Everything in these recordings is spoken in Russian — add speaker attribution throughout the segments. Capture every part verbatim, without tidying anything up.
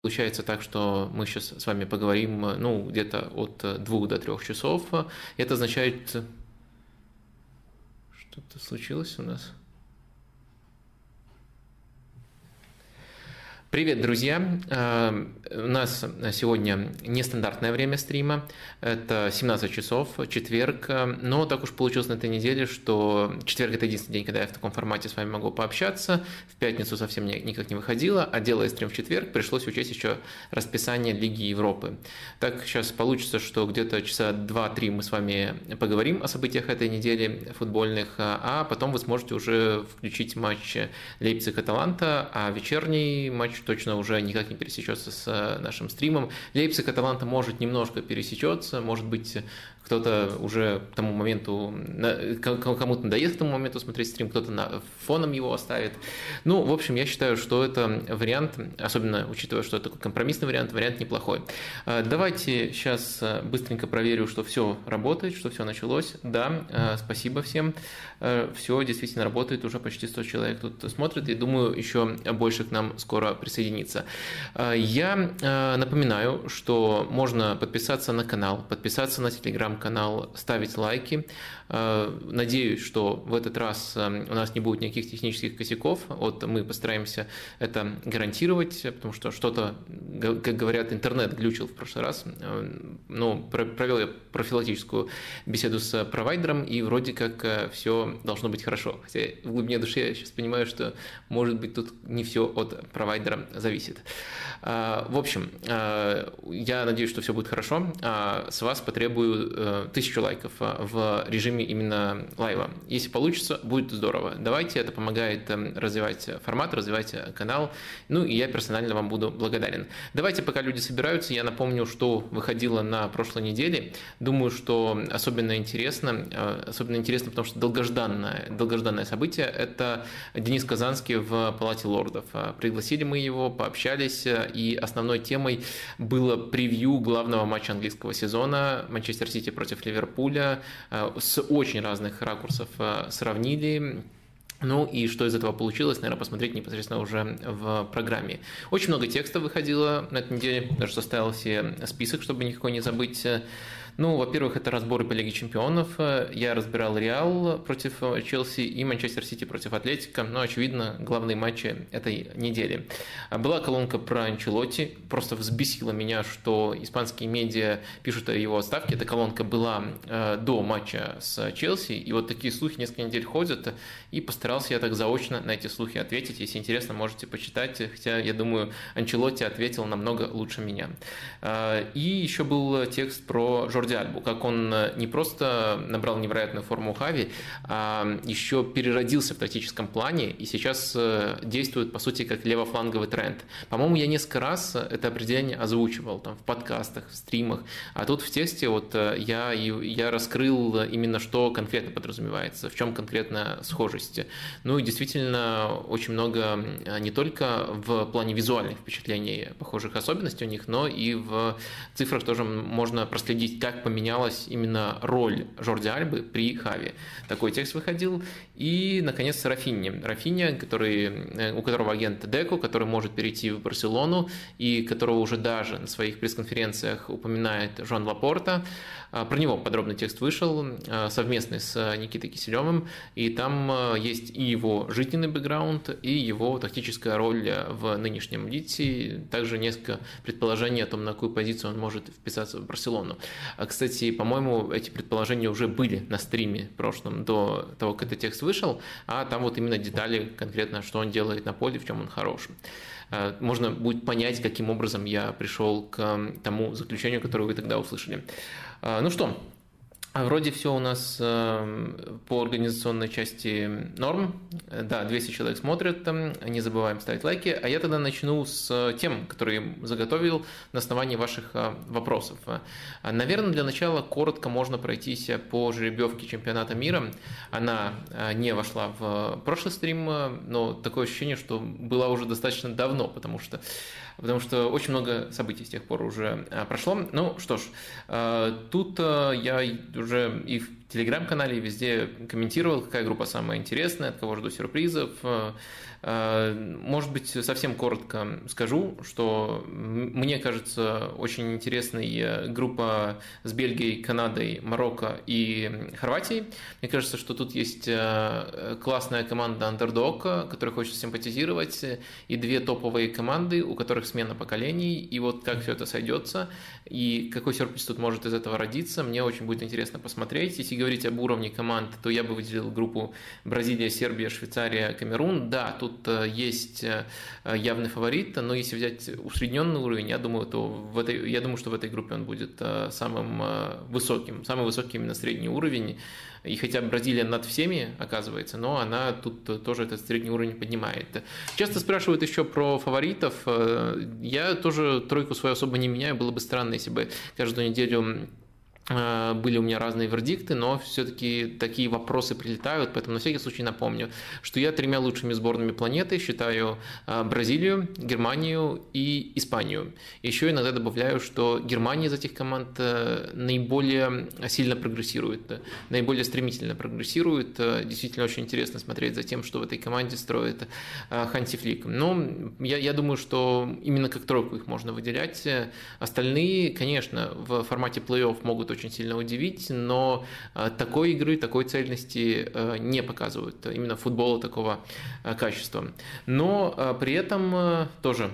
Speaker 1: Получается так, что мы сейчас с вами поговорим, ну, где-то от двух до трех часов. Это означает... Что-то случилось у нас? Привет, друзья! У нас сегодня нестандартное время стрима, это семнадцать часов, четверг, но так уж получилось на этой неделе, что четверг – это единственный день, когда я в таком формате с вами могу пообщаться, в пятницу совсем никак не выходило, а делая стрим в четверг, пришлось учесть еще расписание Лиги Европы. Так сейчас получится, что где-то часа два-три мы с вами поговорим о событиях этой недели футбольных, а потом вы сможете уже включить матч Лейпциг-Аталанта, а вечерний матч точно уже никак не пересечется с нашим стримом. Лейпциг-Аталанта может немножко пересечется, может быть, кто-то уже к тому моменту, кому-то надоест к тому моменту смотреть стрим, кто-то на, фоном его оставит. Ну, в общем, я считаю, что это вариант, особенно учитывая, что это такой компромиссный вариант, вариант неплохой. Давайте сейчас быстренько проверю, что все работает, что все началось. Да, спасибо всем. Все действительно работает, уже почти сто человек тут смотрит, и думаю, еще больше к нам скоро присоединится. Я напоминаю, что можно подписаться на канал, подписаться на телеграм-канал, ставить лайки. Надеюсь, что в этот раз у нас не будет никаких технических косяков. Вот мы постараемся это гарантировать, потому что что-то, как говорят, интернет глючил в прошлый раз. Ну, провел я профилактическую беседу с провайдером, и вроде как все должно быть хорошо. Хотя в глубине души я сейчас понимаю, что, может быть, тут не все от провайдера зависит. В общем, я надеюсь, что все будет хорошо. С вас потребую тысячу лайков в режиме именно лайва. Если получится, будет здорово. Давайте, это помогает развивать формат, развивать канал. Ну и я персонально вам буду благодарен. Давайте, пока люди собираются, я напомню, что выходило на прошлой неделе. Думаю, что особенно интересно, особенно интересно, потому что долгожданное, долгожданное событие – это Денис Казанский в Палате лордов. Пригласили мы его, пообщались, и основной темой было превью главного матча английского сезона Манчестер Сити против Ливерпуля. С очень разных ракурсов сравнили. Ну и что из этого получилось, наверное, посмотреть непосредственно уже в программе. Очень много текстов выходило на этой неделе, даже составил себе список, чтобы никакой не забыть. Ну, во-первых, это разборы по Лиге Чемпионов. Я разбирал Реал против Челси и Манчестер Сити против Атлетика. Но, очевидно, главные матчи этой недели. Была колонка про Анчелотти. Просто взбесило меня, что испанские медиа пишут о его отставке. Эта колонка была до матча с Челси. И вот такие слухи несколько недель ходят. И постарался я так заочно на эти слухи ответить. Если интересно, можете почитать. Хотя, я думаю, Анчелотти ответил намного лучше меня. И еще был текст про Жорди Альбу, как он не просто набрал невероятную форму Хави, а еще переродился в тактическом плане и сейчас действует, по сути, как левофланговый тренд. По-моему, я несколько раз это определение озвучивал там, в подкастах, в стримах, а тут в тексте вот я, я раскрыл именно, что конкретно подразумевается, в чем конкретно схожесть. Ну и действительно очень много не только в плане визуальных впечатлений, похожих особенностей у них, но и в цифрах тоже можно проследить, как поменялась именно роль Жорди Альбы при Хави. Такой текст выходил. И, наконец, Рафиньи. Рафинья, который, у которого агент Деко, который может перейти в Барселону, и которого уже даже на своих пресс-конференциях упоминает Жоан Лапорта. Про него подробный текст вышел, совместный с Никитой Киселевым, и там есть и его жизненный бэкграунд, и его тактическая роль в нынешнем Лидсе, также несколько предположений о том, на какую позицию он может вписаться в Барселону. Кстати, по-моему, эти предположения уже были на стриме прошлом, до того, как этот текст вышел, а там вот именно детали конкретно, что он делает на поле, в чем он хорош. Можно будет понять, каким образом я пришел к тому заключению, которое вы тогда услышали. Ну что, вроде все у нас по организационной части норм. Да, двести человек смотрят, не забываем ставить лайки. А я тогда начну с тем, которые заготовил на основании ваших вопросов. Наверное, для начала коротко можно пройтись по жеребьевке чемпионата мира. Она не вошла в прошлый стрим, но такое ощущение, что была уже достаточно давно, потому что потому что очень много событий с тех пор уже прошло. Ну что ж, тут я уже и в Телеграм-канале, и везде комментировал, какая группа самая интересная, от кого жду сюрпризов. Может быть, совсем коротко скажу, что мне кажется очень интересной группа с Бельгией, Канадой, Марокко и Хорватией. Мне кажется, что тут есть классная команда Underdog, которой хочется симпатизировать, и две топовые команды, у которых смена поколений, и вот как все это сойдется, и какой сюрприз тут может из этого родиться, мне очень будет интересно посмотреть. Если говорить об уровне команд, то я бы выделил группу Бразилия, Сербия, Швейцария, Камерун. Да, тут есть явный фаворит, но если взять усредненный уровень, я думаю, то в этой, я думаю, что в этой группе он будет самым высоким, самый высокий именно средний уровень. И хотя Бразилия над всеми оказывается, но она тут тоже этот средний уровень поднимает. Часто спрашивают еще про фаворитов. Я тоже тройку свою особо не меняю. Было бы странно, если бы каждую неделю были у меня разные вердикты, но все-таки такие вопросы прилетают, поэтому на всякий случай напомню, что я тремя лучшими сборными планеты считаю Бразилию, Германию и Испанию. Еще иногда добавляю, что Германия из этих команд наиболее сильно прогрессирует, наиболее стремительно прогрессирует. Действительно очень интересно смотреть за тем, что в этой команде строит Ханси Флик. Но я, я думаю, что именно как тройку их можно выделять. Остальные, конечно, в формате плей-офф могут очень сильно удивить, но такой игры, такой цельности не показывают, именно футбола такого качества. Но при этом тоже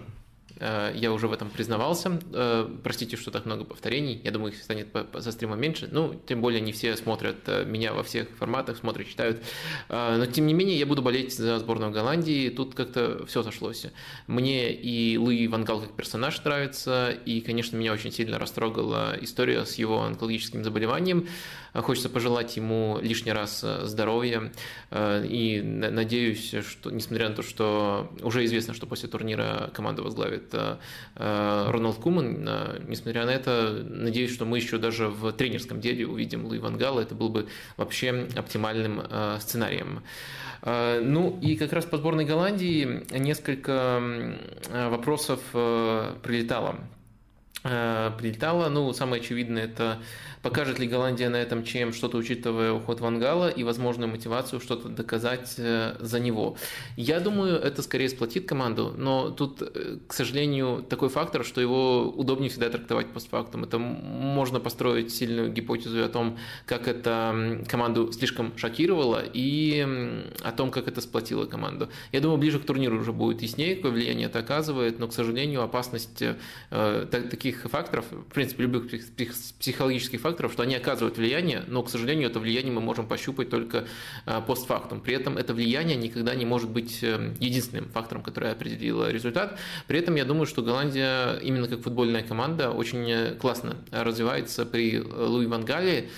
Speaker 1: я уже в этом признавался. Простите, что так много повторений. Я думаю, их станет со стрима меньше. Ну, тем более, не все смотрят меня во всех форматах, смотрят, читают. Но, тем не менее, я буду болеть за сборную Голландии. Тут как-то все сошлось. Мне и Луи ван Гал как персонаж нравится. И, конечно, меня очень сильно растрогала история с его онкологическим заболеванием. Хочется пожелать ему лишний раз здоровья. И надеюсь, что, несмотря на то, что уже известно, что после турнира команду возглавит Роналд Куман, несмотря на это, надеюсь, что мы еще даже в тренерском деле увидим Луи ван Гала. Это был бы вообще оптимальным сценарием. Ну и как раз по сборной Голландии несколько вопросов прилетало. Прилетало. Ну, самое очевидное, это покажет ли Голландия на этом ЧМ что-то, учитывая уход ван Гала и возможную мотивацию что-то доказать за него. Я думаю, это скорее сплотит команду, но тут, к сожалению, такой фактор, что его удобнее всегда трактовать постфактум. Это можно построить сильную гипотезу о том, как это команду слишком шокировало, и о том, как это сплотило команду. Я думаю, ближе к турниру уже будет яснее, какое влияние это оказывает, но, к сожалению, опасность э, таких факторов, в принципе, любых психологических факторов, что они оказывают влияние, но, к сожалению, это влияние мы можем пощупать только постфактум. При этом это влияние никогда не может быть единственным фактором, который определил результат. При этом я думаю, что Голландия, именно как футбольная команда, очень классно развивается при Луи ван Гале.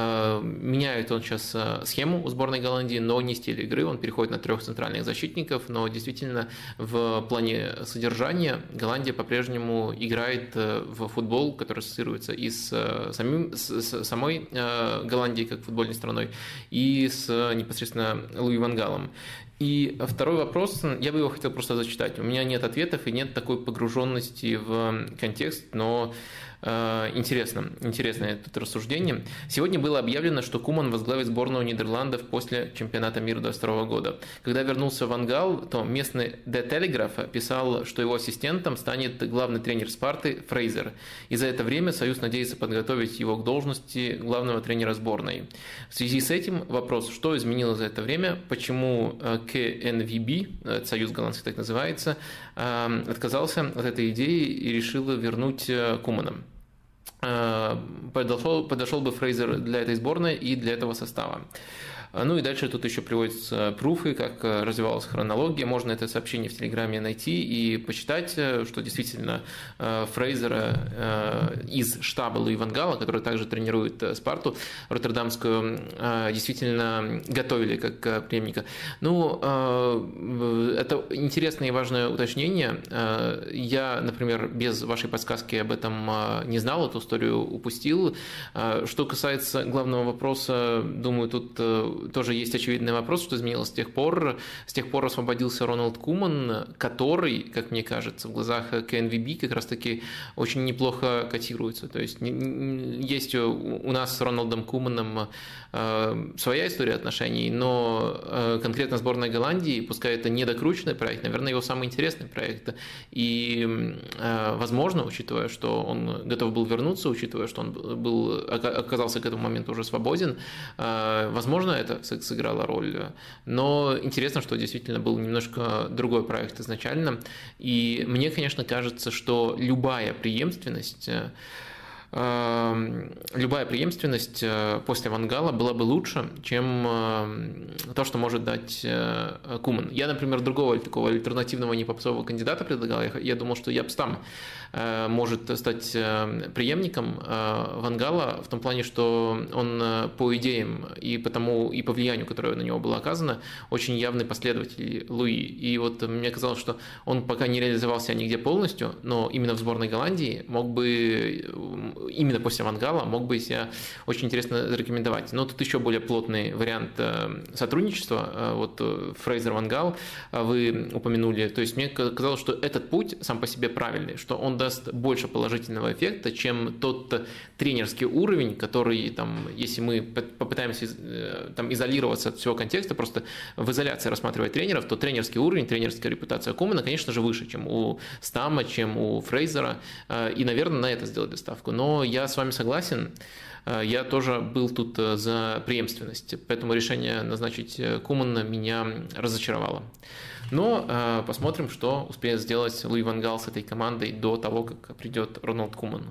Speaker 1: Меняет он сейчас схему у сборной Голландии, но не стиль игры. Он переходит на трех центральных защитников, но действительно в плане содержания Голландия по-прежнему играет в футбол, который ассоциируется и с, самим, с самой Голландией как футбольной страной, и с непосредственно Луи ван Галом. И второй вопрос, я бы его хотел просто зачитать. У меня нет ответов и нет такой погруженности в контекст, но Интересно, интересное тут рассуждение. Сегодня было объявлено, что Куман возглавит сборную Нидерландов после чемпионата мира двадцать второго года. Когда вернулся ван Гал, то местный The Telegraph писал, что его ассистентом станет главный тренер Спарты Фрейзер. И за это время Союз надеется подготовить его к должности главного тренера сборной. В связи с этим вопрос, что изменилось за это время, почему ка эн ви би, Союз голландский так называется, отказался от этой идеи и решил вернуть Кумана. Подошел, подошел бы Фрейзер для этой сборной и для этого состава. Ну и дальше тут еще приводятся пруфы, как развивалась хронология. Можно это сообщение в Телеграме найти и почитать, что действительно Фрейзера из штаба Луи ван Гала, который также тренирует Спарту роттердамскую, действительно готовили как преемника. Ну, это интересное и важное уточнение. Я, например, без вашей подсказки об этом не знал, эту историю упустил. Что касается главного вопроса, думаю, тут тоже есть очевидный вопрос, что изменилось с тех пор. С тех пор освободился Роналд Куман, который, как мне кажется, в глазах ка эн ви би как раз-таки очень неплохо котируется. То есть есть у нас с Роналдом Куманом своя история отношений, но конкретно сборная Голландии, пускай это недокрученный проект, наверное, его самый интересный проект. И, возможно, учитывая, что он готов был вернуться, учитывая, что он был, оказался к этому моменту уже свободен, возможно, это сыграло роль. Но интересно, что действительно был немножко другой проект изначально. И мне, конечно, кажется, что любая преемственность любая преемственность после Ван Гала была бы лучше, чем то, что может дать Куман. Я, например, другого такого альтернативного непопсового кандидата предлагал. Я думал, что Япстам может стать преемником Ван Гала в том плане, что он по идеям и по тому, и по влиянию, которое на него было оказано, очень явный последователь Луи. И вот мне казалось, что он пока не реализовался нигде полностью, но именно в сборной Голландии мог бы именно после Ван Гала мог бы себя очень интересно зарекомендовать. Но тут еще более плотный вариант сотрудничества. Вот Фрейзер, Ван Гал вы упомянули. То есть мне казалось, что этот путь сам по себе правильный, что он даст больше положительного эффекта, чем тот тренерский уровень, который, там, если мы попытаемся там, изолироваться от всего контекста, просто в изоляции рассматривать тренеров, то тренерский уровень, тренерская репутация Кумана, конечно же, выше, чем у Стама, чем у Фрейзера. И, наверное, на это сделать ставку. Но Но я с вами согласен, я тоже был тут за преемственность, поэтому решение назначить Кумана меня разочаровало. Но посмотрим, что успеет сделать Луи Ван Гал с этой командой до того, как придет Рональд Куман.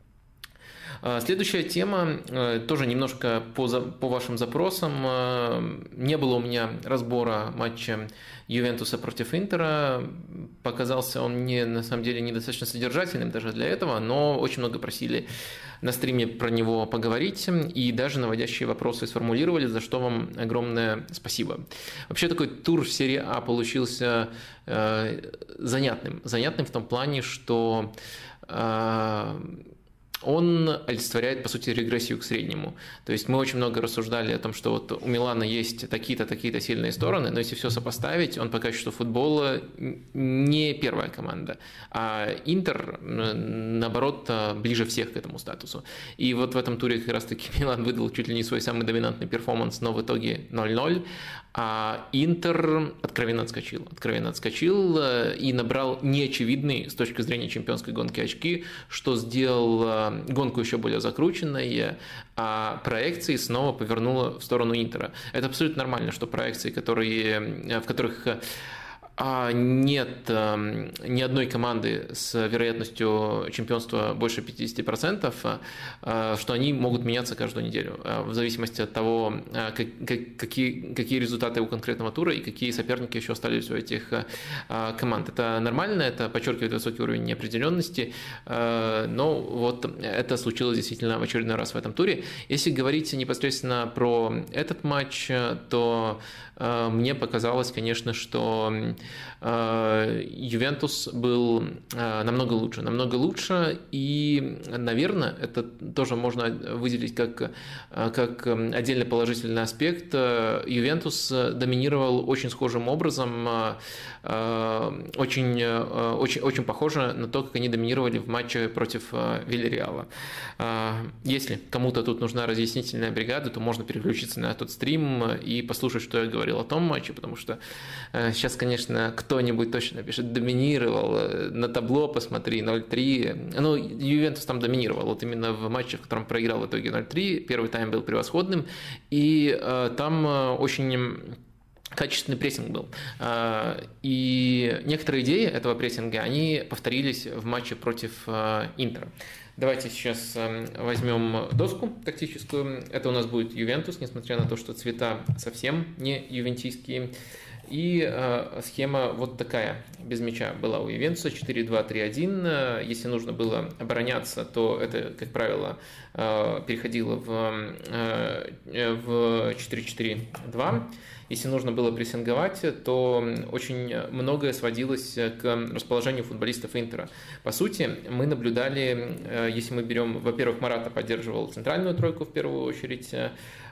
Speaker 1: Следующая тема, тоже немножко по, по вашим запросам. Не было у меня разбора матча Ювентуса против Интера. Показался он мне, на самом деле, недостаточно содержательным даже для этого, но очень много просили на стриме про него поговорить и даже наводящие вопросы сформулировали, за что вам огромное спасибо. Вообще такой тур в серии А получился э, занятным. Занятным в том плане, что э, он олицетворяет, по сути, регрессию к среднему. То есть мы очень много рассуждали о том, что вот у Милана есть такие-то, такие-то сильные стороны, но если все сопоставить, он по качеству футбола не первая команда, а Интер, наоборот, ближе всех к этому статусу. И вот в этом туре как раз-таки Милан выдал чуть ли не свой самый доминантный перформанс, но в итоге ноль ноль, а Интер откровенно отскочил. Откровенно отскочил и набрал неочевидные с точки зрения чемпионской гонки очки, что сделал гонку еще более закрученной, а проекции снова повернуло в сторону Интера. Это абсолютно нормально, что проекции, которые, в которых нет ни одной команды с вероятностью чемпионства больше пятьдесят процентов, что они могут меняться каждую неделю, в зависимости от того, какие, какие результаты у конкретного тура и какие соперники еще остались у этих команд. Это нормально, это подчеркивает высокий уровень неопределенности, но вот это случилось действительно в очередной раз в этом туре. Если говорить непосредственно про этот матч, то мне показалось, конечно, что Ювентус был намного лучше, намного лучше, и, наверное, это тоже можно выделить как, как отдельно положительный аспект. Ювентус доминировал очень схожим образом, очень, очень, очень похоже на то, как они доминировали в матче против Вильяреала. Если кому-то тут нужна разъяснительная бригада, то можно переключиться на тот стрим и послушать, что я говорил о том матче, потому что сейчас, конечно, кто-нибудь точно напишет, доминировал, на табло посмотри, ноль три. Ну, Ювентус там доминировал, вот именно в матче, в котором проиграл в итоге ноль три, первый тайм был превосходным, и там очень качественный прессинг был. И некоторые идеи этого прессинга, они повторились в матче против Интера. Давайте сейчас возьмем доску тактическую. Это у нас будет Ювентус, несмотря на то, что цвета совсем не ювентийские. И э, схема вот такая, без мяча была у Ювентуса, четыре два три один. Если нужно было обороняться, то это, как правило, э, переходило в, э, в четыре четыре два. Если нужно было прессинговать, то очень многое сводилось к расположению футболистов Интера. По сути, мы наблюдали, если мы берем, во-первых, Марата поддерживал центральную тройку в первую очередь,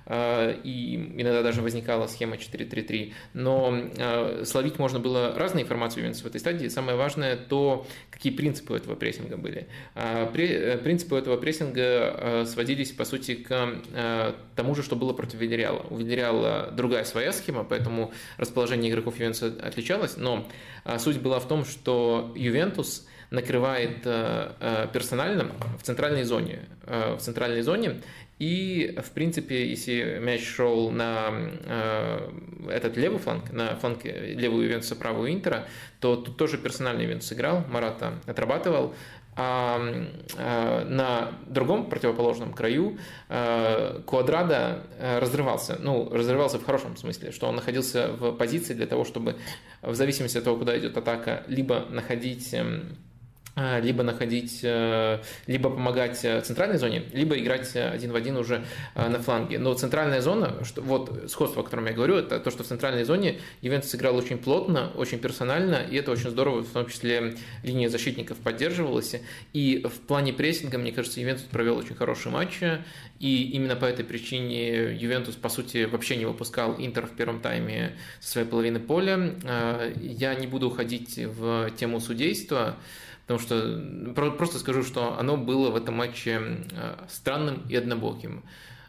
Speaker 1: и иногда даже возникала схема четыре три три, но словить можно было разную информацию Ювентуса в этой стадии. Самое важное то, какие принципы этого прессинга были. Принципы этого прессинга сводились, по сути, к тому же, что было против Вильярреала. У Вильярреала другая своя схема, поэтому расположение игроков Ювентуса отличалось, но суть была в том, что Ювентус накрывает персонально в центральной зоне, в центральной зоне, и, в принципе, если мяч шел на этот левый фланг, на фланг левую Ювентуса, правую Интера, то тут тоже персонально Ювентус играл, Марата отрабатывал, а на другом противоположном краю Квадрадо разрывался, ну, разрывался в хорошем смысле, что он находился в позиции для того, чтобы в зависимости от того, куда идет атака, либо находить либо находить, либо помогать центральной зоне, либо играть один в один уже на фланге. Но центральная зона, что, вот сходство, о котором я говорю, это то, что в центральной зоне Ювентус играл очень плотно, очень персонально, и это очень здорово, в том числе линия защитников поддерживалась. И в плане прессинга, мне кажется, Ювентус провел очень хороший матч, и именно по этой причине Ювентус, по сути, вообще не выпускал Интер в первом тайме со своей половины поля. Я не буду уходить в тему судейства, потому что просто скажу, что оно было в этом матче странным и однобоким.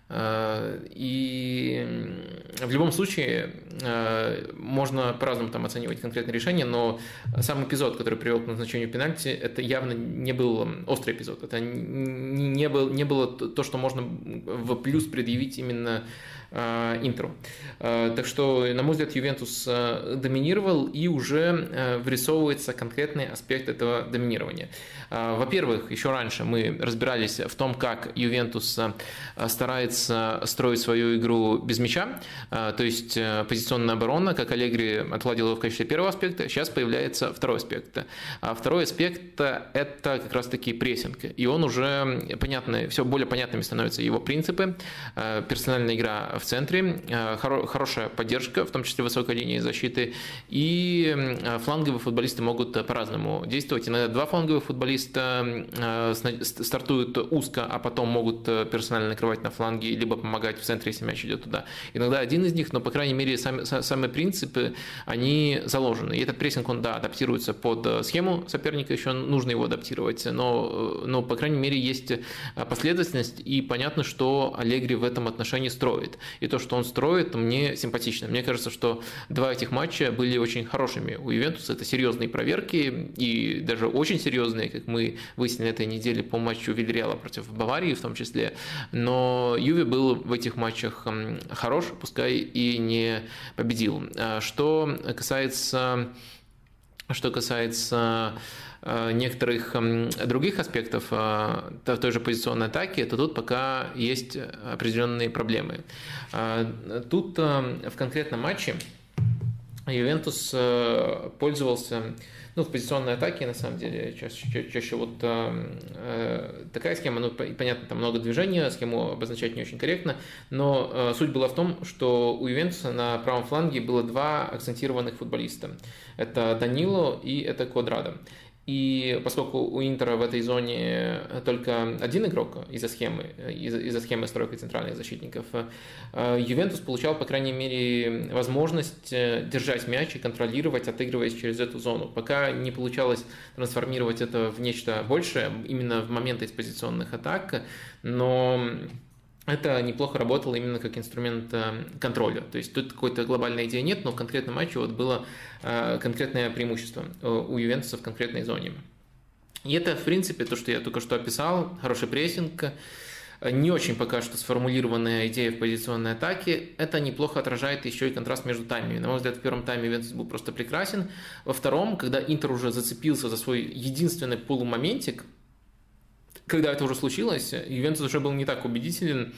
Speaker 1: И в любом случае можно по-разному там оценивать конкретное решение, но сам эпизод, который привел к назначению пенальти, это явно не был острый эпизод. Это не было, не было то, что можно в плюс предъявить именно Интеру. Так что, на мой взгляд, Ювентус доминировал, и уже вырисовывается конкретный аспект этого доминирования. Во-первых, еще раньше мы разбирались в том, как Ювентус старается строить свою игру без мяча, то есть позиционная оборона, как Аллегри отладил его в качестве первого аспекта, сейчас появляется второй аспект. А второй аспект – это как раз-таки прессинг, и он уже понятный, все более понятными становятся его принципы, персональная игра в центре, хорошая поддержка, в том числе высокой линии защиты, и фланговые футболисты могут по-разному действовать. Иногда два фланговых футболиста стартуют узко, а потом могут персонально накрывать на фланге, либо помогать в центре, если мяч идет туда. Иногда один из них, но, по крайней мере, сами, сами принципы, они заложены. И этот прессинг, он, да, адаптируется под схему соперника, еще нужно его адаптировать, но, но по крайней мере, есть последовательность, и понятно, что Аллегри в этом отношении строит. И то, что он строит, мне симпатично. Мне кажется, что два этих матча были очень хорошими у Ювентуса. Это серьезные проверки, и даже очень серьезные, как мы выяснили на этой неделе по матчу Вильярреала против Баварии в том числе. Но Юве был в этих матчах хорош, пускай и не победил. Что касается... Что касается некоторых других аспектов той же позиционной атаки, то тут пока есть определенные проблемы. Тут в конкретном матче Ювентус пользовался, ну, в позиционной атаке, на самом деле, чаще, чаще, чаще вот э, такая схема, ну, понятно, там много движения, схему обозначать не очень корректно, но э, суть была в том, что у Ювентуса на правом фланге было два акцентированных футболиста. Это Данило и это Квадрадо. И поскольку у Интера в этой зоне только один игрок из-за схемы, из-за, из-за схемы стройки центральных защитников, Ювентус получал, по крайней мере, возможность держать мяч и контролировать, отыгрываясь через эту зону. Пока не получалось трансформировать это в нечто большее, именно в моменты экспозиционных атак, но это неплохо работало именно как инструмент контроля. То есть тут какой-то глобальной идеи нет, но в конкретном матче вот было конкретное преимущество у Ювентуса в конкретной зоне. И это, в принципе, то, что я только что описал, хороший прессинг, не очень пока что сформулированная идея в позиционной атаке. Это неплохо отражает еще и контраст между таймами. На мой взгляд, в первом тайме Ювентус был просто прекрасен. Во втором, когда Интер уже зацепился за свой единственный полумоментик, когда это уже случилось, Ювентус уже был не так убедителен,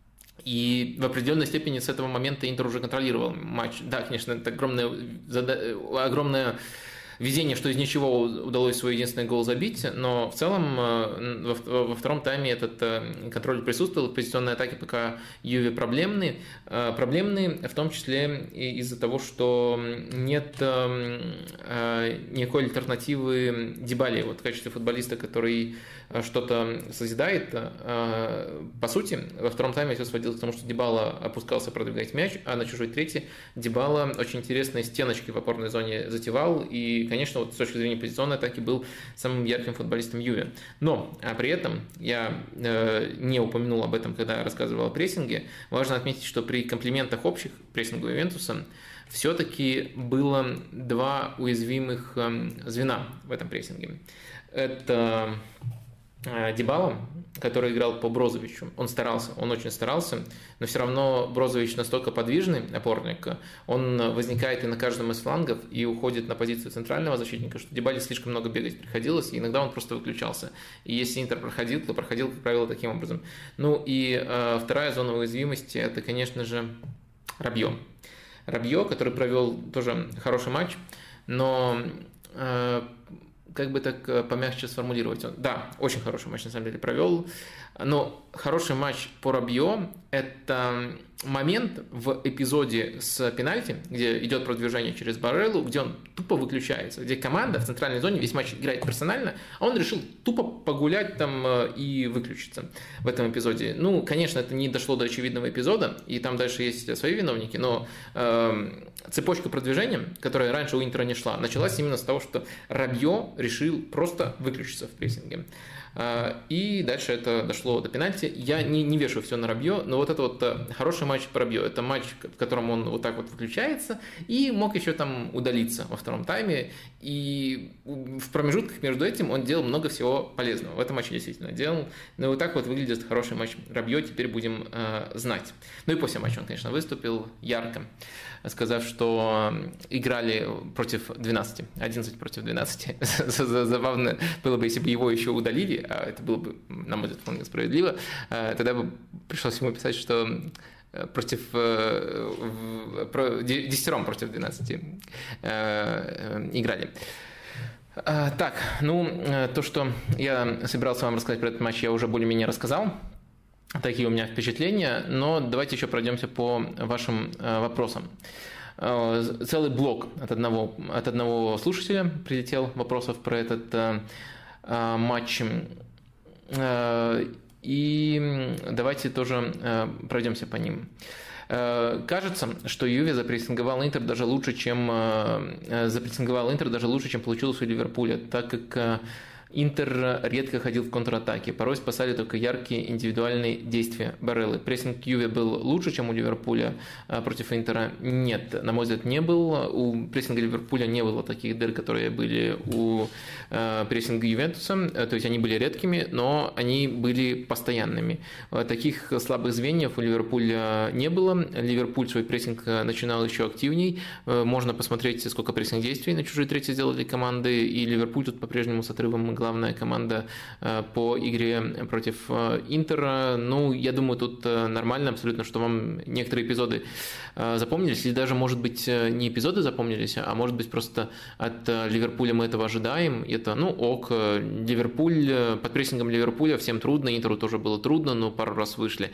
Speaker 1: и в определенной степени с этого момента Интер уже контролировал матч. Да, конечно, это огромная, огромная везение, что из ничего удалось свой единственный гол забить, но в целом во, во втором тайме этот контроль присутствовал, позиционные атаки пока Юве проблемные, проблемные в том числе и из-за того, что нет никакой альтернативы Дибале вот, в качестве футболиста, который что-то созидает. По сути, во втором тайме все сводилось к тому, что Дибала опускался продвигать мяч, а на чужой трети Дибала очень интересные стеночки в опорной зоне затевал, и, конечно, вот с точки зрения позиционной атаки был самым ярким футболистом Юве. Но а при этом я э, не упомянул об этом, когда рассказывал о прессинге. Важно отметить, что при комплиментах общих прессингу Ювентуса все-таки было два уязвимых э, звена в этом прессинге. Это Дибала, который играл по Брозовичу, он старался, он очень старался, но все равно Брозович настолько подвижный опорник, он возникает и на каждом из флангов и уходит на позицию центрального защитника, что Дибале слишком много бегать приходилось, и иногда он просто выключался. И если Интер проходил, то проходил, как правило, таким образом. Ну и э, вторая зона уязвимости – это, конечно же, Рабье. Рабье, который провел тоже хороший матч, но э, как бы так помягче сформулировать. Он, да, очень хороший матч на самом деле провел, но хороший матч по Рабье – это момент в эпизоде с пенальти, где идет продвижение через Бареллу, где он тупо выключается, где команда в центральной зоне весь матч играет персонально, а он решил тупо погулять там и выключиться в этом эпизоде. Ну, конечно, это не дошло до очевидного эпизода, и там дальше есть свои виновники, но э, цепочка продвижения, которая раньше у Интера не шла, началась именно с того, что Рабье решил просто выключиться в прессинге. И дальше это дошло до пенальти. Я не, не вешаю все на Рабье, но вот это вот хороший матч по Рабье. Это матч, в котором он вот так вот выключается и мог еще там удалиться во втором тайме. И в промежутках между этим он делал много всего полезного. В этом матче действительно делал. Но вот так вот выглядит хороший матч Рабье, теперь будем э, знать. Ну и после матча он, конечно, выступил ярко, сказав, что играли против двенадцати, одиннадцать против двенадцати. Забавно было бы, если бы его еще удалили, а это было бы, на мой взгляд, вполне справедливо. Тогда бы пришлось ему писать, что против десятером против двенадцати играли. Так, ну, то, что я собирался вам рассказать про этот матч, я уже более-менее рассказал. Такие у меня впечатления, но давайте еще пройдемся по вашим вопросам. Целый блок от одного, от одного слушателя прилетел вопросов про этот матч. И давайте тоже пройдемся по ним. Кажется, что Юве запрессинговал Интер даже лучше, чем запрессинговал Интер даже лучше, чем получилось у Ливерпуля, так как Интер редко ходил в контратаке, порой спасали только яркие индивидуальные действия Бареллы. Прессинг Юве был лучше, чем у Ливерпуля против Интера? Нет, на мой взгляд, не был. У прессинга Ливерпуля не было таких дыр, которые были у прессинга Ювентуса, то есть они были редкими, но они были постоянными. Таких слабых звеньев у Ливерпуля не было. Ливерпуль свой прессинг начинал еще активней. Можно посмотреть, сколько прессинг-действий на чужие трети сделали команды, и Ливерпуль тут по-прежнему с отрывом главная команда по игре против Интера. Ну, я думаю, тут нормально абсолютно, что вам некоторые эпизоды запомнились, или даже, может быть, не эпизоды запомнились, а может быть, просто от Ливерпуля мы этого ожидаем. Это, ну, ок, Ливерпуль, под прессингом Ливерпуля всем трудно, Интеру тоже было трудно, но пару раз вышли.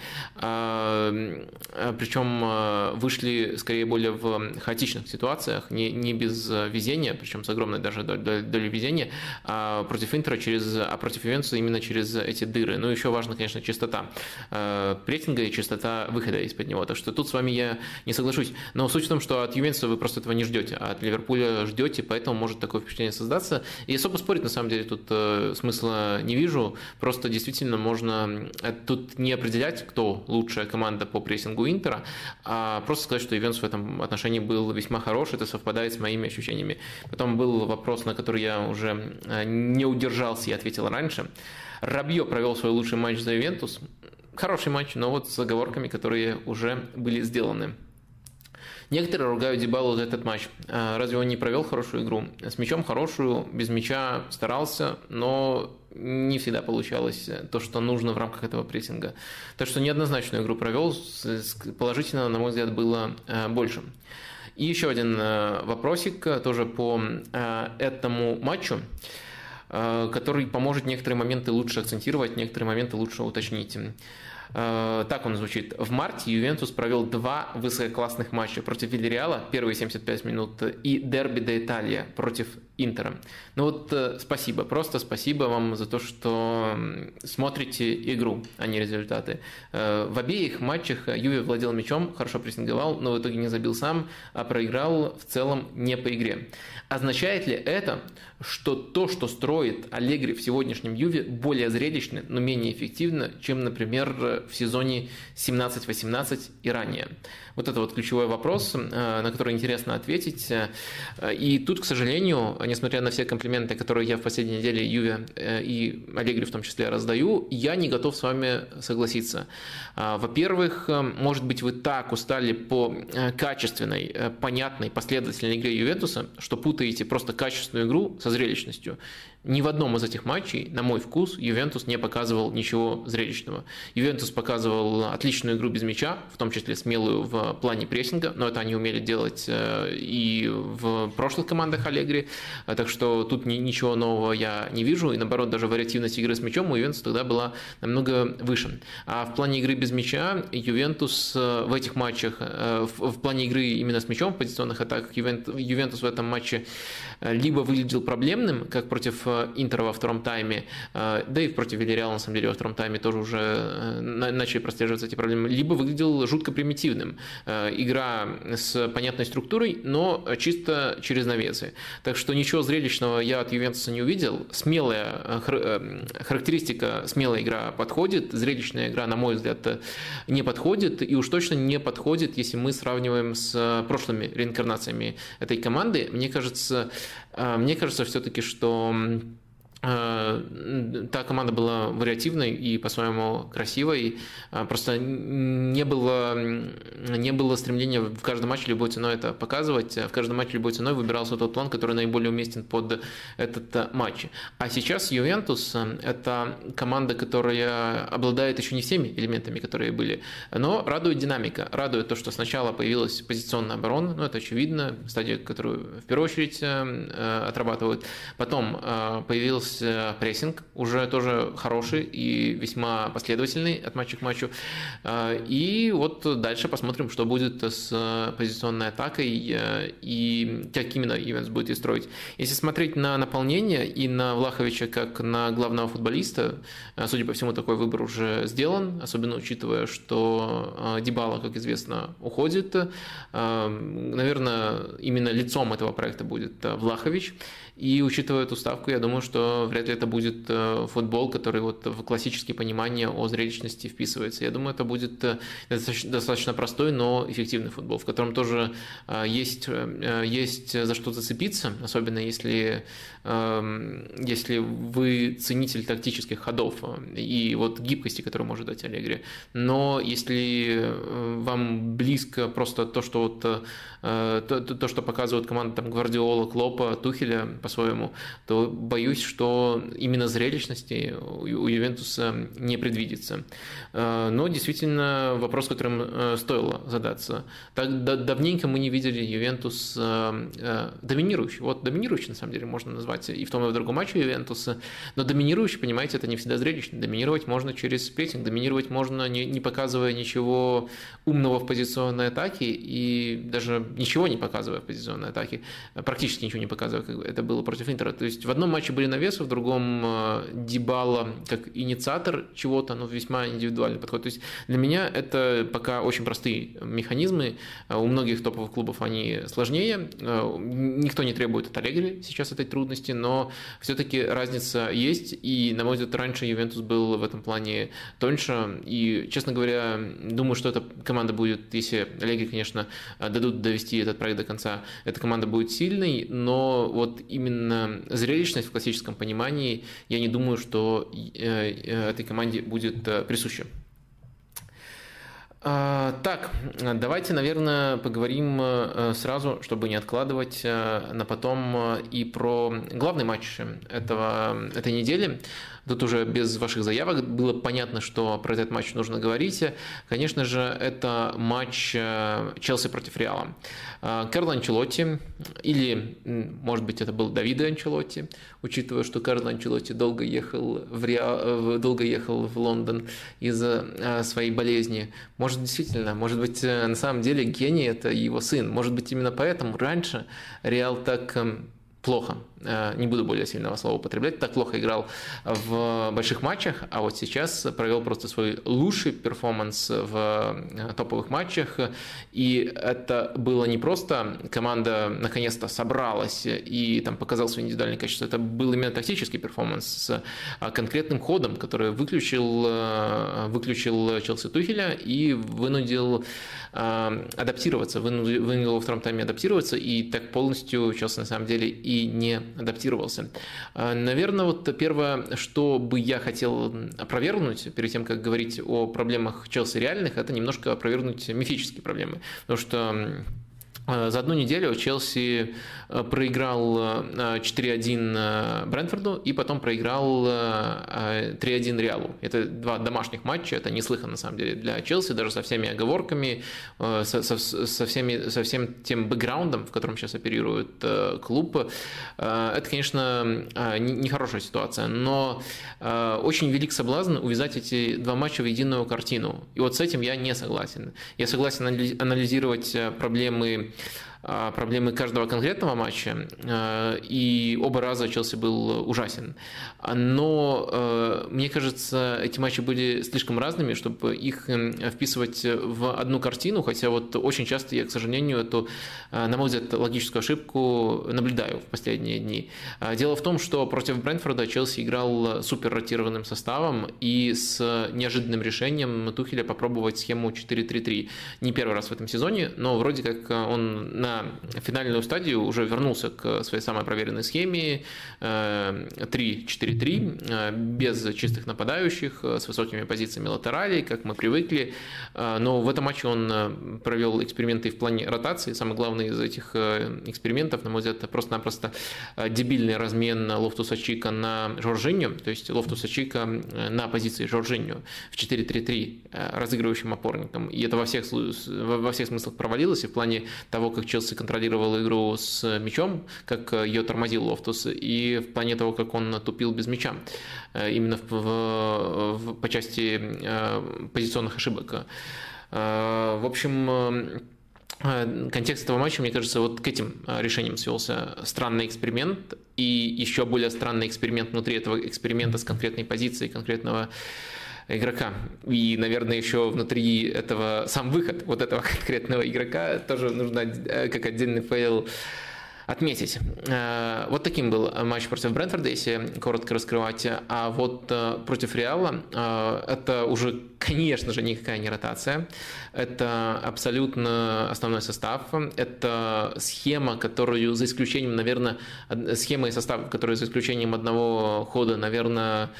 Speaker 1: Причем вышли, скорее, более в хаотичных ситуациях, не, не без везения, причем с огромной даже долей везения, а против Интера через, а против Ювентуса именно через эти дыры. Ну, еще важно, конечно, частота прессинга и частота выхода из-под него. Так что тут с вами я не соглашусь. Но суть в том, что от Ювентуса вы просто этого не ждете, а от Ливерпуля ждете, поэтому может такое впечатление создаться. И особо спорить, на самом деле, тут смысла не вижу. Просто действительно можно тут не определять, кто лучшая команда по прессингу Интера, а просто сказать, что Ювентус в этом отношении был весьма хороший, это совпадает с моими ощущениями. Потом был вопрос, на который я уже не удержался и ответил раньше. Рабье провел свой лучший матч за Ювентус. Хороший матч, но вот с оговорками, которые уже были сделаны. Некоторые ругают Дибалу за этот матч. Разве он не провел хорошую игру? С мячом хорошую, без мяча старался, но не всегда получалось то, что нужно в рамках этого прессинга. Так что неоднозначную игру провел, положительно, на мой взгляд, было больше. И еще один вопросик тоже по этому матчу, который поможет некоторые моменты лучше акцентировать, некоторые моменты лучше уточнить. Так он звучит. В марте Ювентус провел два высококлассных матча против Вильярреала, первые семьдесят пять минут, и Дерби де Италия против Интера. Ну вот спасибо, просто спасибо вам за то, что смотрите игру, а не результаты. В обеих матчах Юве владел мячом, хорошо прессинговал, но в итоге не забил сам, а проиграл в целом не по игре. Означает ли это, что то, что строит Аллегри в сегодняшнем Юве, более зрелищно, но менее эффективно, чем, например, в сезоне семнадцать восемнадцать и ранее? Вот это вот ключевой вопрос, на который интересно ответить. И тут, к сожалению, несмотря на все комплименты, которые я в последней неделе Юве и Аллегри в том числе раздаю, я не готов с вами согласиться. Во-первых, может быть, вы так устали по качественной, понятной, последовательной игре Ювентуса, что путаете просто качественную игру со зрелищностью. Ни в одном из этих матчей, на мой вкус, Ювентус не показывал ничего зрелищного. Ювентус показывал отличную игру без мяча, в том числе смелую в плане прессинга, но это они умели делать и в прошлых командах Аллегри, так что тут ничего нового я не вижу, и наоборот, даже вариативность игры с мячом у Ювентуса тогда была намного выше. А в плане игры без мяча Ювентус в этих матчах, в плане игры именно с мячом в позиционных атаках, Ювентус в этом матче либо выглядел проблемным, как против Интера во втором тайме, да и против Вильярреала, на самом деле, во втором тайме тоже уже начали прослеживаться эти проблемы, либо выглядел жутко примитивным. Игра с понятной структурой, но чисто через навесы. Так что ничего зрелищного я от Ювентуса не увидел. Смелая характеристика, смелая игра подходит, зрелищная игра, на мой взгляд, не подходит, и уж точно не подходит, если мы сравниваем с прошлыми реинкарнациями этой команды. Мне кажется, мне кажется все-таки, что та команда была вариативной и по-своему красивой, просто не было, не было стремления в каждом матче любой ценой это показывать, в каждом матче любой ценой выбирался тот план, который наиболее уместен под этот матч. А сейчас Ювентус – это команда, которая обладает еще не всеми элементами, которые были, но радует динамика, радует то, что сначала появилась позиционная оборона, ну это очевидно, стадия, которую в первую очередь отрабатывают, потом появился прессинг, уже тоже хороший и весьма последовательный от матча к матчу. И вот дальше посмотрим, что будет с позиционной атакой и как именно Ювентус будет ее строить. Если смотреть на наполнение и на Влаховича как на главного футболиста, судя по всему, такой выбор уже сделан, особенно учитывая, что Дибала, как известно, уходит. Наверное, именно лицом этого проекта будет Влахович. И учитывая эту ставку, я думаю, что вряд ли это будет футбол, который вот в классические понимания о зрелищности вписывается. Я думаю, это будет достаточно простой, но эффективный футбол, в котором тоже есть, есть за что зацепиться, особенно если, если вы ценитель тактических ходов и вот гибкости, которую может дать Аллегри. Но если вам близко просто то, что вот то, то, что показывают команды там Гвардиола, Клопа, Тухеля по-своему, то боюсь, что именно зрелищности у Ювентуса не предвидится. Но действительно вопрос, которым стоило задаться. Так давненько мы не видели Ювентус доминирующий. Вот доминирующий, на самом деле, можно назвать и в том, и в другом матче Ювентуса. Но доминирующий, понимаете, это не всегда зрелищно. Доминировать можно через прессинг, доминировать можно, не, не показывая ничего умного в позиционной атаке и даже ничего не показывая в позиционной атаке, практически ничего не показывая, как это было против Интера. То есть в одном матче были навесы, в другом Дибала как инициатор чего-то, но весьма индивидуальный подход. То есть для меня это пока очень простые механизмы. У многих топовых клубов они сложнее. Никто не требует от Аллегри сейчас этой трудности, но все-таки разница есть. И, на мой взгляд, раньше Ювентус был в этом плане тоньше. И, честно говоря, думаю, что эта команда будет, если Аллегри, конечно, дадут довести этот проект до конца, эта команда будет сильной, но вот именно зрелищность в классическом понимании, я не думаю, что этой команде будет присуща. Так, давайте, наверное, поговорим сразу, чтобы не откладывать на потом, и про главный матч этого, этой недели. Тут уже без ваших заявок было понятно, что про этот матч нужно говорить. Конечно же, это матч Челси против Реала. Карло Анчелотти, или, может быть, это был Давидо Анчелотти, учитывая, что Карло Анчелотти долго ехал в, Реал, долго ехал в Лондон из-за своей болезни. Может, действительно, может быть, на самом деле гений – это его сын. Может быть, именно поэтому раньше Реал так плохо, не буду более сильного слова употреблять, так плохо играл в больших матчах, а вот сейчас провел просто свой лучший перформанс в топовых матчах, и это было не просто команда наконец-то собралась и там показала свои индивидуальные качества, это был именно тактический перформанс с конкретным ходом, который выключил, выключил Челси Тухеля и вынудил адаптироваться, вынудил, вынудил во втором тайме адаптироваться, и так полностью Челси на самом деле и не адаптировался. Наверное, вот первое, что бы я хотел опровергнуть, перед тем, как говорить о проблемах Челси реальных, это немножко опровергнуть мифические проблемы. Потому что за одну неделю Челси проиграл четыре один Брентфорду и потом проиграл три один Реалу. Это два домашних матча, это неслыханно на самом деле для Челси, даже со всеми оговорками, со, со, со, всеми, со всем тем бэкграундом, в котором сейчас оперирует клуб. Это, конечно, нехорошая ситуация, но очень велик соблазн увязать эти два матча в единую картину. И вот с этим я не согласен. Я согласен анализировать проблемы проблемы каждого конкретного матча, и оба раза Челси был ужасен. Но, мне кажется, эти матчи были слишком разными, чтобы их вписывать в одну картину, хотя вот очень часто я, к сожалению, эту, на мой взгляд, логическую ошибку наблюдаю в последние дни. Дело в том, что против Брентфорда Челси играл супер ротированным составом и с неожиданным решением Тухеля попробовать схему четыре три три. Не первый раз в этом сезоне, но вроде как он на на финальную стадию уже вернулся к своей самой проверенной схеме три четыре три, без чистых нападающих, с высокими позициями латералей, как мы привыкли. Но в этом матче он провел эксперименты в плане ротации. Самый главный из этих экспериментов, на мой взгляд, это просто-напросто дебильный размен Лофтуса-Чика на Жоржиньо, то есть Лофтуса-Чика на позиции Жоржиньо в четыре три три, разыгрывающим опорником. И это во всех, во всех смыслах провалилось, и в плане того, как Челси контролировал игру с мячом, как ее тормозил Лофтус, и в плане того, как он тупил без мяча, именно в, в, по части позиционных ошибок. В общем, контекст этого матча, мне кажется, вот к этим решениям свелся странный эксперимент, и еще более странный эксперимент внутри этого эксперимента с конкретной позицией, конкретного игрока. И, наверное, еще внутри этого сам выход вот этого конкретного игрока тоже нужно как отдельный фейл отметить. Вот таким был матч против Брентфорда, если коротко раскрывать. А вот против Реала это уже, конечно же, никакая не ротация. Это абсолютно основной состав. Это схема, которую за исключением, наверное, схема и состав, которую за исключением одного хода, наверное,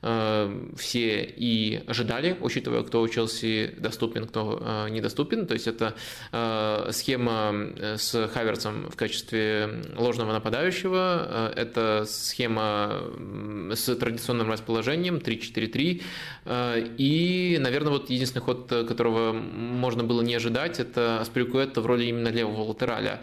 Speaker 1: все и ожидали, учитывая, кто у Челси доступен, кто недоступен. То есть это схема с Хаверцем в качестве ложного нападающего, это схема с традиционным расположением три четыре три, и, наверное, вот единственный ход, которого можно было не ожидать, это Аспиликуэта в роли именно левого латераля.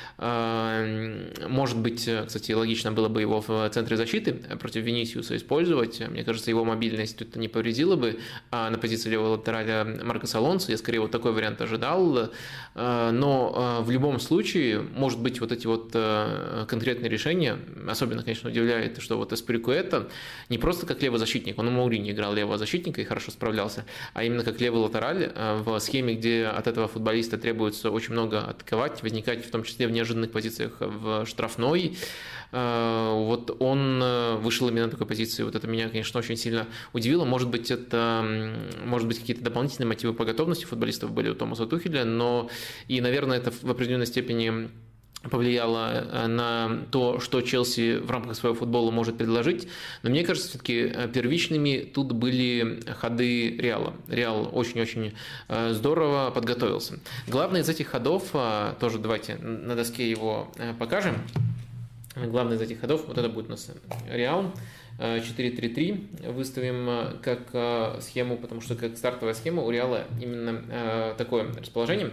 Speaker 1: Может быть, кстати, логично было бы его в центре защиты против Винисиуса использовать. Мне кажется, его мобильность тут не повредила бы. А на позиции левого латераля Маркоса Алонсо я скорее вот такой вариант ожидал. Но в любом случае, может быть, вот эти вот конкретные решения, особенно, конечно, удивляет, что вот Аспиликуэта не просто как левый защитник, он у Мауриньо играл левого защитника и хорошо справлялся, а именно как левый латераль в схеме, где от этого футболиста требуется очень много атаковать, возникать в том числе в неожиданных позициях в штрафной. Вот он вышел именно на такой позиции. Вот это меня, конечно, очень сильно удивило. Может быть, это, может быть, какие-то дополнительные мотивы по готовности футболистов были у Томаса Тухеля, но и, наверное, это в определенной степени повлияло на то, что Челси в рамках своего футбола может предложить. Но мне кажется, все-таки первичными тут были ходы Реала. Реал очень-очень здорово подготовился. Главный из этих ходов, тоже давайте на доске его покажем. Главный из этих ходов, вот это будет у нас Реал. четыре три три выставим как схему, потому что как стартовая схема у Реала именно такое расположение.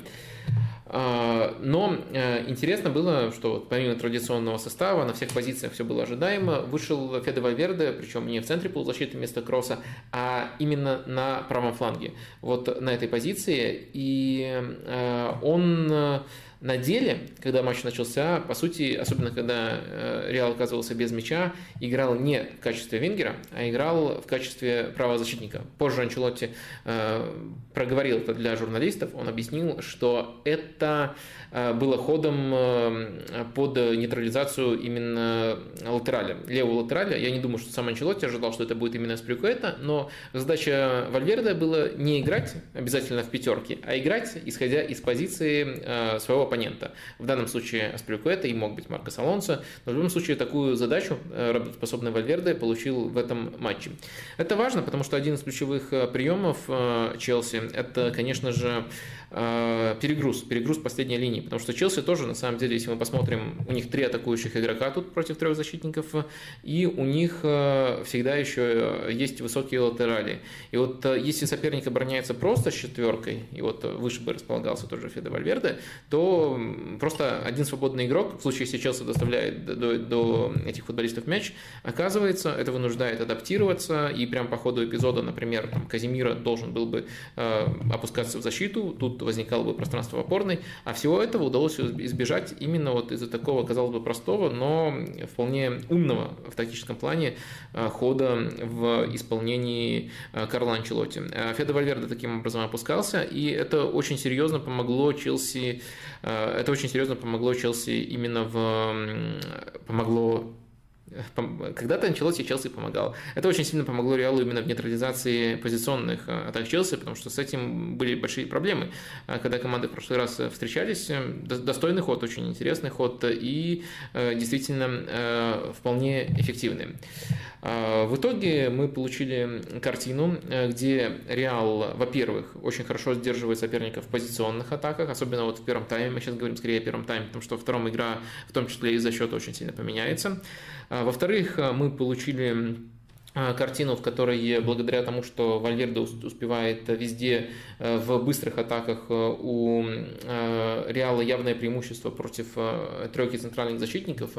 Speaker 1: Но интересно было, что помимо традиционного состава на всех позициях все было ожидаемо. Вышел Феде Вальверде, причем не в центре полузащиты вместо Кросса, а именно на правом фланге. Вот на этой позиции. И он на деле, когда матч начался, по сути, особенно когда Реал оказывался без мяча, играл не в качестве вингера, а играл в качестве правозащитника. Позже Анчелотти проговорил это для журналистов, он объяснил, что это было ходом под нейтрализацию именно латераля, левого латераля. Я не думаю, что сам Анчелотти ожидал, что это будет именно Аспиликуэта, но задача Вальверде была не играть обязательно в пятерке, а играть, исходя из позиции своего оппонента. В данном случае Аспиликуэта и мог быть Маркос Алонсо, но в любом случае такую задачу работоспособный Вальверде получил в этом матче. Это важно, потому что один из ключевых приемов Челси – это, конечно же, перегруз, перегруз последней линии, потому что Челси тоже, на самом деле, если мы посмотрим, у них три атакующих игрока тут против трех защитников, и у них всегда еще есть высокие латерали. И вот если соперник обороняется просто с четверкой, и вот выше бы располагался тоже Феде Вальверде, то просто один свободный игрок, в случае, если Челси доставляет до, до этих футболистов мяч, оказывается, это вынуждает адаптироваться, и прям по ходу эпизода, например, там, Казимиро должен был бы э, опускаться в защиту, тут возникало бы пространство в опорной, а всего этого удалось избежать именно вот из-за такого, казалось бы, простого, но вполне умного в тактическом плане хода в исполнении Карла Анчелотти. Феде Вальверде таким образом опускался, и это очень серьезно помогло Челси, это очень серьезно помогло Челси именно в... помогло Когда-то Анчелотти Челси помогал. Это очень сильно помогло Реалу именно в нейтрализации позиционных атак Челси, потому что с этим были большие проблемы. Когда команды в прошлый раз встречались, достойный ход, очень интересный ход и действительно вполне эффективный. В итоге мы получили картину, где Реал, во-первых, очень хорошо сдерживает соперника в позиционных атаках, особенно вот в первом тайме, мы сейчас говорим скорее о первом тайме, потому что во втором игра, в том числе из-за счета, очень сильно поменяется. Во-вторых, мы получили картину, в которой благодаря тому, что Вальверде успевает везде в быстрых атаках, у Реала явное преимущество против тройки центральных защитников.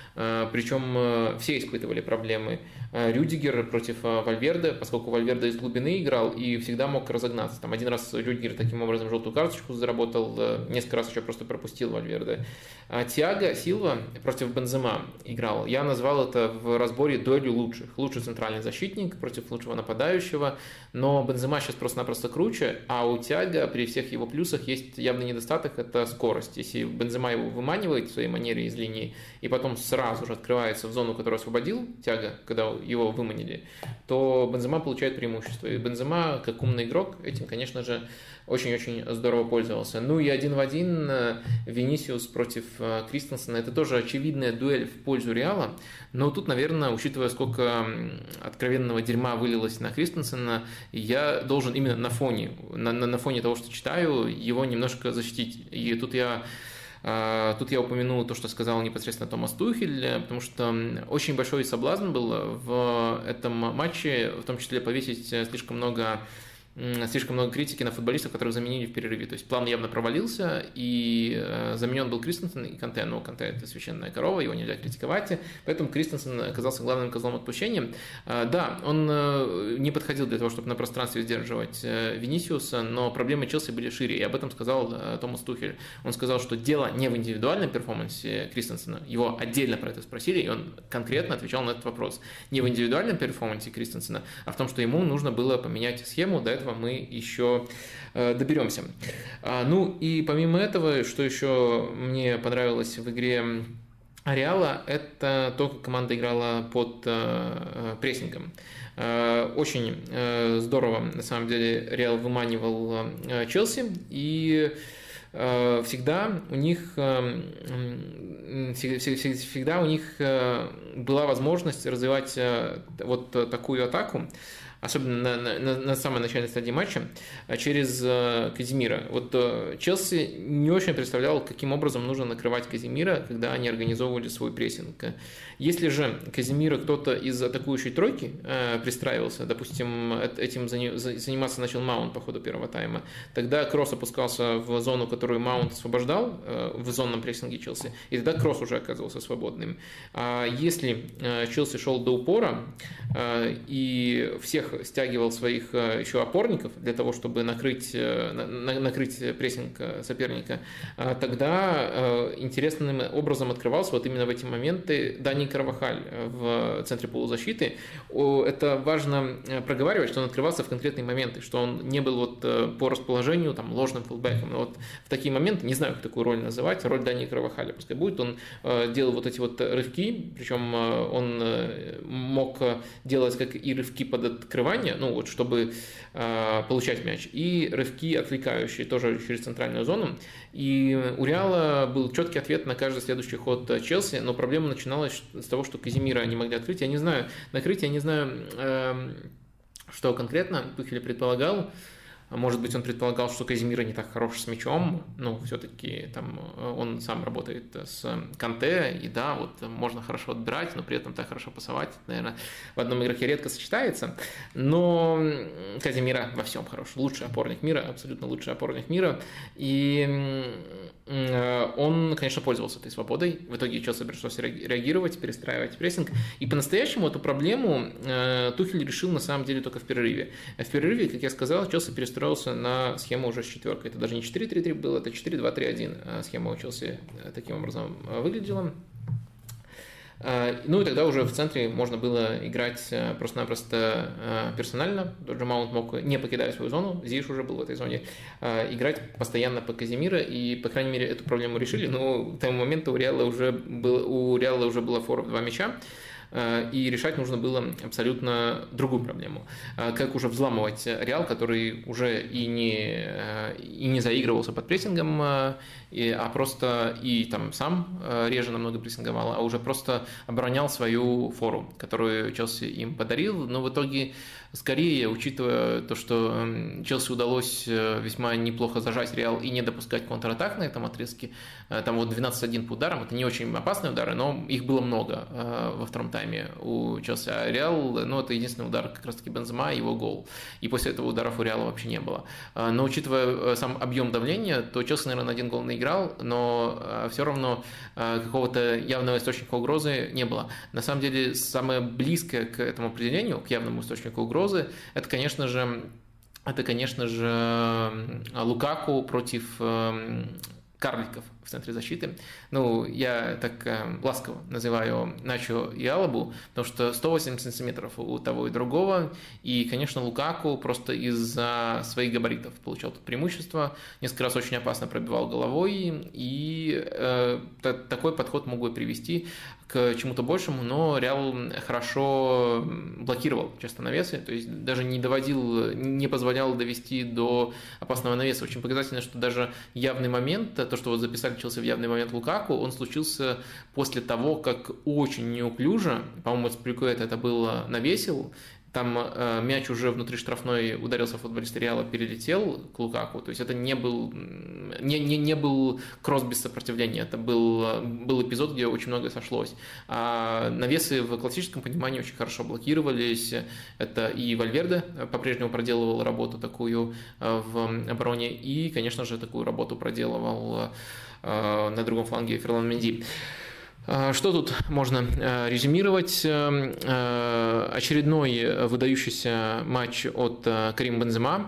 Speaker 1: Причем все испытывали проблемы. Рюдигер против Вальверде, поскольку Вальверде из глубины играл и всегда мог разогнаться. Там один раз Рюдигер таким образом желтую карточку заработал, несколько раз еще просто пропустил Вальверде. Тиаго Силва против Бензема играл. Я назвал это в разборе дуэлью лучших. Лучший центральный защитник против лучшего нападающего, но Бензема сейчас просто-напросто круче, а у Тиаго при всех его плюсах есть явный недостаток – это скорость. Если Бензема его выманивает в своей манере из линии и потом сразу сразу же открывается в зону, которую освободил Тиаго, когда его выманили, то Бензема получает преимущество. И Бензема, как умный игрок, этим, конечно же, очень-очень здорово пользовался. Ну и один в один Винисиус против Кристенсена. Это тоже очевидная дуэль в пользу Реала. Но тут, наверное, учитывая, сколько откровенного дерьма вылилось на Кристенсена, я должен именно на фоне, на, на, на фоне того, что читаю, его немножко защитить. И тут я Тут я упомяну то, что сказал непосредственно Томас Тухель, потому что очень большой соблазн был в этом матче, в том числе повесить слишком много слишком много критики на футболистов, которых заменили в перерыве. То есть план явно провалился, и заменен был Кристенсен и Канте. Но Канте – это священная корова, его нельзя критиковать, поэтому Кристенсен оказался главным козлом отпущения. Да, он не подходил для того, чтобы на пространстве сдерживать Винисиуса, но проблемы Челси были шире, и об этом сказал Томас Тухель. Он сказал, что дело не в индивидуальном перформансе Кристенсена, его отдельно про это спросили, и он конкретно отвечал на этот вопрос. Не в индивидуальном перформансе Кристенсена, а в том, что ему нужно было поменять схему, до этого мы еще доберемся. Ну и помимо этого, что еще мне понравилось в игре Реала, это то, как команда играла под прессингом. Очень здорово, на самом деле, Реал выманивал Челси, и всегда у них всегда у них была возможность развивать вот такую атаку, особенно на, на, на самой начальной стадии матча, через Казимира. Вот Челси не очень представлял, каким образом нужно накрывать Казимира, когда они организовывали свой прессинг. Если же Казимира кто-то из атакующей тройки пристраивался, допустим, этим заниматься начал Маунт по ходу первого тайма, тогда Кросс опускался в зону, которую Маунт освобождал в зонном прессинге Челси, и тогда Кросс уже оказывался свободным. А если Челси шел до упора и всех стягивал своих еще опорников для того, чтобы накрыть, накрыть прессинг соперника, тогда интересным образом открывался вот именно в эти моменты Дани Карвахаль в центре полузащиты. Это важно проговаривать, что он открывался в конкретные моменты, что он не был вот по расположению там, ложным фулбэком. Но вот в такие моменты, не знаю, как такую роль называть, роль Дани Карвахаля пускай будет, он делал вот эти вот рывки, причем он мог делать как и рывки под открывание, ну вот, чтобы э, получать мяч, и рывки отвлекающие тоже через центральную зону. И у Реала был четкий ответ на каждый следующий ход Челси, но проблема начиналась с того, что Казимира они могли открыть. Я не знаю, накрыть, я не знаю, э, что конкретно Тухель предполагал. Может быть, он предполагал, что Казимира не так хорош с мячом, но все-таки там он сам работает с Канте, и да, вот можно хорошо отбирать, но при этом так хорошо пасовать, наверное, в одном игроке редко сочетается, но Казимира во всем хорош, лучший опорник мира, абсолютно лучший опорник мира, и он, конечно, пользовался этой свободой, в итоге Челси пришлось реагировать, перестраивать прессинг, и по-настоящему эту проблему Тухель решил на самом деле только в перерыве. В перерыве, как я сказал, Челси перестроился на схему уже с четверкой. Это даже не четыре три три было, это четыре два три один. Схема у Челси таким образом выглядела. Ну и тогда уже в центре можно было играть просто-напросто персонально. Тот же Маунт мог, не покидая свою зону, Зиеш уже был в этой зоне, играть постоянно по Казимира, и, по крайней мере, эту проблему решили. Но к тому моменту у Реала уже, был, у Реала уже была фора в два мяча, и решать нужно было абсолютно другую проблему. Как уже взламывать Реал, который уже и не, и не заигрывался под прессингом, и, а просто и там сам реже намного прессинговал, а уже просто оборонял свою фору, которую Челси им подарил. Но в итоге, скорее, учитывая то, что Челси удалось весьма неплохо зажать Реал и не допускать контратак на этом отрезке, там вот двенадцать один по ударам, это не очень опасные удары, но их было много во втором тайме у Челси, а Реал, ну, это единственный удар как раз-таки Бензема и его гол. И после этого ударов у Реала вообще не было. Но учитывая сам объем давления, то Челси, наверное, на один гол наиграл, но все равно какого-то явного источника угрозы не было. На самом деле, самое близкое к этому определению, к явному источнику угрозы, это, конечно же, это, конечно же, Лукаку против карликов в центре защиты. Ну, я так э, ласково называю Начо и Алабу, потому что сто восемьдесят сантиметров у того и другого, и, конечно, Лукаку просто из-за своих габаритов получал тут преимущество, несколько раз очень опасно пробивал головой, и э, т- такой подход мог бы привести к чему-то большему, но Реал хорошо блокировал часто навесы, то есть даже не доводил, не позволял довести до опасного навеса. Очень показательно, что даже явный момент, то, что вот записали Челси в явный момент Лукаку, он случился после того, как очень неуклюже, по-моему, Спиликуэта это было, навесил, там э, мяч уже внутри штрафной ударился в футболиста Реала, перелетел к Лукаку, то есть это не был, не, не, не был кросс без сопротивления, это был, был эпизод, где очень многое сошлось. А навесы в классическом понимании очень хорошо блокировались, это и Вальверде по-прежнему проделывал работу такую в обороне, и, конечно же, такую работу проделывал э, на другом фланге Ферлан Менди. Что тут можно резюмировать? Очередной выдающийся матч от Карима Бензема.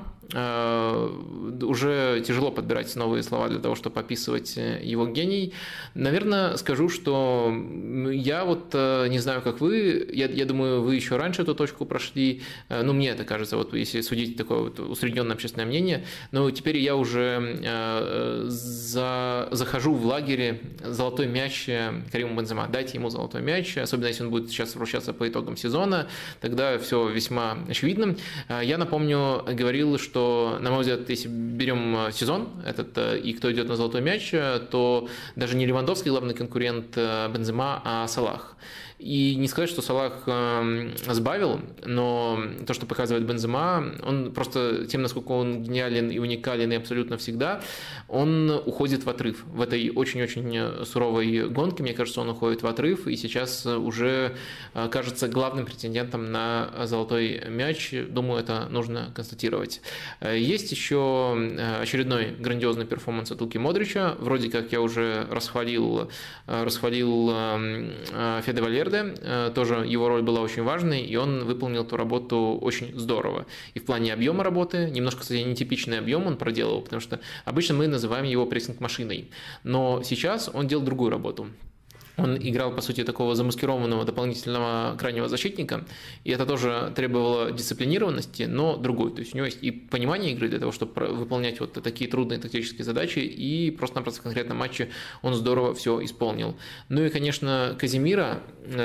Speaker 1: Уже тяжело подбирать новые слова для того, чтобы описывать его гений. Наверное, скажу, что я вот не знаю, как вы, я, я думаю, вы еще раньше эту точку прошли, ну, мне это кажется, вот если судить такое вот усредненное общественное мнение, но теперь я уже за, захожу в лагере золотой мяч Кариму Бензема. Дайте ему золотой мяч, особенно если он будет сейчас вручаться по итогам сезона, тогда все весьма очевидно. Я напомню, говорил, что что, на мой взгляд, если берем сезон этот и кто идет на золотой мяч, то даже не Левандовский главный конкурент Бензема, а Салах. И не сказать, что Салах сбавил, но то, что показывает Бензема, он просто тем, насколько он гениален и уникален и абсолютно всегда, он уходит в отрыв. В этой очень-очень суровой гонке, мне кажется, он уходит в отрыв, и сейчас уже кажется главным претендентом на золотой мяч. Думаю, это нужно констатировать. Есть еще очередной грандиозный перформанс от Луки Модрича. Вроде как я уже расхвалил, расхвалил Феде Вальверде. Тоже его роль была очень важной, и он выполнил эту работу очень здорово. И в плане объема работы, немножко, кстати, нетипичный объем он проделал, потому что обычно мы называем его прессинг-машиной. Но сейчас он делал другую работу. Он играл, по сути, такого замаскированного дополнительного крайнего защитника, и это тоже требовало дисциплинированности, но другой. То есть у него есть и понимание игры для того, чтобы выполнять вот такие трудные тактические задачи, и просто-напросто в конкретном матче он здорово все исполнил. Ну и, конечно, Казимира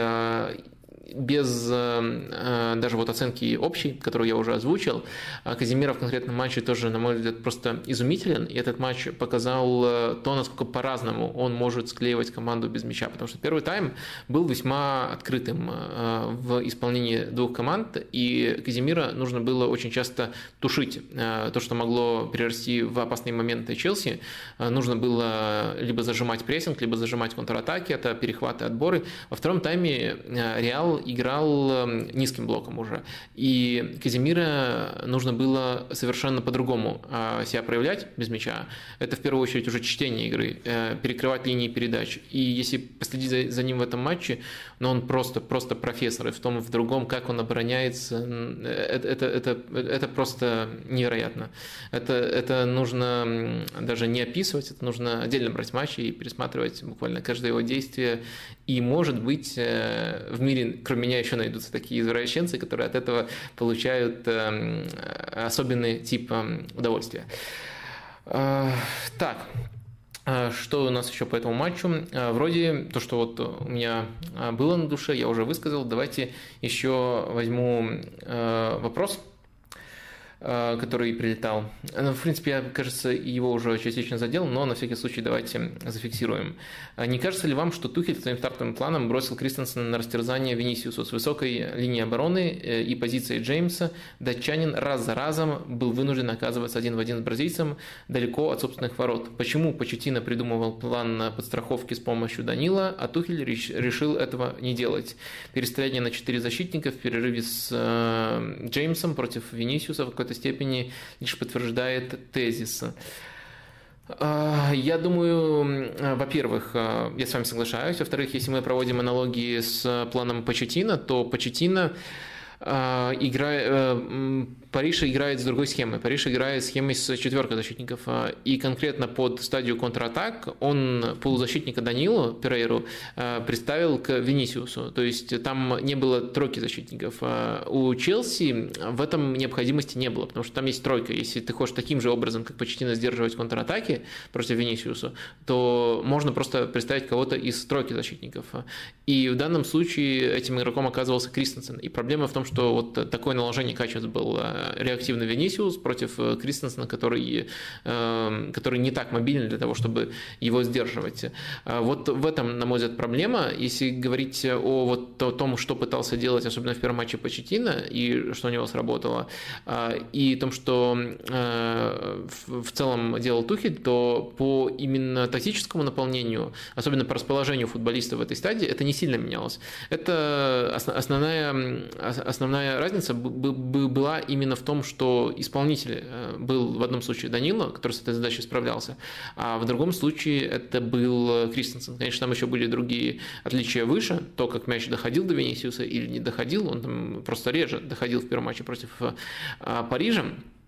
Speaker 1: без э, даже вот оценки общей, которую я уже озвучил, Казимира в конкретном матче тоже, на мой взгляд, просто изумителен, и этот матч показал то, насколько по-разному он может склеивать команду без мяча, потому что первый тайм был весьма открытым э, в исполнении двух команд, и Казимира нужно было очень часто тушить э, то, что могло перерасти в опасные моменты Челси. Э, нужно было либо зажимать прессинг, либо зажимать контратаки, это перехваты, отборы. Во втором тайме э, Реал играл низким блоком уже, и Казимира нужно было совершенно по-другому себя проявлять без мяча. Это в первую очередь уже чтение игры, перекрывать линии передач. И если последить за, за ним в этом матче, ну, он просто, просто профессор, и в том и в другом, как он обороняется, это, это, это, это просто невероятно. Это, это нужно даже не описывать, это нужно отдельно брать матчи и пересматривать буквально каждое его действие. И, может быть, в мире, кроме меня, еще найдутся такие извращенцы, которые от этого получают особенный тип удовольствия. Так, что у нас еще по этому матчу? Вроде то, что вот у меня было на душе, я уже высказал. Давайте еще возьму вопрос, который прилетал. В принципе, я, кажется, его уже частично задел, но на всякий случай давайте зафиксируем. Не кажется ли вам, что Тухель своим стартовым планом бросил Кристенсена на растерзание Винисиусу с высокой линии обороны и позицией Джеймса? Датчанин раз за разом был вынужден оказываться один в один с бразильцем далеко от собственных ворот. Почему Почеттино придумывал план подстраховки с помощью Данила, а Тухель решил этого не делать? Перестояние на четыре защитника в перерыве с Джеймсом против Винисиуса в какой-то степени лишь подтверждает тезис. Я думаю, во-первых, я с вами соглашаюсь. Во-вторых, если мы проводим аналогии с планом Почеттино, то Почеттино игра... Париж играет с другой схемой. Париж играет схемой с четверкой защитников. И конкретно под стадию контратак он полузащитника Данилу Перейру представил к Винисиусу. То есть там не было тройки защитников. У Челси в этом необходимости не было, потому что там есть тройка. Если ты хочешь таким же образом, как Почеттино, сдерживать контратаки против Винисиуса, то можно просто представить кого-то из тройки защитников. И в данном случае этим игроком оказывался Кристенсен. И проблема в том, что вот такое наложение качеств было реактивный Винисиус против Кристенсена, который, который не так мобилен для того, чтобы его сдерживать. Вот в этом, на мой взгляд, проблема. Если говорить о, вот, о том, что пытался делать, особенно в первом матче Почеттино, и что у него сработало, и о том, что в целом делал Тухель, то по именно тактическому наполнению, особенно по расположению футболиста в этой стадии, это не сильно менялось. Это основная, основная разница была именно в том, что исполнитель был в одном случае Данило, который с этой задачей справлялся, а в другом случае это был Кристенсен. Конечно, там еще были другие отличия выше, то, как мяч доходил до Винисиуса или не доходил, он там просто реже доходил в первом матче против Парижа.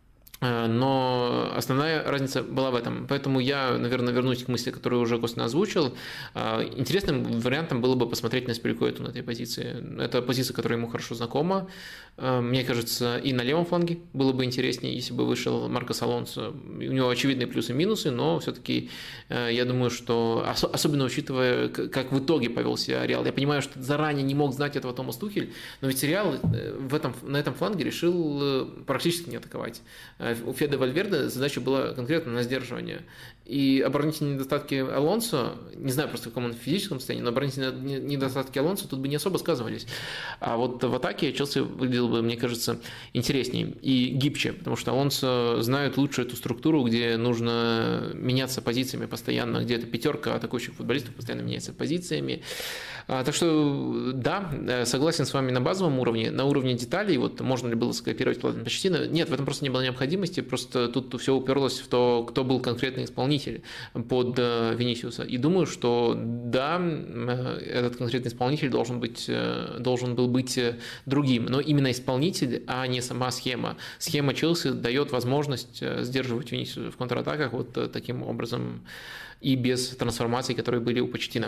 Speaker 1: Но основная разница была в этом. Поэтому я, наверное, вернусь к мысли, которую уже косвенно озвучил. Интересным вариантом было бы посмотреть на Аспиликуэту на этой позиции. Это позиция, которая ему хорошо знакома. Мне кажется, и на левом фланге было бы интереснее, если бы вышел Маркос Алонсо. У него очевидные плюсы и минусы, но все-таки я думаю, что, особенно учитывая, как в итоге повел себя Реал, я понимаю, что заранее не мог знать этого Томас Тухель, но ведь Реал в этом, на этом фланге решил практически не атаковать. У Феде Вальверде задача была конкретно на сдерживание. И оборонительные недостатки Алонсо, не знаю просто в каком он физическом состоянии, но оборонительные недостатки Алонсо тут бы не особо сказывались. А вот в атаке Челси выглядел бы, мне кажется, интереснее и гибче, потому что Алонсо знает лучше эту структуру, где нужно меняться позициями постоянно, где эта пятерка атакующих футболистов постоянно меняется позициями. Так что, да, согласен с вами на базовом уровне, на уровне деталей, вот можно ли было скопировать Платина Почеттино, нет, в этом просто не было необходимости, просто тут все уперлось в то, кто был конкретный исполнитель под Винисиуса. И думаю, что да, этот конкретный исполнитель должен быть, должен был быть другим, но именно исполнитель, а не сама схема. Схема Челси дает возможность сдерживать Винисиуса в контратаках вот таким образом и без трансформаций, которые были у Почеттино.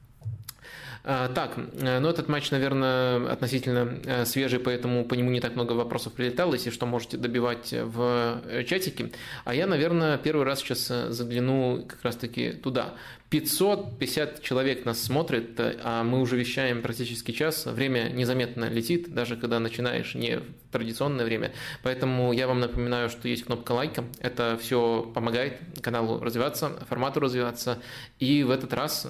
Speaker 1: Так, ну этот матч, наверное, относительно свежий, поэтому по нему не так много вопросов прилетало, если что, можете добивать в чатике. А я, наверное, первый раз сейчас загляну как раз-таки туда. пятьсот пятьдесят человек нас смотрит, а мы уже вещаем практически час. Время незаметно летит, даже когда начинаешь не в традиционное время. Поэтому я вам напоминаю, что есть кнопка лайка. Это все помогает каналу развиваться, формату развиваться. И в этот раз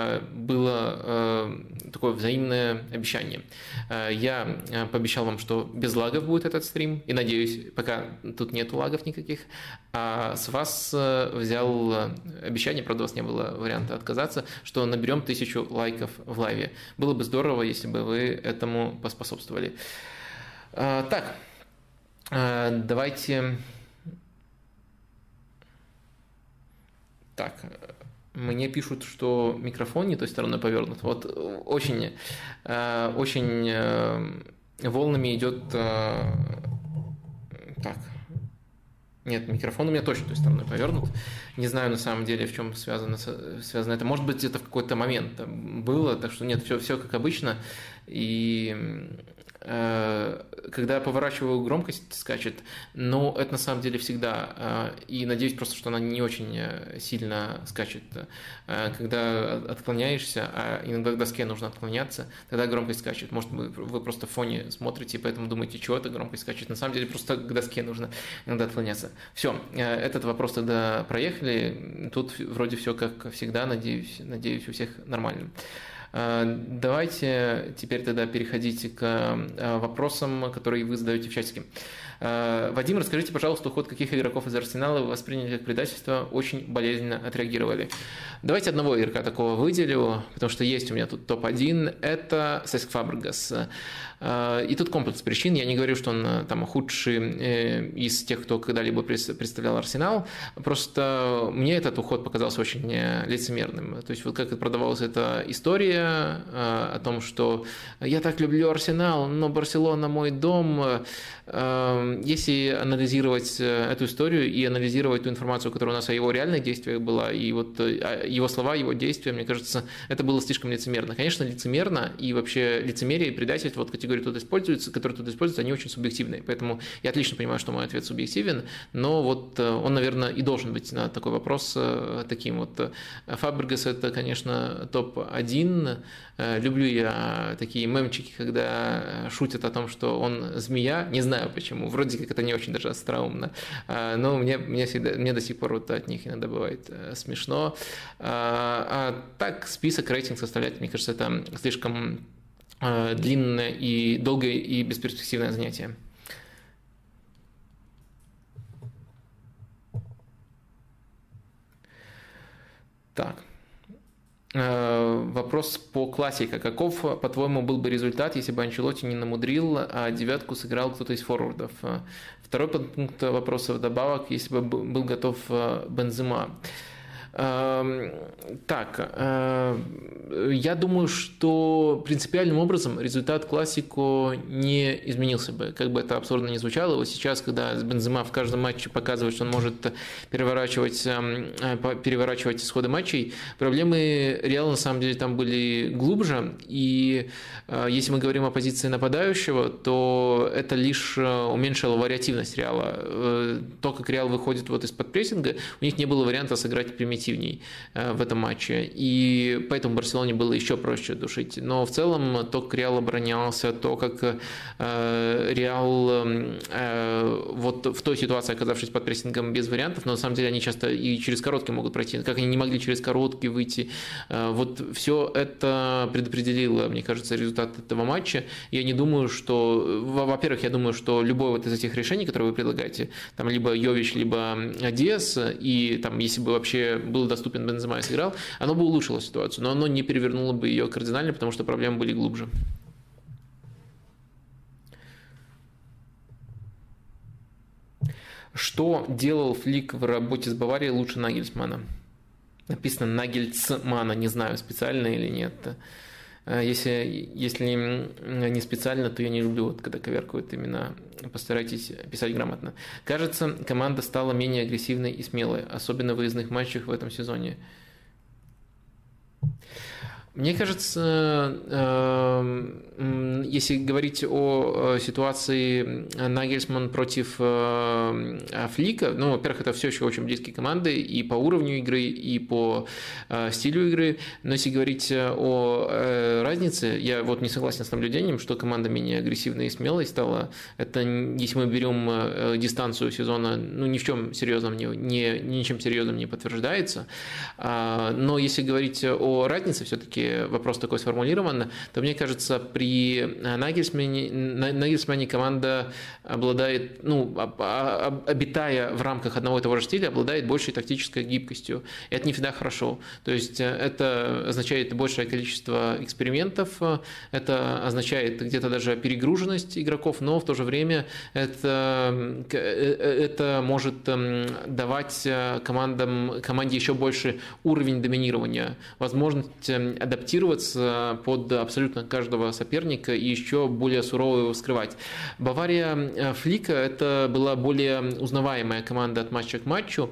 Speaker 1: было такое взаимное обещание. Я пообещал вам, что без лагов будет этот стрим. И надеюсь, пока тут нет лагов никаких. А с вас взял обещание, правда, у вас не было варианта отказаться, что наберем тысячу лайков в лайве. Было бы здорово, если бы вы этому поспособствовали. Так, давайте... Так, мне пишут, что микрофон не той стороной повернут. Вот очень, очень волнами идет... Так... Нет, микрофон у меня точно той стороной повернут. Не знаю на самом деле, в чем связано, связано это. Может быть, это в какой-то момент было, так что нет, все, все как обычно. И э, когда я поворачиваю, громкость скачет, но это на самом деле всегда. Э, и надеюсь просто, что она не очень сильно скачет. Э, когда отклоняешься, а иногда к доске нужно отклоняться, тогда громкость скачет. Может, вы, вы просто в фоне смотрите, поэтому думаете, чего это громкость скачет. На самом деле просто к доске нужно иногда отклоняться. Все, этот вопрос тогда проехали. Тут вроде все как всегда, надеюсь, надеюсь, у всех нормально. Давайте теперь тогда переходите к вопросам, которые вы задаете в чатике. Вадим, расскажите, пожалуйста, уход каких игроков из Арсенала вы восприняли как предательство, очень болезненно отреагировали. Давайте одного игрока такого выделю, потому что есть у меня тут топ один, это Сеск Фабрегас. И тут комплекс причин, я не говорю, что он там худший из тех, кто когда-либо представлял Арсенал, просто мне этот уход показался очень лицемерным. То есть вот как продавалась эта история о том, что я так люблю Арсенал, но Барселона мой дом. Если анализировать эту историю и анализировать ту информацию, которая у нас о его реальных действиях была, и вот его слова, его действия, мне кажется, это было слишком лицемерно. Конечно, лицемерно, и вообще лицемерие и предательство, вот категории тут используются, которые тут используются, они очень субъективные. Поэтому я отлично понимаю, что мой ответ субъективен, но вот он, наверное, и должен быть на такой вопрос таким вот. Фабрегас – это, конечно, топ один. Люблю я такие мемчики, когда шутят о том, что он змея. Не знаю почему. Вроде как это не очень даже остроумно. Но мне, мне, всегда, мне до сих пор вот от них иногда бывает смешно. А так список, рейтинг составлять, мне кажется, это слишком длинное и долгое и бесперспективное занятие. Так. Вопрос по классике. Каков, по-твоему, был бы результат, если бы Анчелотти не намудрил, а девятку сыграл кто-то из форвардов? Второй пункт вопроса вдобавок, если бы был готов Бензема. Так, я думаю, что принципиальным образом результат Классико не изменился бы, как бы это абсурдно ни звучало. Вот сейчас, когда Бензема в каждом матче показывает, что он может переворачивать, переворачивать исходы матчей, проблемы Реала на самом деле там были глубже, и если мы говорим о позиции нападающего, то это лишь уменьшило вариативность Реала. То, как Реал выходит вот из-под прессинга, у них не было варианта сыграть примитивней в этом матче, и поэтому Барселоне было еще проще душить. Но в целом то, как Реал оборонялся, то, как Реал вот в той ситуации, оказавшись под прессингом без вариантов, но на самом деле они часто и через короткие могут пройти, как они не могли через короткие выйти, вот все это предопределило, мне кажется, результат этого матча. Я не думаю, что, во-первых, я думаю, что любое вот из этих решений, которые вы предлагаете, там либо Йович, либо Диас, и там, если бы вообще был доступен Бензема и сыграл, оно бы улучшило ситуацию, но оно не перевернуло бы ее кардинально, потому что проблемы были глубже. Что делал Флик в работе с Баварией лучше Нагельсмана? Написано Нагельцмана, не знаю, специально или нет. Если, если не специально, то я не люблю, вот, когда коверкают имена. Постарайтесь писать грамотно. Кажется, команда стала менее агрессивной и смелой, особенно в выездных матчах в этом сезоне. Мне кажется, если говорить о ситуации Нагельсман против Флика, ну, во-первых, это все еще очень близкие команды и по уровню игры, и по стилю игры, но если говорить о разнице, я вот не согласен с наблюдением, что команда менее агрессивной и смелой стала. Это, если мы берем дистанцию сезона, ну, ни в чем серьезном, не, не, ничем серьезным не подтверждается, но если говорить о разнице, все-таки вопрос такой сформулирован, то мне кажется, при Нагельсмане, Нагельсмане команда обладает, ну, обитая в рамках одного и того же стиля, обладает большей тактической гибкостью. И это не всегда хорошо. То есть это означает большее количество экспериментов, это означает где-то даже перегруженность игроков, но в то же время это, это может давать командам, команде еще больше уровень доминирования, возможность адаптироваться под абсолютно каждого соперника и еще более сурово его вскрывать. Бавария Флика – это была более узнаваемая команда от матча к матчу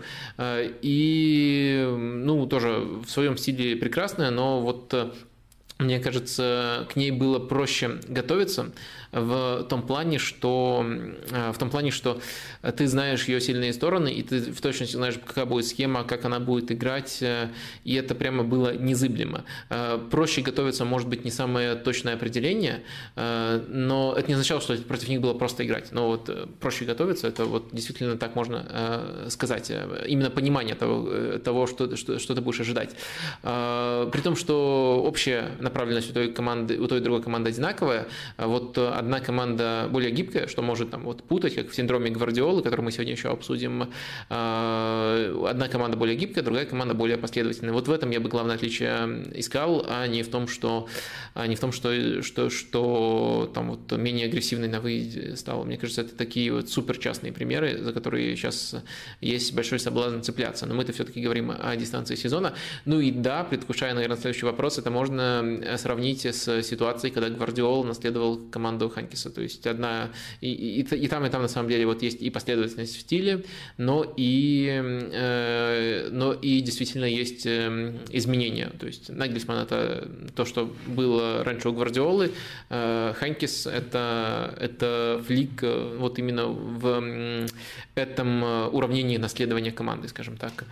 Speaker 1: и, ну, тоже в своем стиле прекрасная, но вот мне кажется, к ней было проще готовиться в том плане, что, в том плане, что ты знаешь ее сильные стороны, и ты в точности знаешь, какая будет схема, как она будет играть, и это прямо было незыблемо. Проще готовиться, может быть, не самое точное определение, но это не означало, что против них было просто играть. Но вот проще готовиться, это вот действительно так можно сказать. Именно понимание того, того что, что, что ты будешь ожидать. При том, что общая направленность у той команды, у той и другой команды одинаковая, вот одна команда более гибкая, что может там вот путать, как в синдроме Гвардиолы, который мы сегодня еще обсудим. Одна команда более гибкая, другая команда более последовательная. Вот в этом я бы главное отличие искал, а не в том, что, а не в том, что, что, что там вот менее агрессивный на выезде стал. Мне кажется, это такие вот супер частные примеры, за которые сейчас есть большой соблазн цепляться. Но мы-то все-таки говорим о дистанции сезона. Ну и да, предвкушая, наверное, следующий вопрос, это можно сравнить с ситуацией, когда Гвардиола наследовал команду Ханкиса. То есть одна и, и, и там, и там на самом деле вот есть и последовательность в стиле, но и, э, но и действительно есть изменения. То есть Нагельсман – это то, что было раньше у Гвардиолы, э, Ханкис – это, это Флик вот именно в этом уравнении наследования команды, скажем так.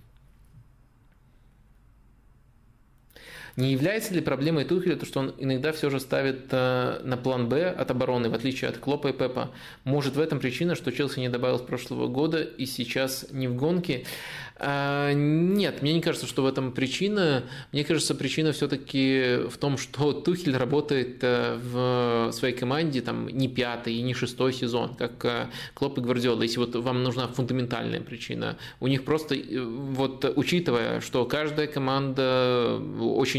Speaker 1: Не является ли проблемой Тухеля то, что он иногда все же ставит на план Б от обороны, в отличие от Клопа и Пепа? Может, в этом причина, что Челси не добавил с прошлого года и сейчас не в гонке? Нет, мне не кажется, что в этом причина. Мне кажется, причина все-таки в том, что Тухель работает в своей команде там, не пятый и не шестой сезон, как Клоп и Гвардиола. Если вот вам нужна фундаментальная причина, у них просто, вот учитывая, что каждая команда очень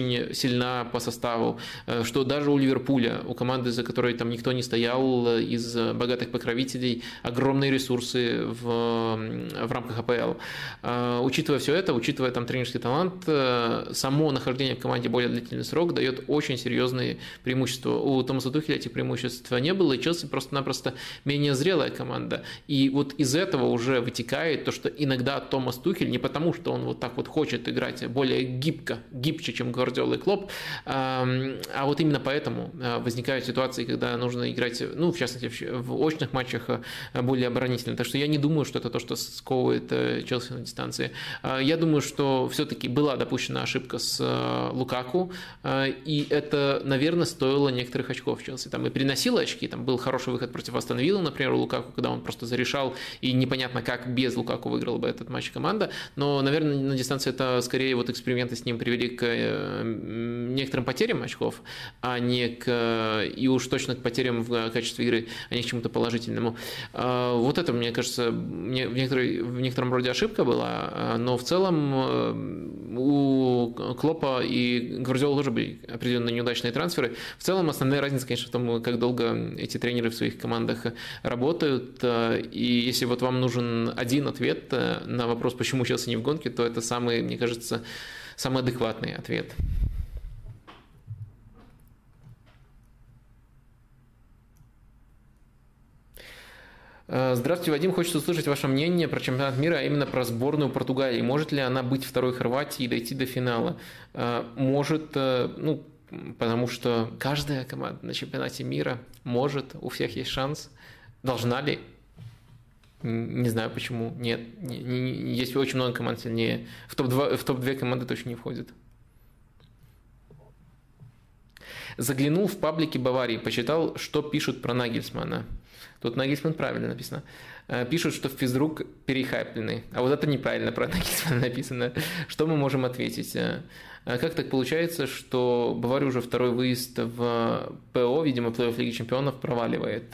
Speaker 1: очень сильна по составу, что даже у Ливерпуля, у команды, за которой там никто не стоял из богатых покровителей, огромные ресурсы в, в рамках АПЛ. Учитывая все это, учитывая там тренерский талант, само нахождение в команде более длительный срок дает очень серьезные преимущества. У Томаса Тухеля этих преимуществ не было, и Челси просто-напросто менее зрелая команда. И вот из этого уже вытекает то, что иногда Томас Тухель, не потому что он вот так вот хочет играть более гибко, гибче, чем Гвардиола и Клопп, а вот именно поэтому возникают ситуации, когда нужно играть, ну, в частности, в очных матчах более оборонительно. Так что я не думаю, что это то, что сковывает Челси на дистанции. Я думаю, что все-таки была допущена ошибка с Лукаку, и это, наверное, стоило некоторых очков Челси. Там и приносило очки, там был хороший выход против Астон Виллы, например, у Лукаку, когда он просто зарешал, и непонятно, как без Лукаку выиграла бы этот матч команда, но, наверное, на дистанции это скорее вот эксперименты с ним привели к некоторым потерям очков, а не к, и уж точно к потерям в качестве игры, а не к чему-то положительному. Вот это, мне кажется, в, некоторой, в некотором роде ошибка была, но в целом у Клоппа и Гвардиолы тоже были определенно неудачные трансферы. В целом основная разница, конечно, в том, как долго эти тренеры в своих командах работают, и если вот вам нужен один ответ на вопрос, почему Челси не в гонке, то это самый, мне кажется, самый адекватный ответ. Здравствуйте, Вадим. Хочется услышать ваше мнение про чемпионат мира, а именно про сборную Португалии. Может ли она быть второй Хорватией и дойти до финала? Может, ну, потому что каждая команда на чемпионате мира может, у всех есть шанс. Должна ли? Не знаю почему. Нет. Есть очень много команд сильнее. В топ-два, в топ-две команды точно не входят. Заглянул в паблики Баварии, почитал, что пишут про Нагельсмана. Тут Нагельсман правильно написано. Пишут, что физрук перехайпленный. А вот это неправильно про Нагельсмана написано. Что мы можем ответить? Как так получается, что Бавария уже второй выезд в ПО, видимо, плей-офф Лиги Чемпионов, проваливает?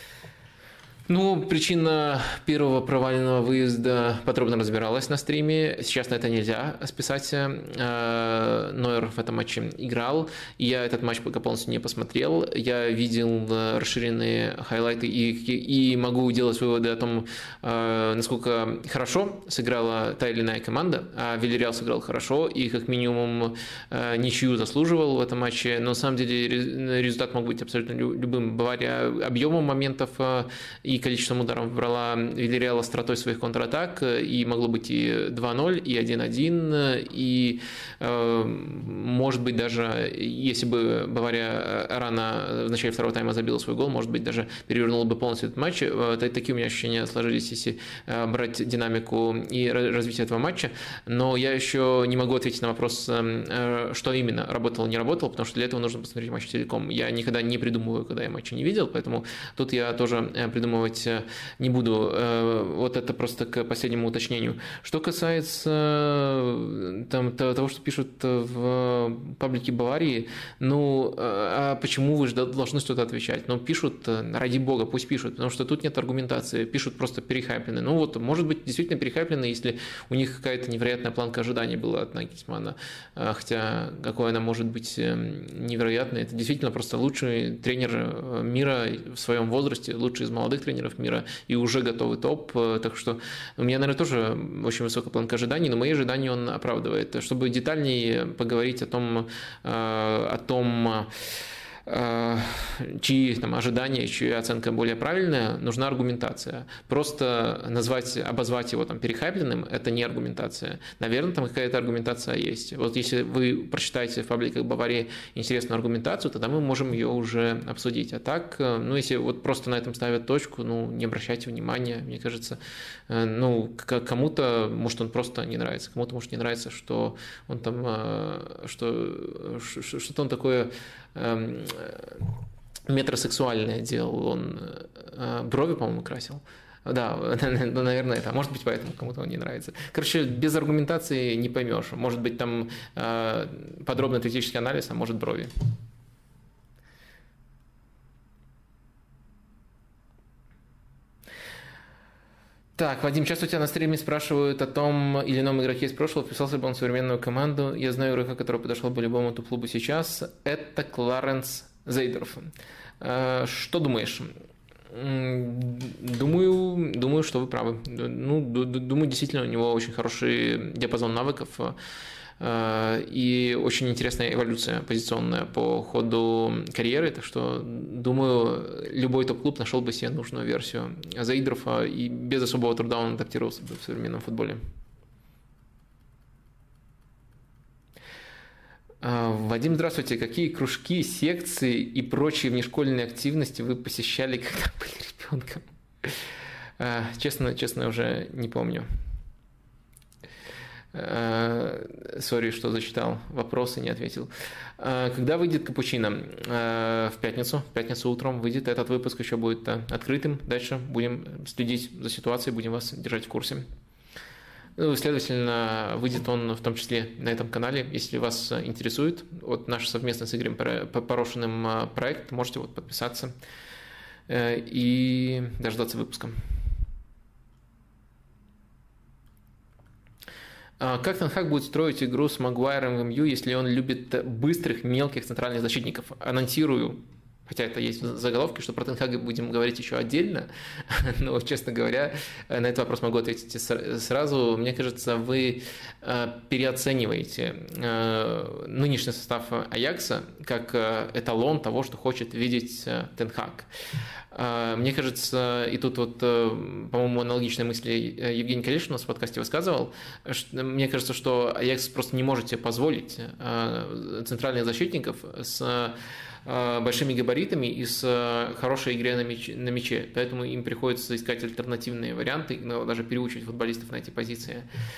Speaker 1: Ну, причина первого проваленного выезда подробно разбиралась на стриме. Сейчас на это нельзя списать. Нойер в этом матче играл. Я этот матч пока полностью не посмотрел. Я видел расширенные хайлайты и, и могу делать выводы о том, насколько хорошо сыграла та или иная команда. А Вильярреал сыграл хорошо и как минимум ничью заслуживал в этом матче. Но на самом деле результат мог быть абсолютно любым. Бавария объемом моментов и количеством ударов брала Вильярреал остротой своих контратак, и могло быть и два ноль, и один один, и может быть даже, если бы Бавария рано в начале второго тайма забила свой гол, может быть даже перевернула бы полностью этот матч. Такие у меня ощущения сложились, если брать динамику и развитие этого матча, но я еще не могу ответить на вопрос, что именно работало, не работало, потому что для этого нужно посмотреть матч целиком. Я никогда не придумываю, когда я матча не видел, поэтому тут я тоже придумываю не буду. Вот это просто к последнему уточнению. Что касается там, того, что пишут в паблике Баварии, ну, а почему вы же должны что-то отвечать? Ну, пишут, ради бога, пусть пишут, потому что тут нет аргументации. Пишут просто перехайплены. Ну, вот, может быть, действительно перехайплены, если у них какая-то невероятная планка ожиданий была от Нагельсмана. Хотя, какой она может быть невероятной. Это действительно просто лучший тренер мира в своем возрасте, лучший из молодых тренеров мира и уже готовый топ, так что у меня, наверное, тоже очень высокая планка ожиданий, но мои ожидания он оправдывает. Чтобы детальнее поговорить о том, о том, чьи там, ожидания, чья оценка более правильная, нужна аргументация. Просто назвать, обозвать его там, перехайпленным – это не аргументация. Наверное, там какая-то аргументация есть. Вот если вы прочитаете в пабликах Баварии интересную аргументацию, тогда мы можем ее уже обсудить. А так, ну, если вот просто на этом ставят точку, ну, не обращайте внимания, мне кажется, ну, кому-то, может, он просто не нравится, кому-то, может, не нравится, что он там, что, что-то он такое метросексуальное делал, он брови, по-моему, красил. Да, наверное, это. Может быть, поэтому кому-то он не нравится. Короче, без аргументации не поймешь. Может быть, там подробный критический анализ, а может, брови. Так, Вадим, часто у тебя на стриме спрашивают о том или ином игроке из прошлого, вписался бы он в современную команду. Я знаю игрока, который подошел бы любому топ-клубу сейчас. Это Кларенс Зейдорф. Что думаешь? Думаю, думаю, что вы правы. Ну, думаю, действительно, у него очень хороший диапазон навыков и очень интересная эволюция позиционная по ходу карьеры, так что, думаю, любой топ-клуб нашел бы себе нужную версию Заидорфа, и без особого труда он адаптировался бы в современном футболе. Вадим, здравствуйте. Какие кружки, секции и прочие внешкольные активности вы посещали, когда были ребенком? Честно, честно, уже не помню. Сори, что зачитал вопросы, не ответил. Когда выйдет «Капучино»? В пятницу. В пятницу утром выйдет. Этот выпуск еще будет открытым. Дальше будем следить за ситуацией, будем вас держать в курсе. Следовательно, выйдет он в том числе на этом канале. Если вас интересует вот наш совместный с Игорем Порошиным проект, можете вот подписаться и дождаться выпуска. Как Тен Хаг будет строить игру с Магуайром в эм ю, если он любит быстрых, мелких центральных защитников? Анонсирую, хотя это есть в заголовке, что про Тен Хага будем говорить еще отдельно, но, честно говоря, на этот вопрос могу ответить сразу. Мне кажется, вы переоцениваете нынешний состав Аякса как эталон того, что хочет видеть Тен Хаг. Мне кажется, и тут вот, по-моему, аналогичные мысли Евгений Калишин у нас в подкасте высказывал, мне кажется, что Аякс просто не может себе позволить центральных защитников с большими габаритами и с хорошей игрой на мяче, на мяче. Поэтому им приходится искать альтернативные варианты, даже переучивать футболистов на эти позиции.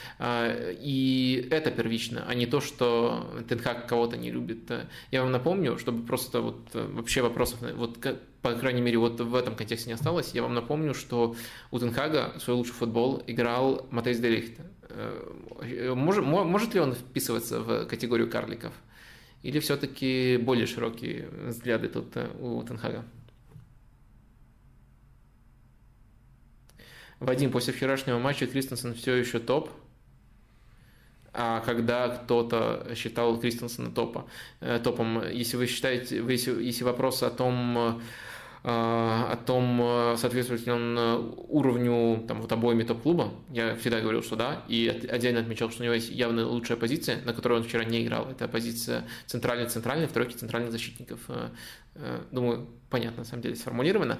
Speaker 1: И это первично, а не то, что Тен Хаг кого-то не любит. Я вам напомню, чтобы просто вот вообще вопросов, вот по крайней мере вот в этом контексте не осталось, я вам напомню, что у Тен Хага свой лучший футбол играл Матthijs де Лигт. Может, может ли он вписываться в категорию карликов? Или все-таки более широкие взгляды тут у Тен Хага? Вадим, после вчерашнего матча Кристенсен все еще топ. А когда кто-то считал Кристенсена топа, топом, если вы считаете, если, если вопрос о том, о том, соответствует ли он уровню там, вот обоими топ-клуба, я всегда говорил, что да, и отдельно отмечал, что у него есть явно лучшая позиция, на которой он вчера не играл. Это позиция центральный-центральный в тройке центральных защитников. Думаю, понятно, на самом деле, сформулировано.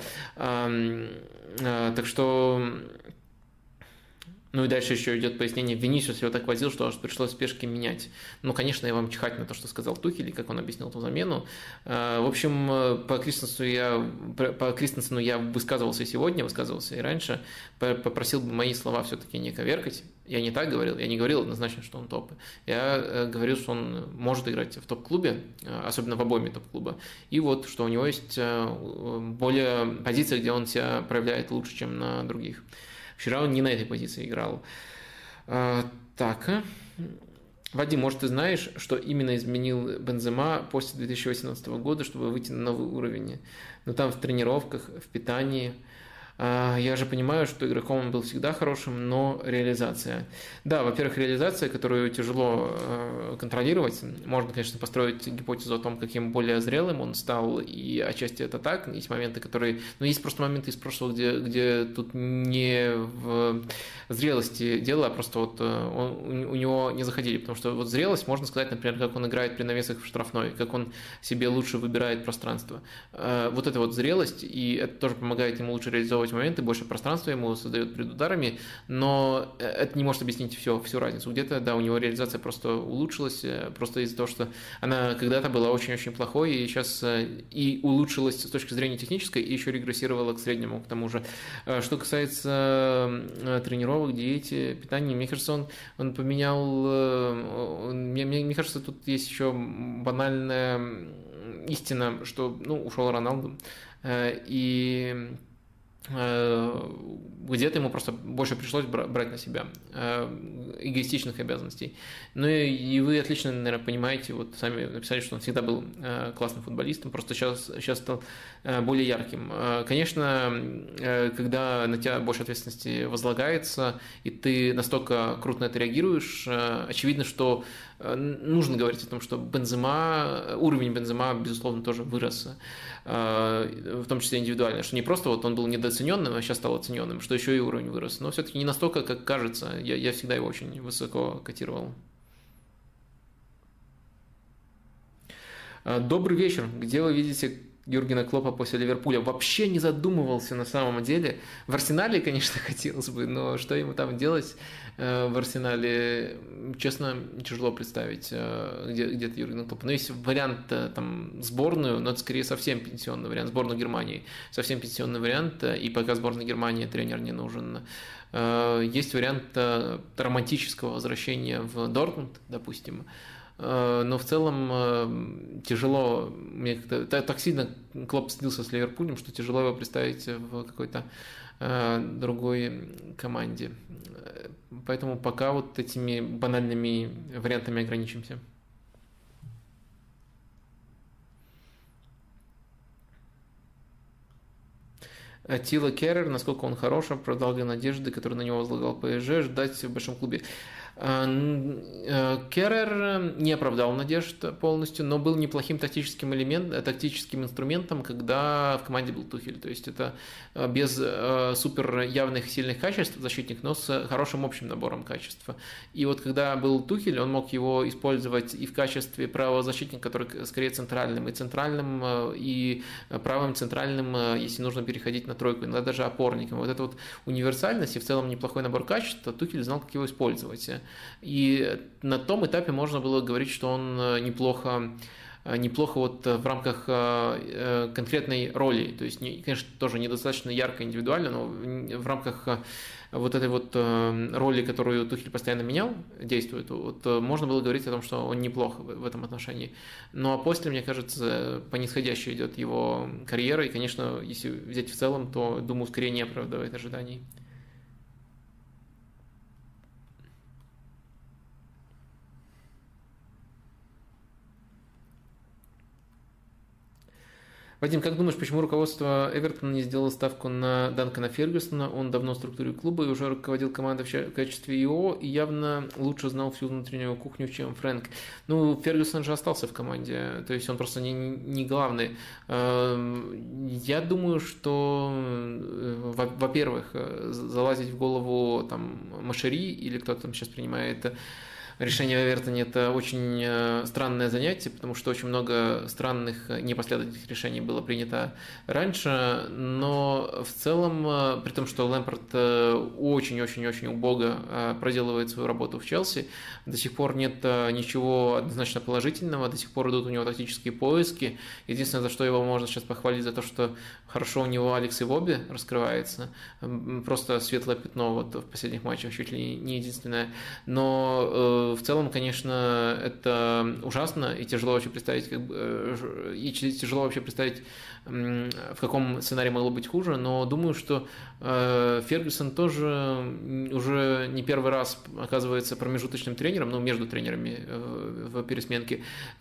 Speaker 1: Так что... Ну и дальше еще идет пояснение, Винисиус его так возил, что аж пришлось спешки менять. Ну, конечно, я вам чихать на то, что сказал Тухель, и как он объяснил эту замену. В общем, по Кристенсену я, по Кристенсену я высказывался сегодня, высказывался и раньше. Попросил бы мои слова все-таки не коверкать. Я не так говорил, я не говорил однозначно, что он топ. Я говорил, что он может играть в топ-клубе, особенно в обоими топ-клуба. И вот, что у него есть более позиция, где он себя проявляет лучше, чем на других. Вчера он не на этой позиции играл. А, так. Вадим, может, ты знаешь, что именно изменил Бензема после две тысячи восемнадцатого года, чтобы выйти на новый уровень? Ну, там в тренировках, в питании. А, я же понимаю, что игроком он был всегда хорошим, но реализация. Да, во-первых, реализация, которую тяжело э, контролировать. Можно, конечно, построить гипотезу о том, каким более зрелым он стал, и отчасти это так. Есть моменты, которые... Ну, есть просто моменты из прошлого, где, где тут не в зрелости дело, а просто вот он, у него не заходили. Потому что вот зрелость, можно сказать, например, как он играет при навесах в штрафной, как он себе лучше выбирает пространство. Э, вот это вот зрелость, и это тоже помогает ему лучше реализовывать моменты, больше пространства ему создает перед ударами, но это не может объяснить все, всю разницу. Где-то, да, у него реализация просто улучшилась, просто из-за того, что она когда-то была очень-очень плохой, и сейчас и улучшилась с точки зрения технической, и еще регрессировала к среднему, к тому же. Что касается тренировок, диете, питания, мне кажется, он, он поменял... Мне, мне, мне кажется, тут есть еще банальная истина, что, ну, ушел Роналду, и... где-то ему просто больше пришлось брать на себя эгоистичных обязанностей. Ну и, и вы отлично, наверное, понимаете, вот сами написали, что он всегда был классным футболистом, просто сейчас, сейчас стал более ярким. Конечно, когда на тебя больше ответственности возлагается, и ты настолько круто на это реагируешь, очевидно, что нужно говорить о том, что Бензема, уровень Бензема, безусловно, тоже вырос, в том числе индивидуально, что не просто вот он был недооцененным, а сейчас стал оцененным, что еще и уровень вырос, но все-таки не настолько, как кажется, я, я всегда его очень высоко котировал. Добрый вечер, где вы видите Юргена Клоппа после Ливерпуля? Вообще не задумывался на самом деле. В Арсенале, конечно, хотелось бы, но что ему там делать в Арсенале, честно, тяжело представить, где, где-то Юргена Клоппа. Но есть вариант там сборную, но это скорее совсем пенсионный вариант, сборную Германии, совсем пенсионный вариант, и пока сборной Германии тренер не нужен. Есть вариант романтического возвращения в Дортмунд, допустим. Но в целом тяжело, мне так сильно Клопп слился с Ливерпулем, что тяжело его представить в какой-то другой команде. Поэтому пока вот этими банальными вариантами ограничимся. Тила Керрер, насколько он хорош, оправдал ли надежды, которые на него возлагал ПСЖ, ждать в большом клубе. Керрер не оправдал надежд полностью, но был неплохим тактическим элементом, тактическим инструментом, когда в команде был Тухель. То есть это без супер явных сильных качеств защитник, но с хорошим общим набором качеств. И вот когда был Тухель, он мог его использовать и в качестве правого защитника, который скорее центральным, и центральным, и правым центральным, если нужно переходить на тройку, иногда даже опорником. Вот эта вот универсальность и в целом неплохой набор качеств, Тухель знал, как его использовать. И на том этапе можно было говорить, что он неплохо, неплохо вот в рамках конкретной роли, то есть, конечно, тоже недостаточно ярко индивидуально, но в рамках вот этой вот роли, которую Тухель постоянно менял, действует, вот можно было говорить о том, что он неплохо в этом отношении. Ну а после, мне кажется, по нисходящей идет его карьера, и, конечно, если взять в целом, то, думаю, скорее не оправдывает ожиданий. Вадим, как думаешь, почему руководство Эвертона не сделало ставку на Данкана Фергюсона? Он давно в структуре клуба и уже руководил командой в качестве ИО и явно лучше знал всю внутреннюю кухню, чем Фрэнк. Ну, Фергюсон же остался в команде, то есть он просто не, не главный. Я думаю, что, во-первых, залазить в голову там Машери или кто-то там сейчас принимает решение в Эвертоне – это очень странное занятие, потому что очень много странных непоследовательных решений было принято раньше, но в целом, при том, что Лэмпард очень-очень-очень убого проделывает свою работу в Челси, до сих пор нет ничего однозначно положительного, до сих пор идут у него тактические поиски. Единственное, за что его можно сейчас похвалить, за то, что хорошо у него Алекс Ивоби раскрывается, просто светлое пятно вот в последних матчах, чуть ли не единственное, но в целом, конечно, это ужасно и тяжело вообще представить, как бы, и тяжело вообще представить, в каком сценарии могло быть хуже, но думаю, что Фергюсон тоже уже не первый раз оказывается промежуточным тренером, ну, между тренерами в пересменке,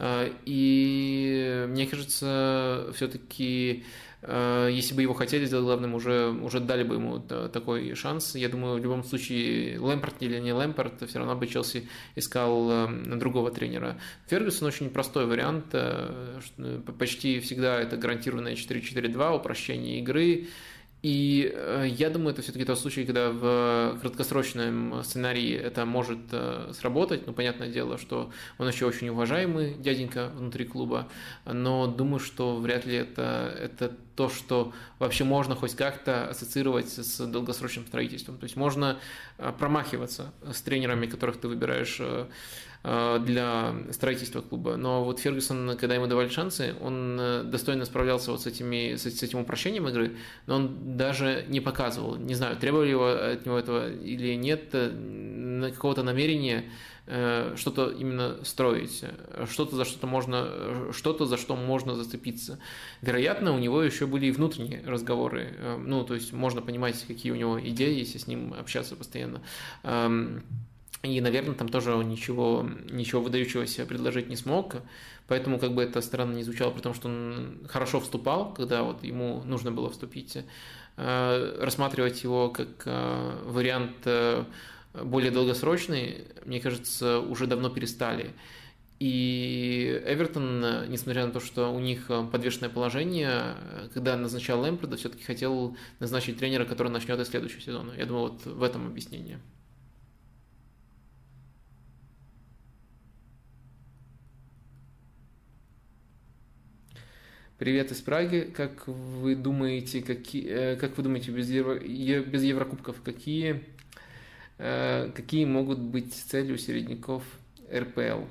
Speaker 1: и мне кажется, все-таки если бы его хотели сделать главным, уже, уже дали бы ему такой шанс. Я думаю, в любом случае, Лэмпард или не Лэмпард, все равно бы Челси искал другого тренера. Фергюсон очень простой вариант. Почти всегда это гарантированное четыре четыре два, упрощение игры. И я думаю, это все-таки тот случай, когда в краткосрочном сценарии это может сработать. Ну, понятное дело, что он еще очень уважаемый дяденька внутри клуба, но думаю, что вряд ли это, это то, что вообще можно хоть как-то ассоциировать с долгосрочным строительством. То есть можно промахиваться с тренерами, которых ты выбираешь для строительства клуба. Но вот Фергюсон, когда ему давали шансы, он достойно справлялся вот с, этими, с этим упрощением игры, но он даже не показывал. Не знаю, требовали его от него этого или нет. именно какого-то намерения что-то именно строить, что-то за что-то можно, что-то за что можно зацепиться. Вероятно, у него еще были и внутренние разговоры, ну, то есть можно понимать, какие у него идеи, если с ним общаться постоянно. И, наверное, там тоже он ничего, ничего выдающегося предложить не смог, поэтому как бы это странно не звучало, при том, что он хорошо вступал, когда вот ему нужно было вступить, рассматривать его как вариант более долгосрочный, мне кажется, уже давно перестали. И Эвертон, несмотря на то, что у них подвешенное положение, когда назначал Лэмпарда, все-таки хотел назначить тренера, который начнет и следующий сезон. Я думаю, вот в этом объяснение. Привет из Праги. Как вы думаете, какие, как вы думаете без, Евро, без Еврокубков, какие, какие могут быть цели у середняков эр пэ эл?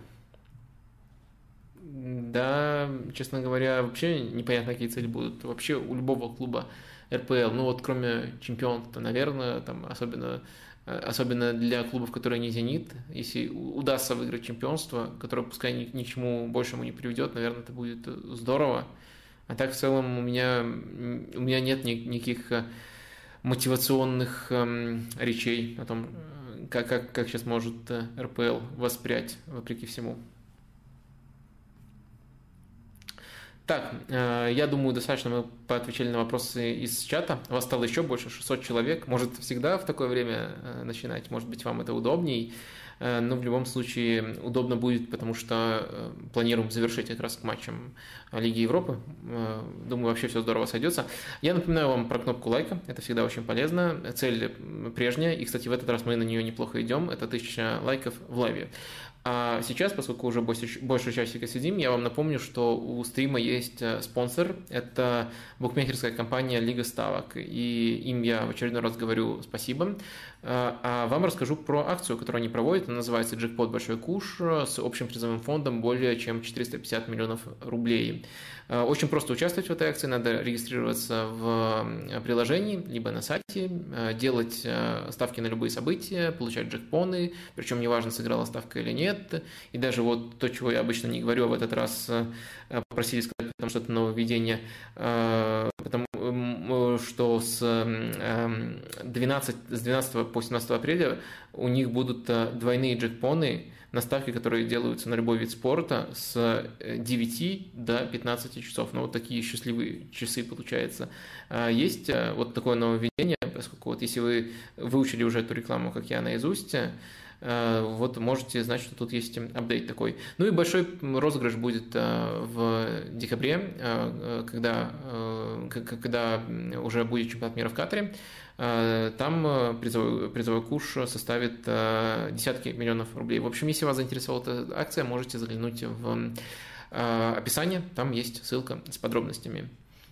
Speaker 1: Да, честно говоря, вообще непонятно, какие цели будут. Вообще у любого клуба эр пэ эл, ну вот кроме чемпионства, наверное, там особенно, особенно для клубов, которые не «Зенит», если удастся выиграть чемпионство, которое пускай ни, ни к чему большему не приведет, наверное, это будет здорово. А так в целом у меня, у меня нет никаких мотивационных эм, речей о том, как, как, как сейчас может эр пэ эл воспрять вопреки всему. Так, я думаю, достаточно мы поотвечали на вопросы из чата. Вас стало еще больше, шестьсот человек. Может, всегда в такое время начинать? Может быть, вам это удобней? Но в любом случае удобно будет, потому что планируем завершить как раз к матчам Лиги Европы. Думаю, вообще все здорово сойдется. Я напоминаю вам про кнопку лайка. Это всегда очень полезно. Цель прежняя. И, кстати, в этот раз мы на нее неплохо идем. Это тысяча лайков в лайве. А сейчас, поскольку уже больше, больше часика сидим, я вам напомню, что у стрима есть спонсор. Это букмекерская компания Лига Ставок. И им я в очередной раз говорю спасибо. А вам расскажу про акцию, которую они проводят. Она называется «Джекпот Большой Куш» с общим призовым фондом более чем четыреста пятьдесят миллионов рублей. Очень просто участвовать в этой акции. Надо регистрироваться в приложении, либо на сайте, делать ставки на любые события, получать джекпоны, причем неважно, сыграла ставка или нет. И даже вот то, чего я обычно не говорю, в этот раз попросили сказать, потому что это нововведение, потому что с двенадцатого по семнадцатое апреля у них будут двойные джекпоны на ставки, которые делаются на любой вид спорта с девяти до пятнадцати часов. Ну, вот такие счастливые часы, получается. Есть вот такое нововведение, поскольку вот если вы выучили уже эту рекламу, как я, наизусть, вот можете знать, что тут есть апдейт такой. Ну и большой розыгрыш будет в декабре, когда, когда уже будет чемпионат мира в Катаре. Там призовой, призовой куш составит десятки миллионов рублей. В общем, если вас заинтересовала эта акция, можете заглянуть в описание, там есть ссылка с подробностями.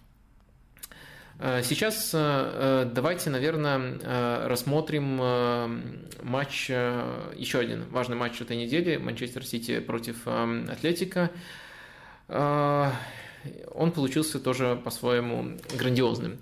Speaker 1: Сейчас давайте, наверное, рассмотрим матч, еще один важный матч этой недели, Манчестер Сити против Атлетико. Он получился тоже по-своему грандиозным.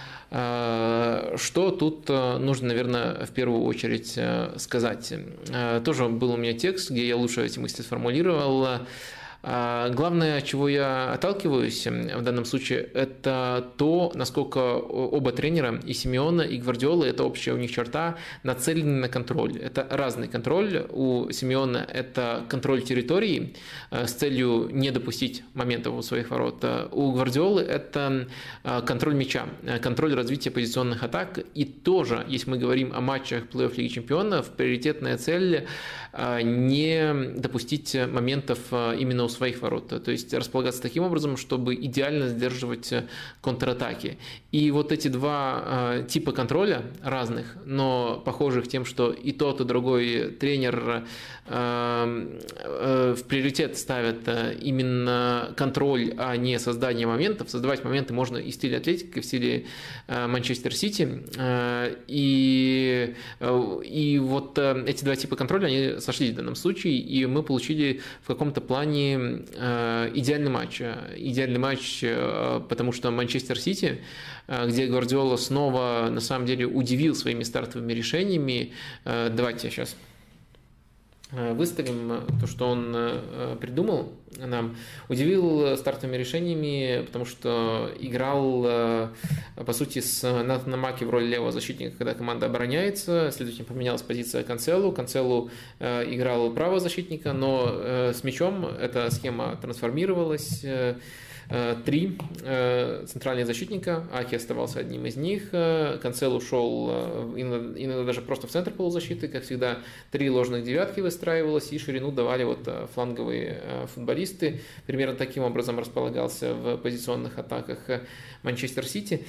Speaker 1: Что тут нужно, наверное, в первую очередь сказать? Тоже был у меня текст, где я лучше эти мысли сформулировал. Главное, чего я отталкиваюсь в данном случае, это то, насколько оба тренера, и Симеона, и Гвардиола, это общая у них черта, нацелены на контроль. Это разный контроль. У Симеона это контроль территории с целью не допустить моментов у своих ворот. У Гвардиолы это контроль мяча, контроль развития позиционных атак. И тоже, если мы говорим о матчах плей-офф Лиги Чемпионов, приоритетная цель не допустить моментов именно у своих ворот, то есть располагаться таким образом, чтобы идеально сдерживать контратаки. И вот эти два типа контроля разных, но похожих тем, что и тот, и другой тренер в приоритет ставят именно контроль, а не создание моментов. Создавать моменты можно и в стиле Атлетико, и в стиле Манчестер Сити. И, и вот эти два типа контроля, они сошлись в данном случае, и мы получили в каком-то плане идеальный матч. Идеальный матч, потому что Манчестер Сити, где Гвардиола снова на самом деле удивил своими стартовыми решениями. Давайте я сейчас выставим то, что он придумал нам. Удивил стартовыми решениями, потому что играл, по сути, с Натаном Аки в роли левого защитника, когда команда обороняется, следовательно, поменялась позиция Канцелу. Канцелу играл правого защитника, но с мячом эта схема трансформировалась. Три центральных защитника, Аки оставался одним из них, Канцел ушел иногда, иногда даже просто в центр полузащиты, как всегда, три ложных девятки выстраивалось, и ширину давали вот фланговые футболисты. Примерно таким образом располагался в позиционных атаках Манчестер Сити.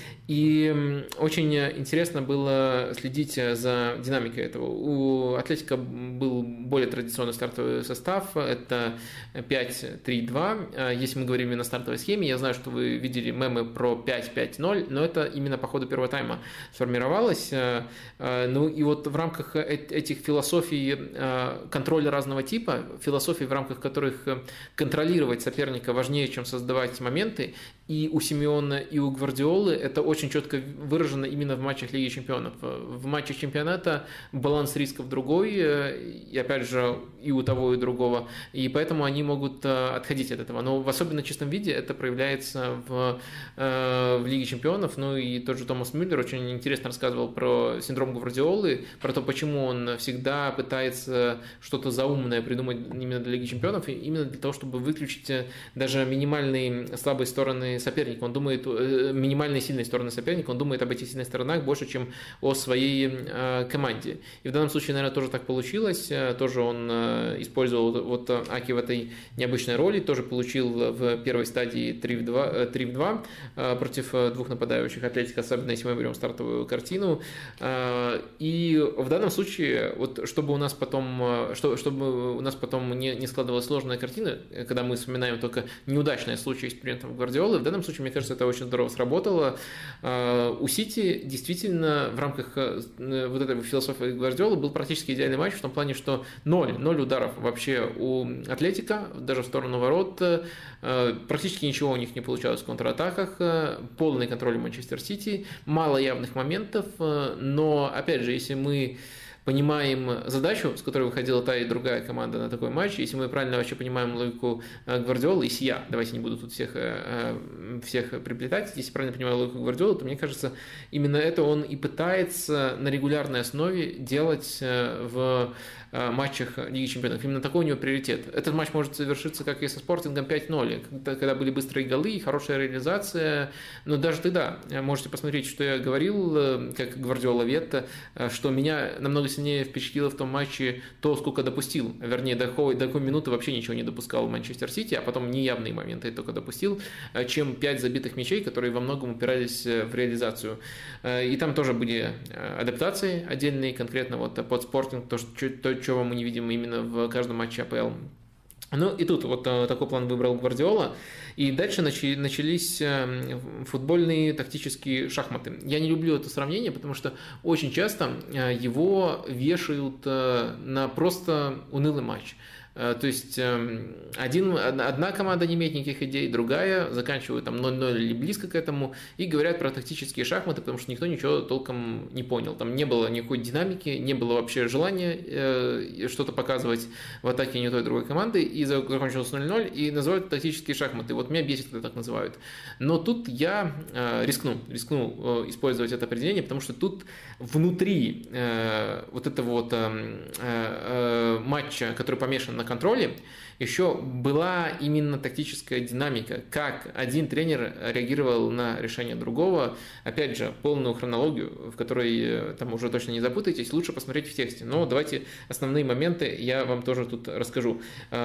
Speaker 1: И очень интересно было следить за динамикой этого. У Атлетико был более традиционный стартовый состав, это пять три два. Если мы говорим именно о стартовой схеме, я знаю, что вы видели мемы про пять пять ноль, но это именно по ходу первого тайма сформировалось. Ну и вот в рамках этих философий контроля разного типа, философий, в рамках которых контролировать соперника важнее, чем создавать моменты, и у Симеона, и у Гвардиолы это очень четко выражено именно в матчах Лиги Чемпионов. В матчах чемпионата баланс рисков другой, и опять же и у того, и у другого, и поэтому они могут отходить от этого. Но в особенно чистом виде это проявляется в, в Лиге Чемпионов. Ну и тот же Томас Мюллер очень интересно рассказывал про синдром Гвардиолы, про то, почему он всегда пытается что-то заумное придумать именно для Лиги Чемпионов, и именно для того, чтобы выключить даже минимальные слабые стороны соперника. Он думает, минимальные сильные стороны соперника, он думает об этих сильных сторонах больше, чем о своей э, команде. И в данном случае, наверное, тоже так получилось. Тоже он э, использовал вот Аки в этой необычной роли, тоже получил в первой стадии три в два э, против двух нападающих Атлетико, особенно если мы берем стартовую картину. Э, и в данном случае, вот чтобы у нас потом, что, чтобы у нас потом не, не складывалась сложная картина, когда мы вспоминаем только неудачные случаи экспериментов Гвардиолы, в данном случае, мне кажется, это очень здорово сработало. У Сити действительно в рамках вот этой философии Гвардиолы был практически идеальный матч в том плане, что ноль, ноль ударов вообще у Атлетико, даже в сторону ворот, практически ничего у них не получалось в контратаках, полный контроль Манчестер Сити, мало явных моментов, но, опять же, если мы понимаем задачу, с которой выходила та и другая команда на такой матч, если мы правильно вообще понимаем логику Гвардиолы, если я, давайте не буду тут всех, всех приплетать, если правильно понимаю логику Гвардиолы, то мне кажется, именно это он и пытается на регулярной основе делать в матчах Лиги Чемпионов. Именно такой у него приоритет. Этот матч может завершиться, как и со Спортингом, пять ноль, когда, когда были быстрые голы и хорошая реализация. Но даже тогда можете посмотреть, что я говорил, как Гвардиола Ветта, что меня намного сильнее впечатлило в том матче то, сколько допустил. Вернее, до какой, до какой минуты вообще ничего не допускал Манчестер Сити, а потом неявные моменты только допустил, чем пять забитых мячей, которые во многом упирались в реализацию. И там тоже были адаптации отдельные, конкретно вот под Спортинг, то, что чего мы не видим именно в каждом матче АПЛ. Ну и тут вот такой план выбрал Гвардиола. И дальше начались футбольные тактические шахматы. Я не люблю это сравнение, потому что очень часто его вешают на просто унылый матч. То есть один, одна команда не имеет никаких идей, другая заканчивает там ноль ноль или близко к этому и говорят про тактические шахматы, потому что никто ничего толком не понял. Там не было никакой динамики, не было вообще желания что-то показывать в атаке ни той, ни другой команды, и закончилось ноль ноль, и называют тактические шахматы. Вот меня бесит, когда так называют. Но тут я рискну, рискну использовать это определение, потому что тут внутри вот этого вот матча, который помешан на контроле, еще была именно тактическая динамика, как один тренер реагировал на решение другого. Опять же, полную хронологию, в которой там уже точно не запутаетесь, лучше посмотреть в тексте. Но давайте основные моменты я вам тоже тут расскажу.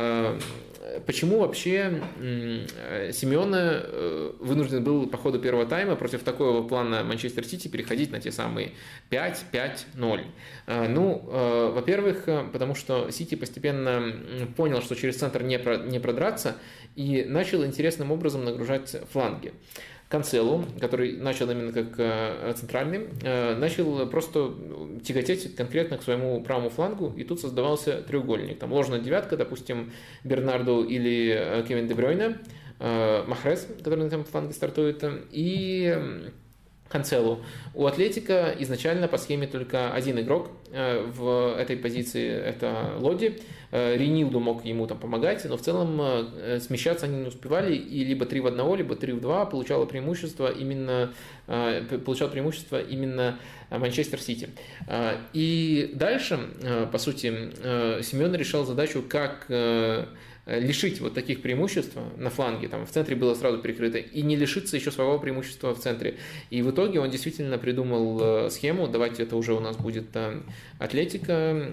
Speaker 1: Почему вообще Симеоне вынужден был по ходу первого тайма против такого плана Манчестер Сити переходить на те самые пять пять ноль? Ну, во-первых, потому что Сити постепенно понял, что через центр не продраться, и начал интересным образом нагружать фланги. Канцелу, который начал именно как центральный, начал просто тяготеть конкретно к своему правому флангу, и тут создавался треугольник. Там ложная девятка, допустим, Бернарду или Кевин Де Брuyне, Махрес, который на этом фланге стартует, и Канцелу. У Атлетико изначально по схеме только один игрок, в этой позиции это Лоди. Ренилду мог ему там помогать, но в целом смещаться они не успевали, и либо три в одного, либо три в два получало преимущество именно, получал преимущество именно Манчестер Сити. И дальше, по сути, Симеоне решал задачу, как лишить вот таких преимуществ на фланге, там в центре было сразу перекрыто, и не лишиться еще своего преимущества в центре. И в итоге он действительно придумал схему, давайте это уже у нас будет Атлетико,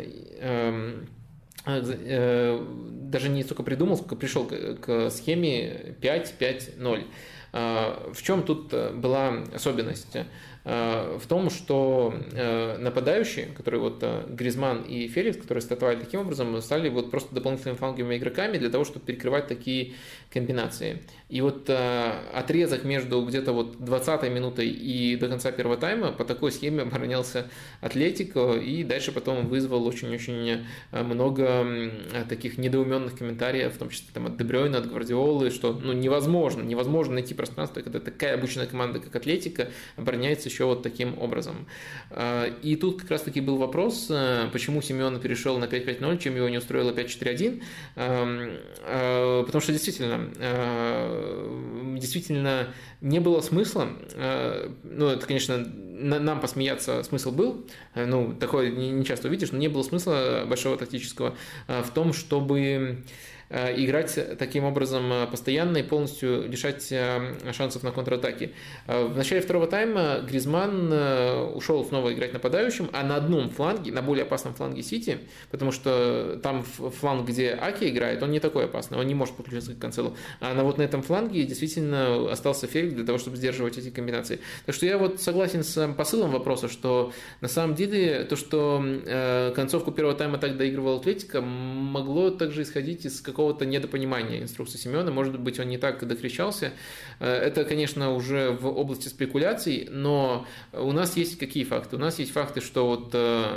Speaker 1: даже не столько придумал, сколько пришел к схеме пять пять ноль. В чем тут была особенность? В том, что нападающие, которые вот Гризманн и Феликс, которые стартовали таким образом, стали вот просто дополнительными фланговыми игроками для того, чтобы перекрывать такие комбинации. И вот отрезок между где-то вот двадцатой минутой и до конца первого тайма по такой схеме оборонялся Атлетико, и дальше потом вызвал очень-очень много таких недоуменных комментариев, в том числе там, от Де Брёйна, от Гвардиолы, что ну, невозможно, невозможно найти пространство, когда такая обычная команда, как Атлетико, обороняется еще вот таким образом. И тут как раз-таки был вопрос, почему Симеоне перешел на пять пять ноль, чем его не устроило пять четыре один, потому что действительно, действительно не было смысла, ну это, конечно, нам посмеяться смысл был, ну такое не часто увидишь, но не было смысла большого тактического в том, чтобы играть таким образом постоянно и полностью лишать шансов на контратаки. В начале второго тайма Гризманн ушел снова играть нападающим, а на одном фланге, на более опасном фланге Сити, потому что там фланг, где Аки играет, он не такой опасный, он не может подключиться к Канцелу. А на вот на этом фланге действительно остался Феликс для того, чтобы сдерживать эти комбинации. Так что я вот согласен с посылом вопроса, что на самом деле то, что концовку первого тайма так доигрывал Атлетико, могло также исходить из какого какого-то недопонимания инструкции Симеона, может быть, он не так докричался. Это, конечно, уже в области спекуляций, но у нас есть какие факты? У нас есть факты, что вот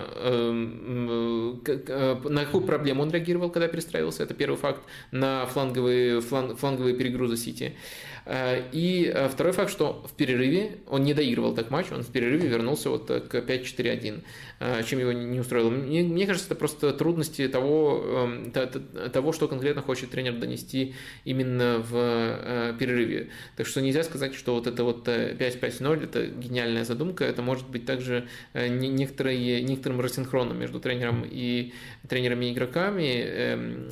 Speaker 1: на какую проблему он реагировал, когда перестраивался, это первый факт, на фланговые, фланг, фланговые перегрузы Сити. И второй факт, что в перерыве он не доигрывал так матч, он в перерыве вернулся вот к пять четыре один, чем его не устроило. Мне, мне кажется, это просто трудности того, того, что конкретно хочет тренер донести именно в перерыве. Так что нельзя сказать, что вот это вот пять пять ноль, это гениальная задумка, это может быть также некоторые, некоторым рассинхроном между тренером и тренерами и игроками,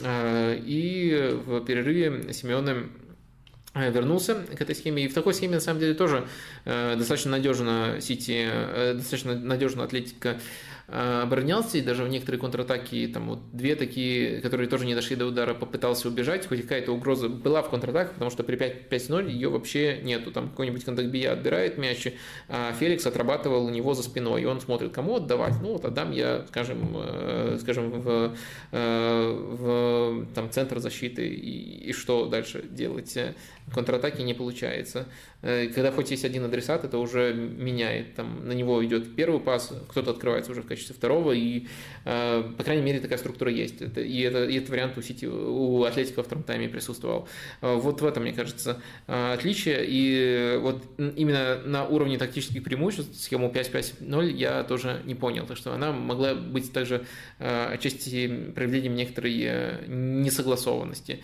Speaker 1: и в перерыве Симеоне вернулся к этой схеме. И в такой схеме, на самом деле, тоже э, достаточно надежно Сити, э, достаточно надежно Атлетико э, оборонялся, и даже в некоторые контратаки, там вот две такие, которые тоже не дошли до удара, попытался убежать, хоть какая-то угроза была в контратаках, потому что при пять пять ноль ее вообще нету. Там какой-нибудь Кондогбия отбирает мяч, а Феликс отрабатывал у него за спиной, и он смотрит, кому отдавать. Ну, вот отдам я, скажем, э, скажем в, э, в там, центр защиты, и, и что дальше делать? Контратаки не получается. Когда хоть есть один адресат, это уже меняет. Там, на него идет первый пас, кто-то открывается уже в качестве второго, и, по крайней мере, такая структура есть. Это, и, это, и этот вариант у Сити, у Атлетико во втором тайме присутствовал. Вот в этом, мне кажется, отличие. И вот именно на уровне тактических преимуществ схему пять пять ноль я тоже не понял. Так что она могла быть также отчасти проявлением некоторой несогласованности.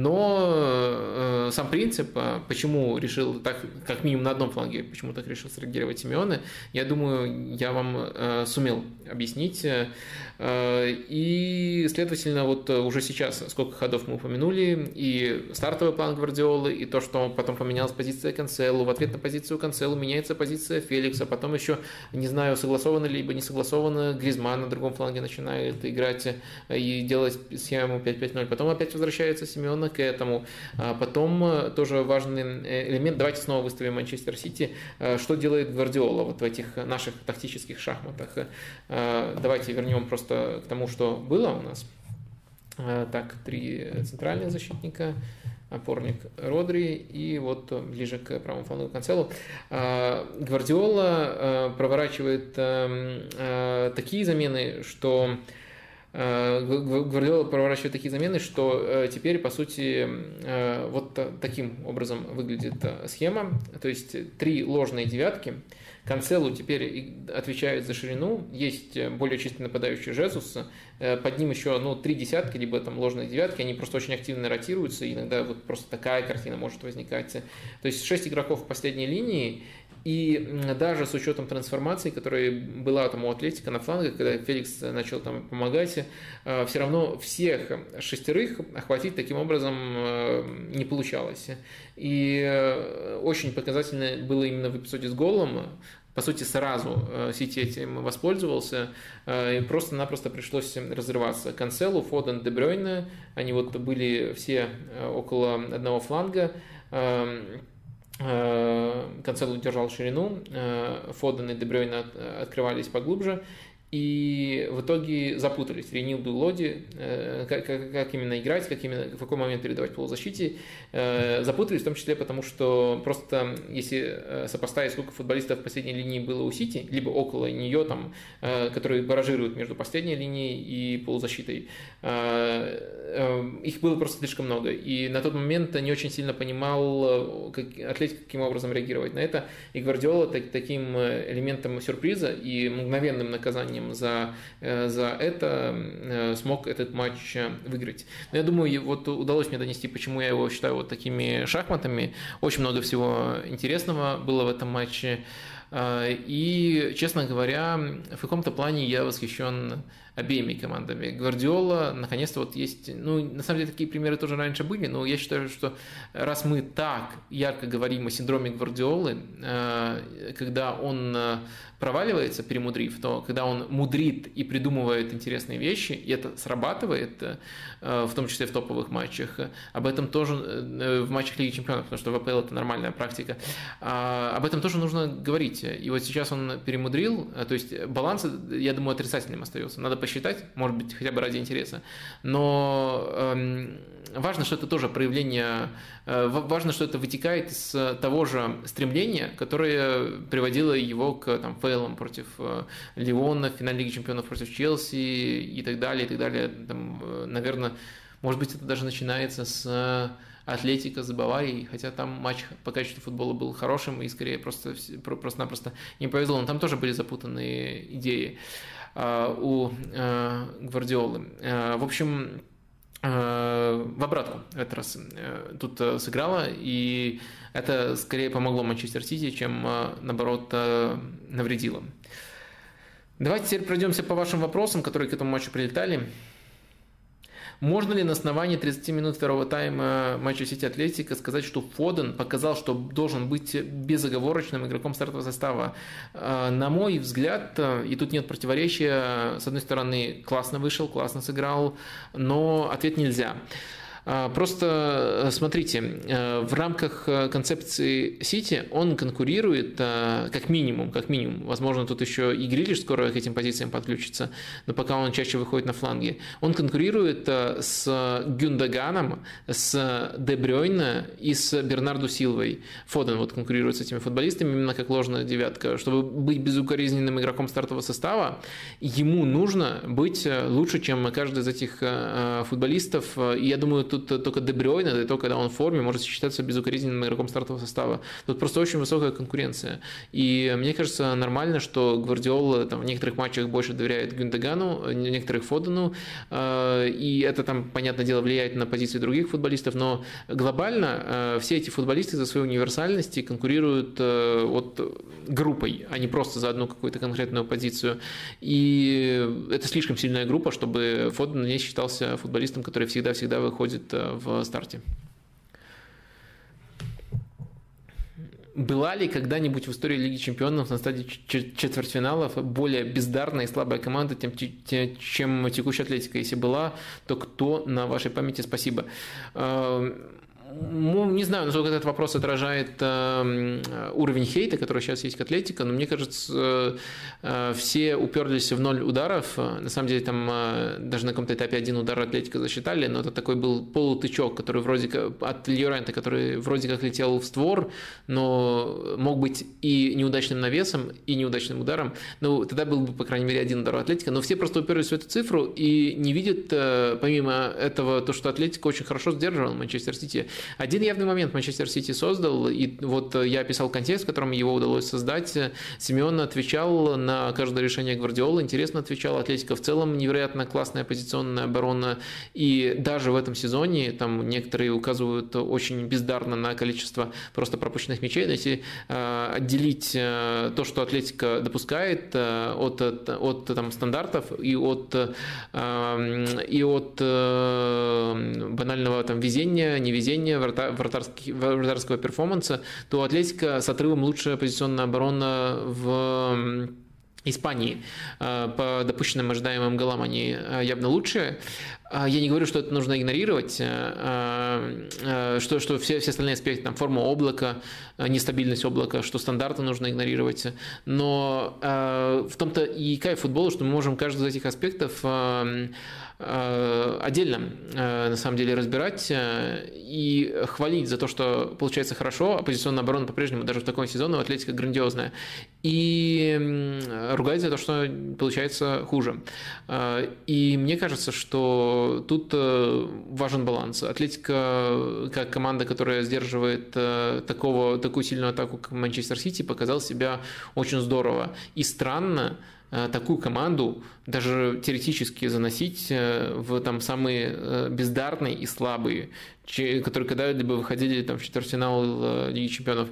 Speaker 1: Но сам принцип, почему решил так, как минимум на одном фланге, почему так решил среагировать Симеоне, я думаю, я вам э, сумел объяснить. Э, и, следовательно, вот уже сейчас, сколько ходов мы упомянули, и стартовый план Гвардиолы, и то, что потом поменялась позиция Канцелу, в ответ на позицию Канцелу меняется позиция Феликса, потом еще, не знаю, согласовано либо не согласовано, Гризманн на другом фланге начинает играть и делать схему пять пять ноль, потом опять возвращается Симеона к этому, а потом тоже важный элемент, давайте снова выставим Манчестер Сити, что делает Гвардиола вот в этих наших тактических шахматах. Давайте вернем просто к тому, что было у нас. Так, три центральных защитника, опорник Родри и вот ближе к правому флангу Канцелу. Гвардиола проворачивает такие замены, что Гвардиола проворачивает такие замены, что теперь, по сути, вот таким образом выглядит схема. То есть три ложные девятки, Канцелу теперь отвечает за ширину, есть более чистый нападающий Жезус, под ним еще ну, три десятки, либо там ложные девятки, они просто очень активно ротируются, и иногда вот просто такая картина может возникать. То есть шесть игроков в последней линии, и даже с учетом трансформации, которая была там у Атлетика на флангах, когда Феликс начал там помогать, все равно всех шестерых охватить таким образом не получалось. И очень показательно было именно в эпизоде с голом. По сути, сразу Сити этим воспользовался, и просто-напросто пришлось разрываться. Канцелу, Фоден, Де Брёйне, они вот были все около одного фланга. Канцелу держал ширину, Фоден и Де Брёйне открывались поглубже, и в итоге запутались. Ренилду и Лоди, как, как, как именно играть, как именно, в какой момент передавать в полузащите. Запутались в том числе потому, что просто если сопоставить, сколько футболистов в последней линии было у Сити, либо около нее, там, которые баражируют между последней линией и полузащитой, их было просто слишком много. И на тот момент не очень сильно понимал, как Атлетик каким образом реагировать на это. И Гвардиола так, таким элементом сюрприза и мгновенным наказанием за, за это смог этот матч выиграть. Но я думаю, вот удалось мне донести, почему я его считаю вот такими шахматами. Очень много всего интересного было в этом матче. И, честно говоря, в каком-то плане я восхищен обеими командами. Гвардиола, наконец-то, вот есть, ну, на самом деле, такие примеры тоже раньше были, но я считаю, что раз мы так ярко говорим о синдроме Гвардиолы, когда он проваливается, перемудрив, то когда он мудрит и придумывает интересные вещи, и это срабатывает, в том числе в топовых матчах, об этом тоже в матчах Лиги Чемпионов, потому что в АПЛ это нормальная практика, об этом тоже нужно говорить. И вот сейчас он перемудрил, то есть баланс, я думаю, отрицательным остается. Надо посчитать, может быть, хотя бы ради интереса. Но эм, важно, что это тоже проявление, э, важно, что это вытекает из того же стремления, которое приводило его к там, фейлам против э, Лиона, в финале Лиги Чемпионов против Челси и так далее, и так далее. Там, э, наверное, может быть, это даже начинается с Атлетика с Баварией, хотя там матч по качеству футбола был хорошим и скорее просто, просто-напросто не повезло, но там тоже были запутанные идеи uh, у uh, Гвардиолы. Uh, в общем, uh, в обратку в этот раз uh, тут uh, сыграло, и это скорее помогло Манчестер Сити, чем, uh, наоборот, uh, навредило. Давайте теперь пройдемся по вашим вопросам, которые к этому матчу прилетали. Можно ли на основании тридцати минут второго тайма матча Сити Атлетика сказать, что Фоден показал, что должен быть безоговорочным игроком стартового состава? На мой взгляд, и тут нет противоречия, с одной стороны, классно вышел, классно сыграл, но ответ нельзя. Просто смотрите, в рамках концепции Сити он конкурирует как минимум, как минимум, возможно, тут еще и Грилиш скоро к этим позициям подключится, но пока он чаще выходит на фланге, он конкурирует с Гюндоганом, с Де Брёйне и с Бернарду Силвой. Фоден вот конкурирует с этими футболистами именно как ложная девятка. Чтобы быть безукоризненным игроком стартового состава, ему нужно быть лучше, чем каждый из этих футболистов, и я думаю, тут только Де Брёйне, да и то, когда он в форме, может считаться безукоризненным игроком стартового состава. Тут просто очень высокая конкуренция. И мне кажется нормально, что Гвардиола там, в некоторых матчах больше доверяет Гюндогану, в некоторых Фодену, и это там, понятное дело, влияет на позиции других футболистов, но глобально все эти футболисты за своей универсальности конкурируют вот группой, а не просто за одну какую-то конкретную позицию. И это слишком сильная группа, чтобы Фоден не считался футболистом, который всегда-всегда выходит в старте. Была ли когда-нибудь в истории Лиги Чемпионов на стадии четвертьфиналов более бездарная и слабая команда, чем текущая Атлетика? Если была, то кто на вашей памяти? Спасибо. Не знаю, насколько этот вопрос отражает э, уровень хейта, который сейчас есть к Атлетико, но мне кажется, э, все уперлись в ноль ударов. На самом деле, там э, даже на каком-то этапе один удар Атлетико засчитали, но это такой был полутычок, который вроде как от Льорента, который вроде как летел в створ, но мог быть и неудачным навесом, и неудачным ударом. Ну, тогда был бы, по крайней мере, один удар у Атлетико, но все просто уперлись в эту цифру и не видят, э, помимо этого, то, что Атлетико очень хорошо сдерживал Манчестер Сити. Один явный момент Манчестер Сити создал, и вот я описал контекст, в котором его удалось создать. Симеон отвечал на каждое решение Гвардиолы, интересно отвечал. Атлетико в целом невероятно классная позиционная оборона, и даже в этом сезоне, там некоторые указывают очень бездарно на количество просто пропущенных мячей, но если отделить то, что Атлетико допускает от, от, от там, стандартов и от, и от банального там, везения, невезения, вратарского перформанса, то Атлетико с отрывом лучшая позиционная оборона в Испании. По допущенным ожидаемым голам они явно лучшие. Я не говорю, что это нужно игнорировать, что, что все, все остальные аспекты, там, форма облака, нестабильность облака, что стандарты нужно игнорировать. Но в том-то и кайф футбола, что мы можем каждый из этих аспектов отдельно, на самом деле, разбирать и хвалить за то, что получается хорошо, а позиционная оборона по-прежнему даже в таком сезоне у Атлетико грандиозная, и ругать за то, что получается хуже. И мне кажется, что тут важен баланс. Атлетико, как команда, которая сдерживает такого, такую сильную атаку, как Манчестер Сити, показал себя очень здорово. И странно такую команду даже теоретически заносить в там самые бездарные и слабые, которые когда-либо выходили там, в четвертьфинал Лиги Чемпионов.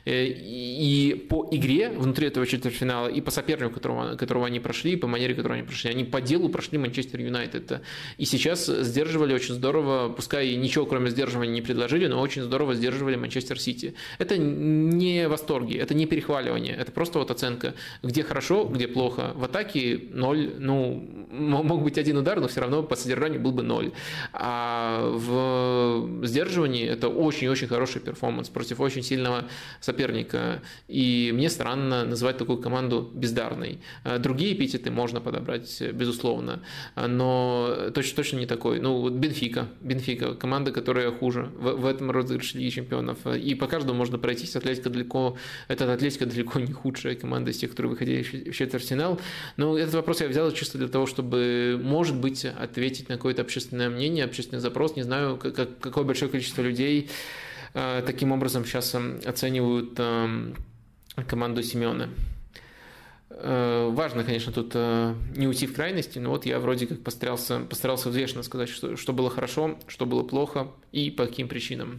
Speaker 1: И по игре внутри этого четвертьфинала, и по сопернику, которого, которого они прошли, и по манере, которую они прошли, они по делу прошли Манчестер Юнайтед. И сейчас сдерживали очень здорово, пускай ничего кроме сдерживания не предложили, но очень здорово сдерживали Манчестер Сити. Это не восторги, это не перехваливание, это просто вот оценка, где хорошо, где плохо. В атаке ноль, ну, мог быть один удар, но все равно по содержанию был бы ноль. А в сдерживании это очень-очень хороший перформанс против очень сильного соперника. И мне странно называть такую команду бездарной. Другие эпитеты можно подобрать, безусловно, но точно, точно не такой. Ну, вот Бенфика. Бенфика, команда, которая хуже в, в этом розыгрыше Лиги Чемпионов. И по каждому можно пройтись. Атлетико далеко, этот Атлетико далеко не худшая команда из тех, которые выходили в четвертьфинал. Но этот вопрос я взял чисто для того, чтобы, может быть, ответить на какое-то общественное мнение, общественный запрос. Не знаю, как, какое большое количество людей э, таким образом сейчас оценивают э, команду Симеона. Э, важно, конечно, тут э, не уйти в крайности, но вот я вроде как постарался, постарался взвешенно сказать, что, что было хорошо, что было плохо и по каким причинам.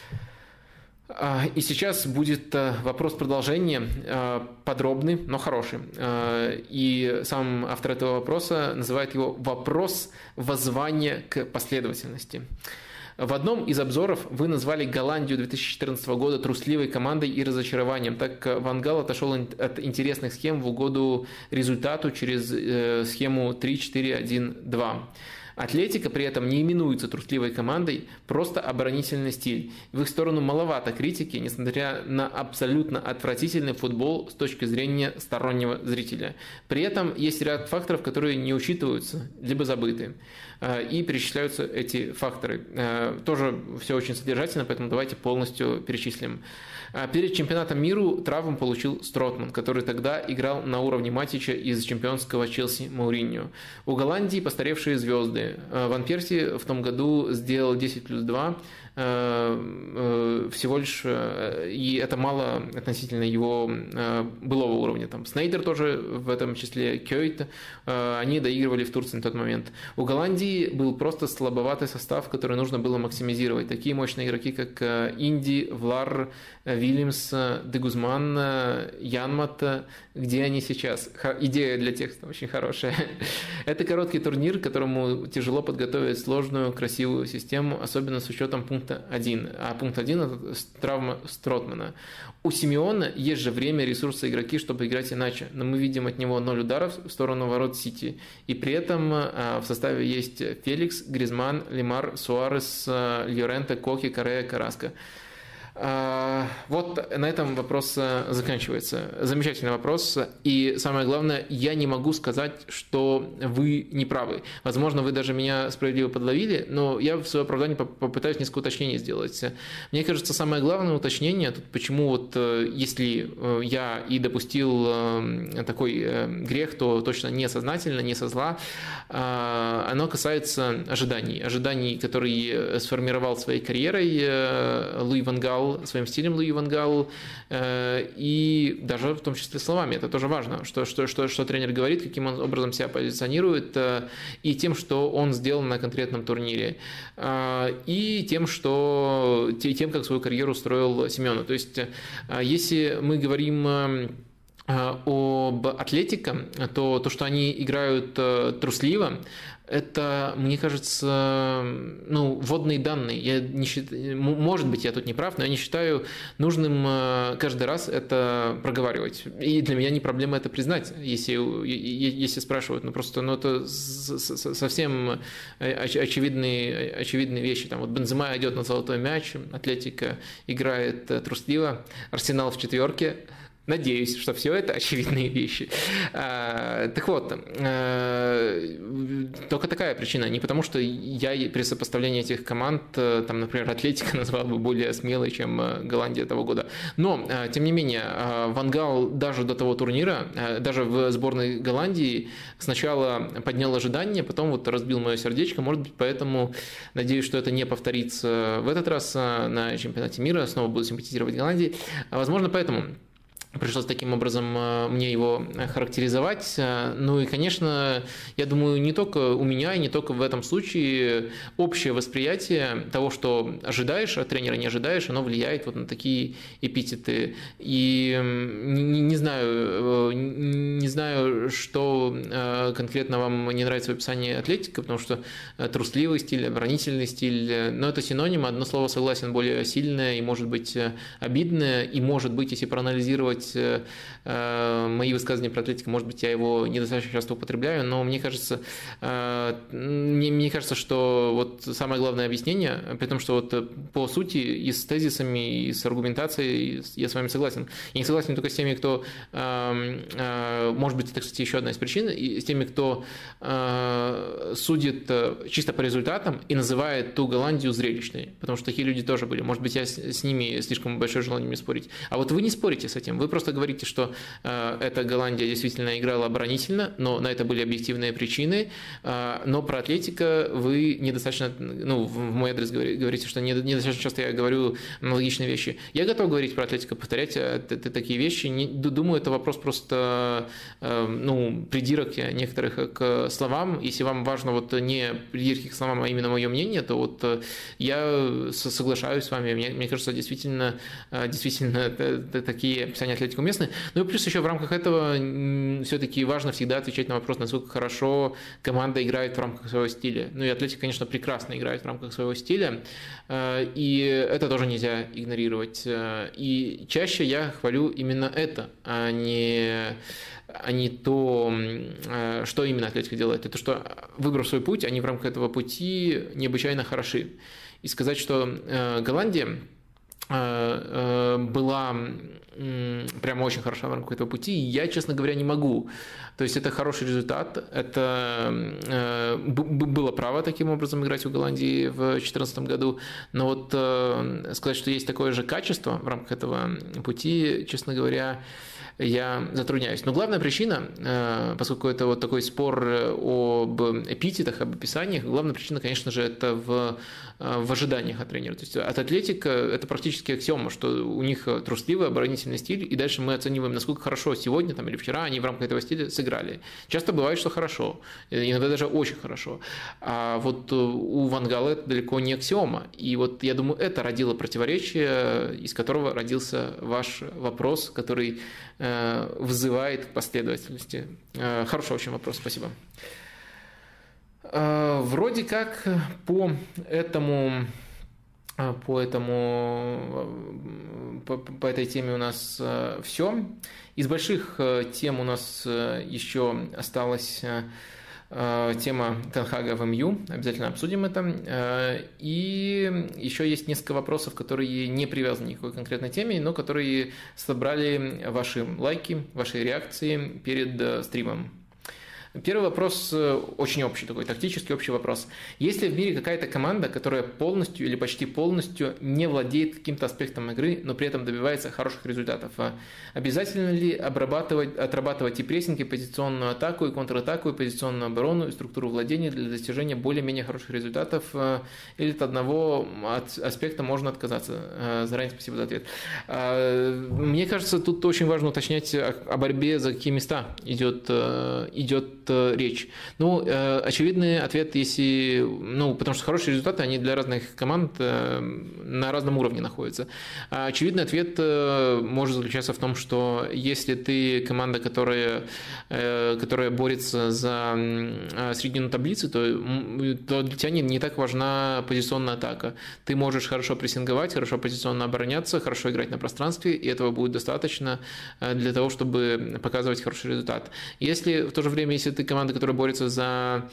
Speaker 1: И сейчас будет вопрос продолжения, подробный, но хороший. И сам автор этого вопроса называет его «Вопрос воззвания к последовательности». В одном из обзоров вы назвали Голландию две тысячи четырнадцатого года трусливой командой и разочарованием, так как Ван Гал отошел от интересных схем в угоду результату через схему три четыре один два. Атлетико при этом не именуется трусливой командой, просто оборонительный стиль. В их сторону маловато критики, несмотря на абсолютно отвратительный футбол с точки зрения стороннего зрителя. При этом есть ряд факторов, которые не учитываются, либо забыты. И перечисляются эти факторы. Тоже все очень содержательно, поэтому давайте полностью перечислим. Перед чемпионатом мира травму получил Стротман, который тогда играл на уровне Матича из чемпионского Челси Мауриньо. У Голландии постаревшие звезды. Ван Перси в том году сделал десять плюс два, всего лишь, и это мало относительно его былого уровня. Там Снейдер тоже в этом числе, Кёйт, они доигрывали в Турции на тот момент. У Голландии был просто слабоватый состав, который нужно было максимизировать. Такие мощные игроки, как Инди, Влар, Вильямс, Де Гузман, Янмат, где они сейчас? Идея для текста очень хорошая. Это короткий турнир, которому тяжело подготовить сложную, красивую систему, особенно с учетом пункта один. А пункт один – это травма Стротмана. У Симеона есть же время, ресурсы, игроки, чтобы играть иначе. Но мы видим от него ноль ударов в сторону ворот Сити. И при этом в составе есть Феликс, Гризман, Лемар, Суарес, Льоренте, Коки, Корея, Караско. Вот на этом вопрос заканчивается. Замечательный вопрос. И самое главное, я не могу сказать, что вы не правы. Возможно, вы даже меня справедливо подловили, но я в свое оправдание попытаюсь несколько уточнений сделать. Мне кажется, самое главное уточнение, тут почему вот если я и допустил такой грех, то точно не сознательно, не со зла, оно касается ожиданий. Ожиданий, которые сформировал своей карьерой Луи ван Гал, своим стилем Луи ван Гал, и даже в том числе словами. Это тоже важно, что, что, что, что тренер говорит, каким он образом себя позиционирует, и тем, что он сделал на конкретном турнире, и тем, что, тем, как свою карьеру строил Симеоне. То есть, если мы говорим об Атлетико, то то, что они играют трусливо, это, мне кажется, ну, вводные данные. Я не считаю, может быть, я тут не прав, но я не считаю нужным каждый раз это проговаривать. И для меня не проблема это признать, если, если спрашивают. Ну, просто ну, это совсем очевидные, очевидные вещи. Там, вот Бензема идет на золотой мяч, Атлетико играет трусливо, Арсенал в четверке. Надеюсь, что все это очевидные вещи. Так вот, только такая причина. Не потому, что я при сопоставлении этих команд, там, например, Атлетико назвал бы более смелой, чем Голландия того года. Но, тем не менее, Ван Гал даже до того турнира, даже в сборной Голландии сначала поднял ожидания, потом вот разбил мое сердечко. Может быть, поэтому надеюсь, что это не повторится в этот раз на чемпионате мира. Снова буду симпатизировать Голландии. Возможно, поэтому пришлось таким образом мне его характеризовать. Ну и, конечно, я думаю, не только у меня, и не только в этом случае общее восприятие того, что ожидаешь от тренера, не ожидаешь, оно влияет вот на такие эпитеты. И не, не знаю, не знаю, что конкретно вам не нравится в описании Атлетико, потому что трусливый стиль, оборонительный стиль, но это синонимы. Одно слово, согласен, более сильное и, может быть, обидное, и, может быть, если проанализировать мои высказывания про Атлетико, может быть, я его недостаточно часто употребляю, но мне кажется, мне, мне кажется, что вот самое главное объяснение, при том, что вот по сути и с тезисами, и с аргументацией я с вами согласен. Я не согласен только с теми, кто, может быть, это, кстати, еще одна из причин, и с теми, кто судит чисто по результатам и называет ту Голландию зрелищной, потому что такие люди тоже были. Может быть, я с ними слишком большое желание не спорить. А вот вы не спорите с этим, вы просто говорите, что э, эта Голландия действительно играла оборонительно, но на это были объективные причины, э, но про Атлетико вы недостаточно, ну, в мой адрес говорите, что недостаточно часто я говорю аналогичные вещи. Я готов говорить про Атлетико, повторять такие вещи, не, думаю, это вопрос просто, э, ну, придирок некоторых к словам. Если вам важно вот не придирки к словам, а именно мое мнение, то вот я соглашаюсь с вами, мне, мне кажется, действительно, действительно такие описания Атлетико уместны. Ну и плюс еще в рамках этого все-таки важно всегда отвечать на вопрос, насколько хорошо команда играет в рамках своего стиля. Ну и Атлетико, конечно, прекрасно играет в рамках своего стиля, и это тоже нельзя игнорировать. И чаще я хвалю именно это, а не, а не то, что именно Атлетико делает. Это что, выбрав свой путь, они в рамках этого пути необычайно хороши. И сказать, что Голландия была прямо очень хороша в рамках этого пути, я, честно говоря, не могу. То есть это хороший результат, это было право таким образом играть у Голландии в две тысячи четырнадцатом году, но вот сказать, что есть такое же качество в рамках этого пути, честно говоря, я затрудняюсь. Но главная причина, поскольку это вот такой спор об эпитетах, об описаниях, главная причина, конечно же, это в, в ожиданиях от тренера. То есть от Атлетико это практически аксиома, что у них трусливый оборонительный стиль, и дальше мы оцениваем, насколько хорошо сегодня там, или вчера они в рамках этого стиля сыграли. Часто бывает, что хорошо, иногда даже очень хорошо. А вот у Ван Гала это далеко не аксиома. И вот я думаю, это родило противоречие, из которого родился ваш вопрос, который вызывает к последовательности. Хороший очень вопрос, спасибо. Вроде как по этому, по этому, по, по этой теме у нас все. Из больших тем у нас еще осталось тема Тен Хага в МЮ, обязательно обсудим это. И еще есть несколько вопросов, которые не привязаны ни к какой конкретной теме, но которые собрали ваши лайки, ваши реакции перед стримом. Первый вопрос очень общий, такой тактический общий вопрос. Есть ли в мире какая-то команда, которая полностью или почти полностью не владеет каким-то аспектом игры, но при этом добивается хороших результатов? Обязательно ли обрабатывать, отрабатывать и прессинг, и позиционную атаку, и контратаку, и позиционную оборону, и структуру владения для достижения более-менее хороших результатов? Или от одного аспекта можно отказаться? Заранее спасибо за ответ. Мне кажется, тут очень важно уточнять, о борьбе за какие места идет, идет речь. Ну, очевидный ответ, если... Ну, потому что хорошие результаты, они для разных команд на разном уровне находятся. Очевидный ответ может заключаться в том, что если ты команда, которая, которая борется за середину таблицы, то, то для тебя не, не так важна позиционная атака. Ты можешь хорошо прессинговать, хорошо позиционно обороняться, хорошо играть на пространстве, и этого будет достаточно для того, чтобы показывать хороший результат. Если в то же время, если ты команда, которая борется за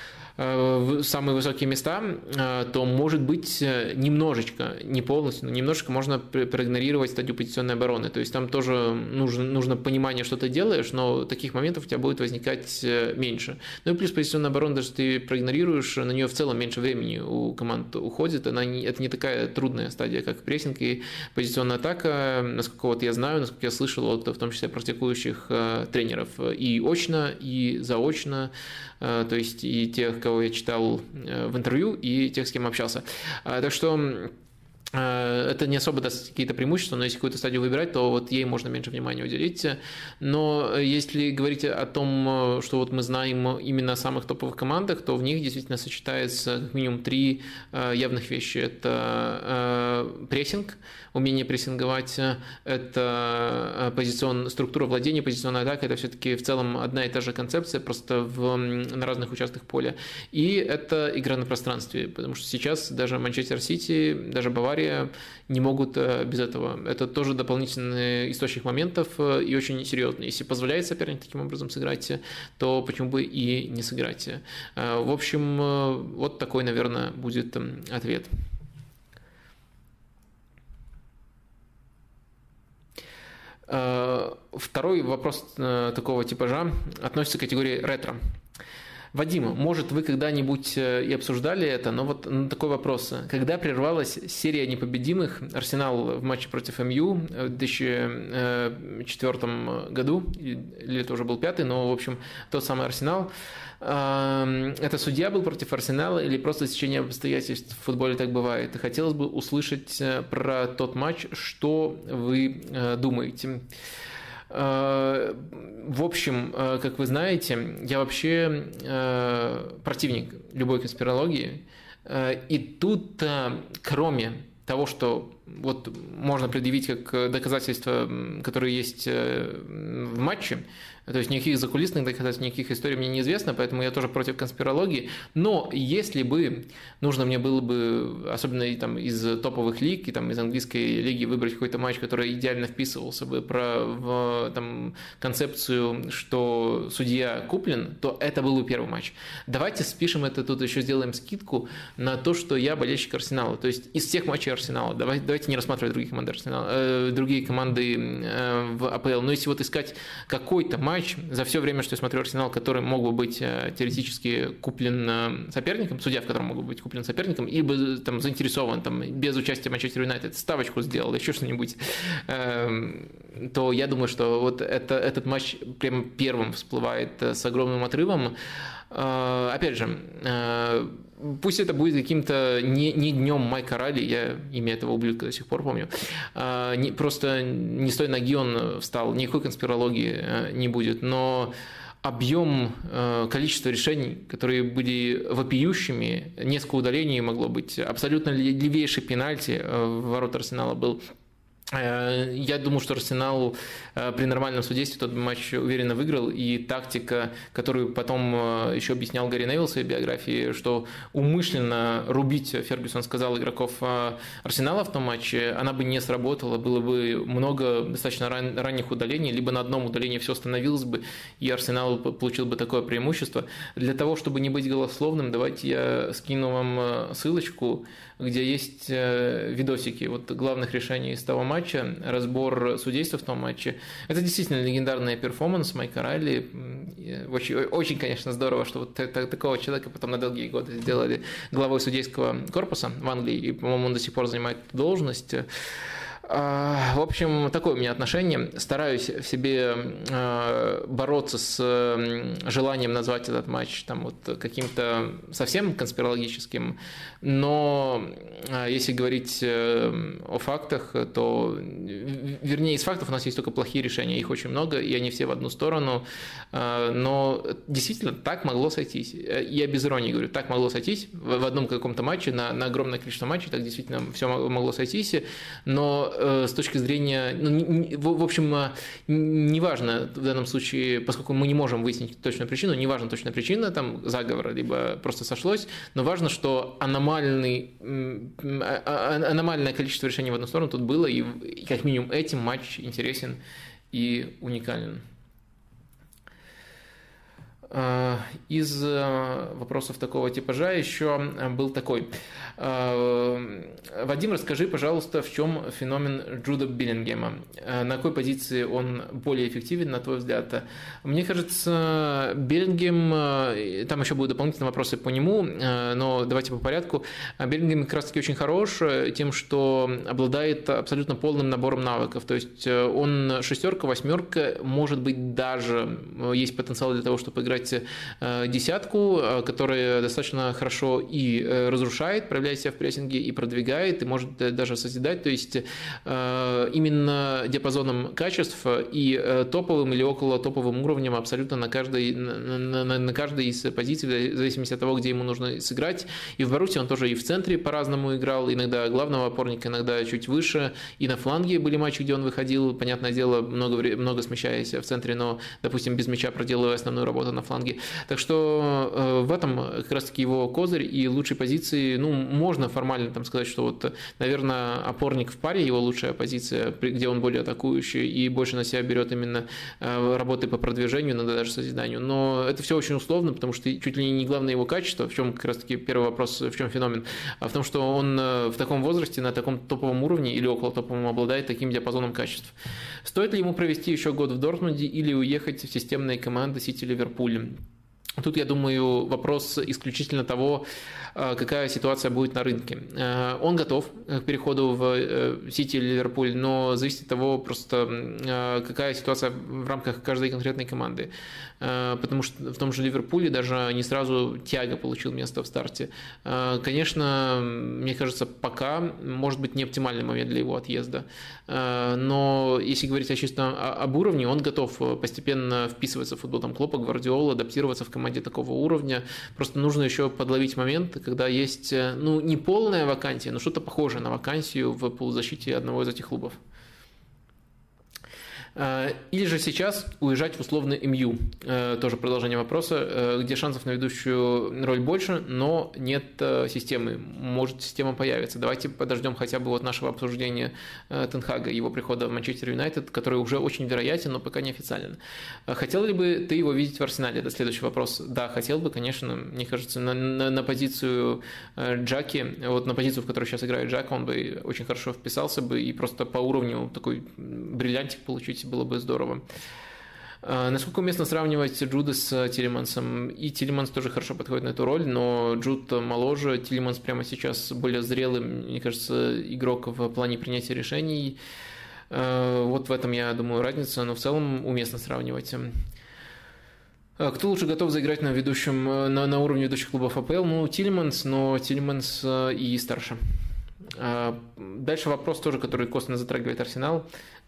Speaker 1: самые высокие места, то, может быть, немножечко, не полностью, но немножечко можно проигнорировать стадию позиционной обороны. То есть там тоже нужно, нужно понимание, что ты делаешь, но таких моментов у тебя будет возникать меньше. Ну и плюс позиционная оборона, даже ты проигнорируешь, на нее в целом меньше времени у команд уходит. Она не, это не такая трудная стадия, как прессинг и позиционная атака, насколько вот я знаю, насколько я слышал, вот, в том числе практикующих тренеров и очно, и заочно, то есть и тех, кого я читал в интервью, и тех, с кем общался. Так что это не особо даст какие-то преимущества, но если какую-то стадию выбирать, то вот ей можно меньше внимания уделить. Но если говорить о том, что вот мы знаем именно о самых топовых командах, то в них действительно сочетается как минимум три явных вещи. Это прессинг, умение прессинговать, это позицион, структура владения, позиционная атака, это все-таки в целом одна и та же концепция, просто в, на разных участках поля. И это игра на пространстве, потому что сейчас даже Манчестер Сити, даже Бавария не могут без этого. Это тоже дополнительный источник моментов и очень серьезный. Если позволяет соперник таким образом сыграть, то почему бы и не сыграть. В общем, вот такой, наверное, будет ответ. Второй вопрос такого типажа относится к категории ретро. Вадим, может, вы когда-нибудь и обсуждали это, но вот такой вопрос. Когда прервалась серия непобедимых, Арсенал в матче против МЮ в две тысячи четвёртом году, или это уже был пятый, но, в общем, тот самый Арсенал, это судья был против Арсенала или просто стечение обстоятельств в футболе так бывает? Хотелось бы услышать про тот матч, что вы думаете. В общем, как вы знаете, я вообще противник любой конспирологии. И тут, кроме того, что вот можно предъявить как доказательства, которые есть в матче, то есть никаких закулисных доказательств, никаких историй мне неизвестно, поэтому я тоже против конспирологии. Но если бы нужно мне было бы, особенно там, из топовых лиг, и, там, из английской лиги выбрать какой-то матч, который идеально вписывался бы про, в там, концепцию, что судья куплен, то это был бы первый матч. Давайте спишем это, тут еще сделаем скидку на то, что я болельщик Арсенала. То есть из всех матчей Арсенала, давайте, давайте не рассматривать другие команды, Арсенала, э, другие команды э, в АПЛ, но если вот искать какой-то матч за все время, что я смотрю Арсенал, который мог бы быть теоретически куплен соперником, судья, в котором мог бы быть куплен соперником, либо там заинтересован там, без участия Манчестер Юнайтед, ставочку сделал, еще что-нибудь, то я думаю, что вот это, этот матч прямо первым всплывает с огромным отрывом. Опять же, пусть это будет каким-то не, не днем Майка Райли, я имя этого ублюдка до сих пор помню, не, просто не с той ноги он встал, никакой конспирологии не будет, но объем, количество решений, которые были вопиющими, несколько ударений могло быть, абсолютно левейший пенальти в ворота Арсенала был, Я думаю, что Арсенал при нормальном судействе тот матч уверенно выиграл, и тактика, которую потом еще объяснял Гарри Невилл в своей биографии, что умышленно рубить, Фергюсон сказал, игроков Арсенала в том матче, она бы не сработала, было бы много достаточно ран, ранних удалений, либо на одном удалении все остановилось бы, и Арсенал получил бы такое преимущество. Для того, чтобы не быть голословным, давайте я скину вам ссылочку, где есть видосики вот главных решений из того матча, разбор судейства в том матче. Это действительно легендарный перформанс Майка Райли. Очень, очень, конечно, здорово, что вот такого человека потом на долгие годы сделали главой судейского корпуса в Англии, и, по-моему, он до сих пор занимает эту должность. В общем, такое у меня отношение. Стараюсь в себе бороться с желанием назвать этот матч там, вот, каким-то совсем конспирологическим, но если говорить о фактах, то, вернее, из фактов у нас есть только плохие решения, их очень много, и они все в одну сторону, но действительно так могло сойтись. Я без иронии говорю, так могло сойтись в одном каком-то матче, на, на огромное количество матчей, так действительно все могло сойтись, но с точки зрения, ну, в общем, неважно в данном случае, поскольку мы не можем выяснить точную причину, неважно точная причина там заговора, либо просто сошлось, но важно, что аномальный, аномальное количество решений в одну сторону тут было, и как минимум этим матч интересен и уникален. Из вопросов такого типажа еще был такой. Вадим, расскажи, пожалуйста, в чем феномен Джуда Беллингема? На какой позиции он более эффективен, на твой взгляд? Мне кажется, Беллингем, там еще будут дополнительные вопросы по нему, но давайте по порядку. Беллингем как раз-таки очень хорош тем, что обладает абсолютно полным набором навыков. То есть он шестерка, восьмерка, может быть, даже есть потенциал для того, чтобы играть десятку, которая достаточно хорошо и разрушает, проявляет себя в прессинге, и продвигает, и может даже созидать. То есть именно диапазоном качеств и топовым или около топовым уровнем абсолютно на каждой, на, на, на каждой из позиций, в зависимости от того, где ему нужно сыграть. И в Боруссии он тоже и в центре по-разному играл, иногда главного опорника, иногда чуть выше, и на фланге были матчи, где он выходил, понятное дело, много, много смещаясь в центре, но, допустим, без мяча проделывая основную работу на фланге. Так что в этом как раз-таки его козырь и лучшие позиции, ну, можно формально там сказать, что вот, наверное, опорник в паре его лучшая позиция, где он более атакующий и больше на себя берет именно работы по продвижению, иногда даже созиданию. Но это все очень условно, потому что чуть ли не главное его качество, в чем как раз-таки первый вопрос, в чем феномен, а в том, что он в таком возрасте, на таком топовом уровне или около топовом обладает таким диапазоном качеств. Стоит ли ему провести еще год в Дортмунде или уехать в системные команды Сити-Ливерпуль? Тут, я думаю, вопрос исключительно того, какая ситуация будет на рынке. Он готов к переходу в Сити или Ливерпуль, но зависит от того, просто какая ситуация в рамках каждой конкретной команды. Потому что в том же Ливерпуле даже не сразу Тиаго получил место в старте. Конечно, мне кажется, пока может быть не оптимальный момент для его отъезда. Но если говорить о чисто об уровне, он готов постепенно вписываться в футбол там, Клопа, Гвардиола, адаптироваться в команде такого уровня. Просто нужно еще подловить момент, когда есть, ну, не полная вакансия, но что-то похожее на вакансию в полузащите одного из этих клубов. Или же сейчас уезжать в условный эм ю, тоже продолжение вопроса, где шансов на ведущую роль больше, но нет системы, может система появится. Давайте подождем хотя бы вот нашего обсуждения Тен Хага, его прихода в Манчестер Юнайтед, который уже очень вероятен, но пока не официален. Хотел ли бы ты его видеть в Арсенале? Это следующий вопрос. Да, хотел бы, конечно, мне кажется, на, на, на позицию Джаки, вот на позицию, в которой сейчас играет Джак, он бы очень хорошо вписался бы и просто по уровню такой бриллиантик получить было бы здорово. Насколько уместно сравнивать Джуда с Тилемансом? И Тилеманс тоже хорошо подходит на эту роль, но Джуд моложе, Тилеманс прямо сейчас более зрелый, мне кажется, игрок в плане принятия решений. Вот в этом, я думаю, разница, но в целом уместно сравнивать. Кто лучше готов заиграть на, ведущем, на, на уровне ведущих клубов а пэ эл? Ну, Тилеманс, но Тилеманс и старше. Дальше вопрос тоже, который косвенно затрагивает Арсенал.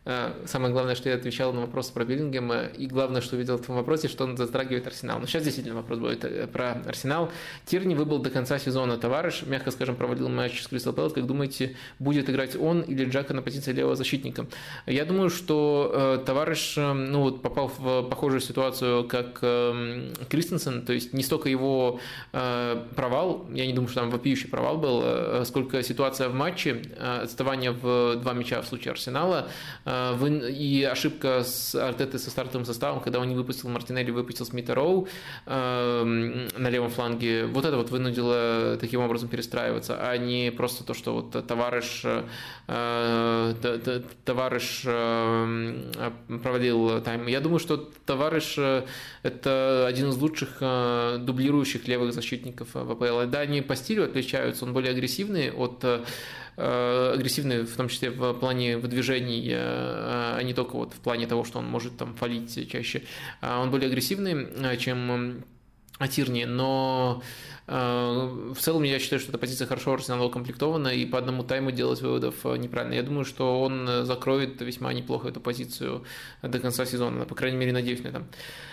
Speaker 1: Самое главное, что я отвечал на вопрос про Беллингема, и главное, что увидел в этом вопросе, что он затрагивает Арсенал. Но сейчас действительно вопрос будет про Арсенал. Тирни выбыл до конца сезона. Товарищ, мягко скажем, провалил матч с Кристал Пэлас. Как думаете, будет играть он или Джака на позиции левого защитника? Я думаю, что товарищ ну, вот, попал в похожую ситуацию, как Кристенсен, то есть не столько его провал, я не думаю, что там вопиющий провал был, сколько ситуация в матче, отставание в два мяча в случае Арсенала, и ошибка с Артеты со стартовым составом, когда он не выпустил Мартинелли, выпустил Смита Роу э, на левом фланге, вот это вот вынудило таким образом перестраиваться, а не просто то, что вот товарищ, э, товарищ э, провалил тайм. Я думаю, что товарищ это один из лучших э, дублирующих левых защитников в АПЛ. Да, они по стилю отличаются, он более агрессивный от агрессивный, в том числе в плане выдвижений, а не только вот в плане того, что он может там фалить чаще. Он более агрессивный, чем Тирни, но в целом я считаю, что эта позиция хорошо Арсенала укомплектована, и по одному тайму делать выводов неправильно. Я думаю, что он закроет весьма неплохо эту позицию до конца сезона, по крайней мере, надеюсь на это.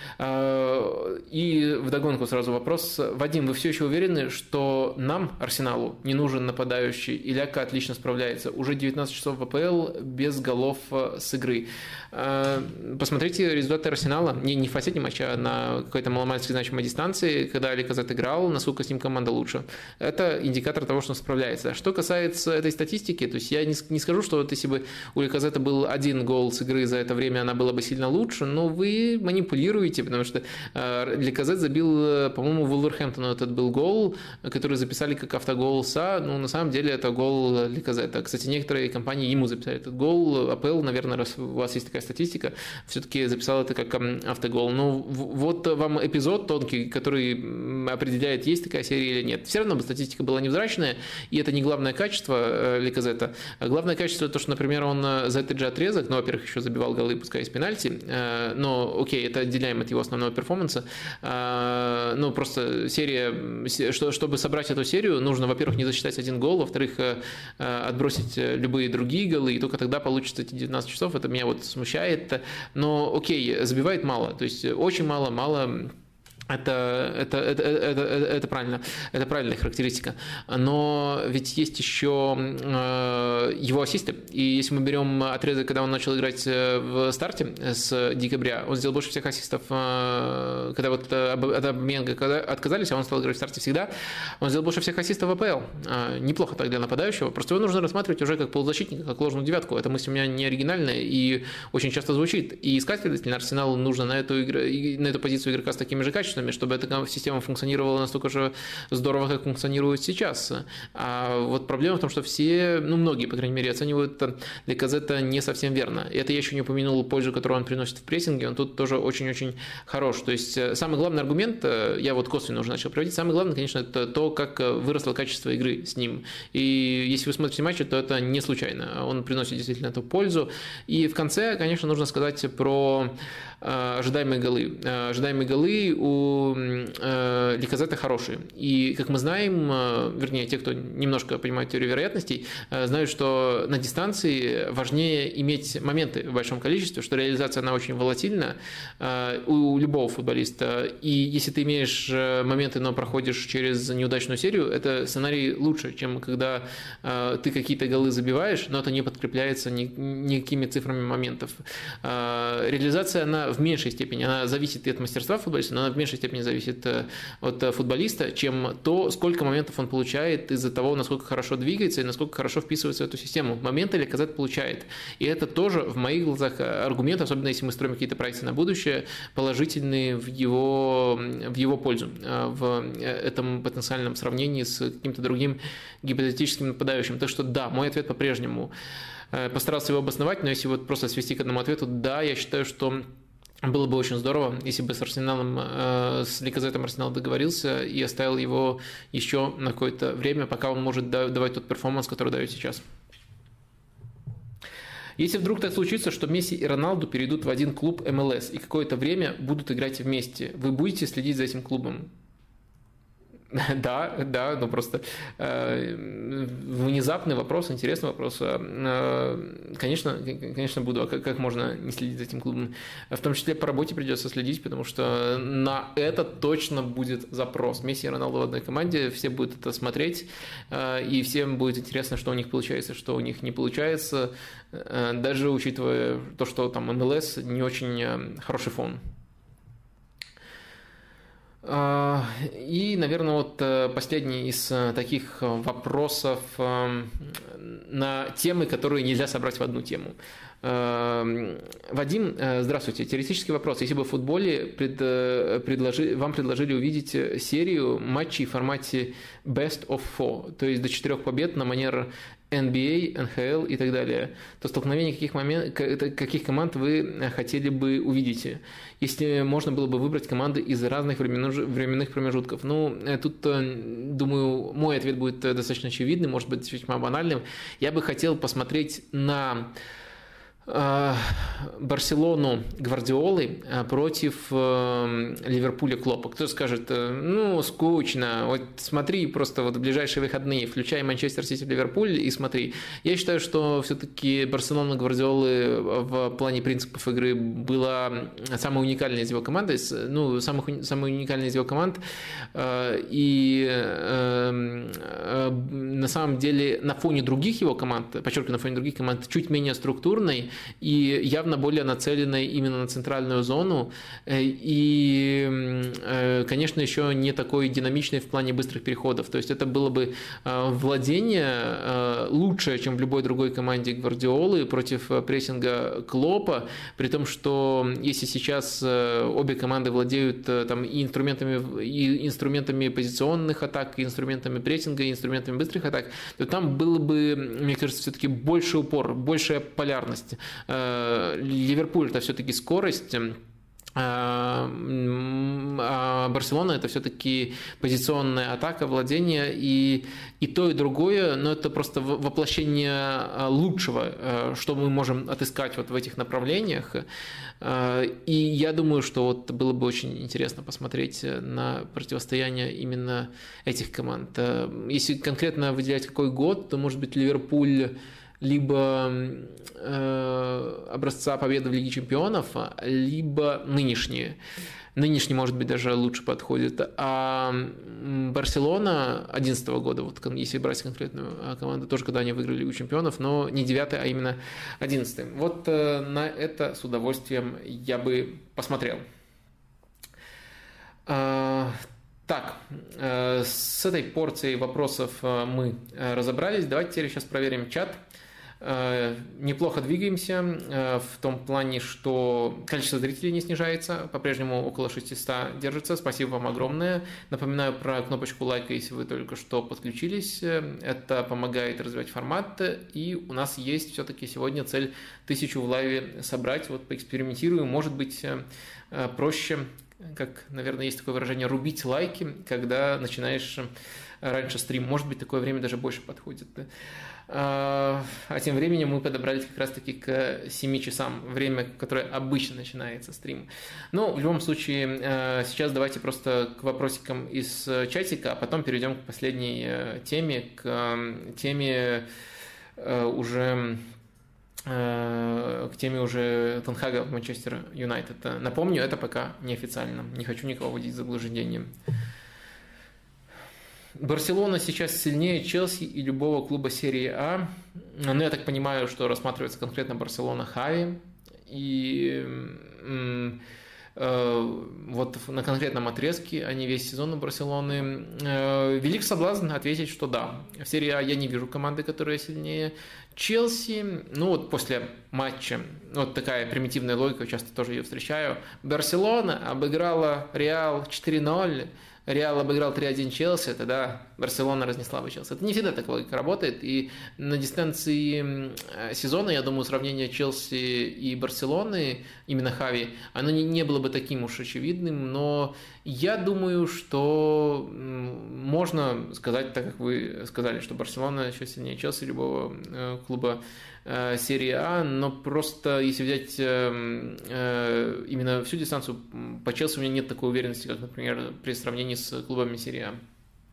Speaker 1: И вдогонку сразу вопрос. Вадим, вы все еще уверены, что нам, Арсеналу, не нужен нападающий, и Ляка отлично справляется? Уже девятнадцать часов в АПЛ без голов с игры. Посмотрите результаты Арсенала, не, не в последнем матче, а на какой-то маломальски значимой дистанции, когда Ликозет играл, насколько с ним команда лучше. Это индикатор того, что он справляется. Что касается этой статистики, то есть я не, не скажу, что вот если бы у Ликозета был один гол с игры за это время, она была бы сильно лучше, но вы манипулируете, потому что Ликозет забил, по-моему, Вулверхэмптону этот был гол, который записали как автогол СА, но на самом деле это гол Ликозета. Кстати, некоторые компании ему записали этот гол. АПЛ, наверное, раз у вас есть такая статистика, все-таки записал это как автогол. Ну, вот вам эпизод тонкий, который определяет, есть такая серия или нет. Все равно бы статистика была невзрачная, и это не главное качество Ликозета. Главное качество то, что, например, он за этот же отрезок, ну, во-первых, еще забивал голы, пускай из пенальти, но, окей, это отделяем от его основного перформанса. Ну, просто серия, чтобы собрать эту серию, нужно, во-первых, не засчитать один гол, во-вторых, отбросить любые другие голы, и только тогда получится эти девятнадцать часов. Это меня вот смущает. Но, окей, забивает мало, то есть очень мало, мало. Это, это, это, это, это, это правильно, это правильная характеристика. Но ведь есть еще э, его ассисты. И если мы берем отрезок, когда он начал играть в старте с декабря, он сделал больше всех ассистов, э, когда вот от Обменга отказались, а он стал играть в старте всегда, он сделал больше всех ассистов в АПЛ. Э, неплохо так для нападающего. Просто его нужно рассматривать уже как полузащитника, как ложную девятку. Эта мысль у меня не оригинальная и очень часто звучит. И искать, следовательно, Арсеналу нужно на эту, игру, на эту позицию игрока с такими же качествами, чтобы эта система функционировала настолько же здорово, как функционирует сейчас. А вот проблема в том, что все, ну, многие, по крайней мере, оценивают Ликозета не совсем верно. И это я еще не упомянул пользу, которую он приносит в прессинге, он тут тоже очень-очень хорош. То есть самый главный аргумент, я вот косвенно уже начал приводить, самый главный, конечно, это то, как выросло качество игры с ним. И если вы смотрите матчи, то это не случайно. Он приносит действительно эту пользу. И в конце, конечно, нужно сказать про ожидаемые голы. Ожидаемые голы у Ликозета хорошие. И, как мы знаем, вернее, те, кто немножко понимает теорию вероятностей, знают, что на дистанции важнее иметь моменты в большом количестве, что реализация, она очень волатильна у любого футболиста. И если ты имеешь моменты, но проходишь через неудачную серию, это сценарий лучше, чем когда ты какие-то голы забиваешь, но это не подкрепляется ни, никакими цифрами моментов. Реализация, она в меньшей степени, она зависит и от мастерства футболиста, но она в меньшей степени зависит от футболиста, чем то, сколько моментов он получает из-за того, насколько хорошо двигается и насколько хорошо вписывается в эту систему. Моменты Ликозет получает. И это тоже в моих глазах аргумент, особенно если мы строим какие-то проекты на будущее, положительные в его, в его пользу, в этом потенциальном сравнении с каким-то другим гипотетическим нападающим. Так что да, мой ответ по-прежнему. Постарался его обосновать, но если вот просто свести к одному ответу, да, я считаю, что было бы очень здорово, если бы с Арсеналом, с Ликозетом Арсенал договорился и оставил его еще на какое-то время, пока он может давать тот перформанс, который дает сейчас. Если вдруг так случится, что Месси и Роналду перейдут в один клуб эм эл эс и какое-то время будут играть вместе, вы будете следить за этим клубом? Да, да, ну просто э, внезапный вопрос, интересный вопрос. Э, конечно, конечно, буду. А как, как можно не следить за этим клубом? В том числе по работе придется следить, потому что на это точно будет запрос. Месси и Роналду в одной команде, все будут это смотреть, э, и всем будет интересно, что у них получается, что у них не получается, э, даже учитывая то, что там эм эл эс не очень хороший фон. И, наверное, вот последний из таких вопросов на темы, которые нельзя собрать в одну тему. Вадим, здравствуйте. Теоретический вопрос. Если бы в футболе пред, предложи, вам предложили увидеть серию матчей в формате best of four, то есть до четырех побед на манер эн би эй, эн эйч эл и так далее, то столкновение каких, момент, каких команд вы хотели бы увидеть, если можно было бы выбрать команды из разных временных промежутков? Ну, тут, думаю, мой ответ будет достаточно очевидный, может быть, весьма банальным. Я бы хотел посмотреть на Барселону Гвардиолы против Ливерпуля Клопа. Кто скажет, ну, скучно, вот смотри просто вот в ближайшие выходные, включай Манчестер Сити Ливерпуль и смотри. Я считаю, что все-таки Барселона Гвардиолы в плане принципов игры была самой уникальной из его команд, ну, самых, самой уникальной из его команд, и на самом деле на фоне других его команд, подчеркиваю, на фоне других команд, чуть менее структурной, и явно более нацеленной именно на центральную зону, и, конечно, еще не такой динамичной в плане быстрых переходов. То есть это было бы владение лучшее, чем в любой другой команде Гвардиолы против прессинга Клопа, при том, что если сейчас обе команды владеют там и инструментами, и инструментами позиционных атак, и инструментами прессинга, и инструментами быстрых атак, то там было бы, мне кажется, все-таки больше упор, большая полярность. Ливерпуль – это все-таки скорость, а Барселона – это все-таки позиционная атака, владение, и, и то, и другое, но это просто воплощение лучшего, что мы можем отыскать вот в этих направлениях. И я думаю, что вот было бы очень интересно посмотреть на противостояние именно этих команд. Если конкретно выделять какой год, то, может быть, Ливерпуль либо э, образца победы в Лиге Чемпионов, либо нынешние. Нынешний, может быть, даже лучше подходит. А Барселона две тысячи одиннадцатого года, вот если брать конкретную команду, тоже когда они выиграли Лигу Чемпионов, но не девятый, а именно одиннадцатый. Вот э, на это с удовольствием я бы посмотрел. А, Так, с этой порцией вопросов мы разобрались. Давайте теперь сейчас проверим чат. Неплохо двигаемся в том плане, что количество зрителей не снижается, по-прежнему около шестисот держится. Спасибо вам огромное. Напоминаю про кнопочку лайка, если вы только что подключились. Это помогает развивать формат. И у нас есть все-таки сегодня цель тысячу в лайве собрать. Вот поэкспериментируем. Может быть, проще, как, наверное, есть такое выражение, рубить лайки, когда начинаешь раньше стрим. Может быть, такое время даже больше подходит. А тем временем мы подобрались как раз-таки к семи часам, время, которое обычно начинается стрим. Но в любом случае, сейчас давайте просто к вопросикам из чатика, а потом перейдем к последней теме, к теме уже... к теме уже Тен Хага в Манчестер Юнайтед. Напомню, это пока неофициально. Не хочу никого вводить в заблуждение. Барселона сейчас сильнее Челси и любого клуба серии А. Но я так понимаю, что рассматривается конкретно Барселона Хави. И вот на конкретном отрезке, а не весь сезон у Барселоны, велик соблазн ответить, что да. В серии А я не вижу команды, которая сильнее. Челси, ну вот после матча, вот такая примитивная логика, часто тоже ее встречаю. Барселона обыграла Реал четыре ноль, Реал обыграл три один Челси, тогда Барселона разнесла бы Челси. Это не всегда так логика работает, и на дистанции сезона, я думаю, сравнение Челси и Барселоны, именно Хави, оно не, не было бы таким уж очевидным, но я думаю, что можно сказать, так как вы сказали, что Барселона еще сильнее Челси, любого клуба серии А, но просто если взять именно всю дистанцию, по Челси у меня нет такой уверенности, как, например, при сравнении с клубами серии А.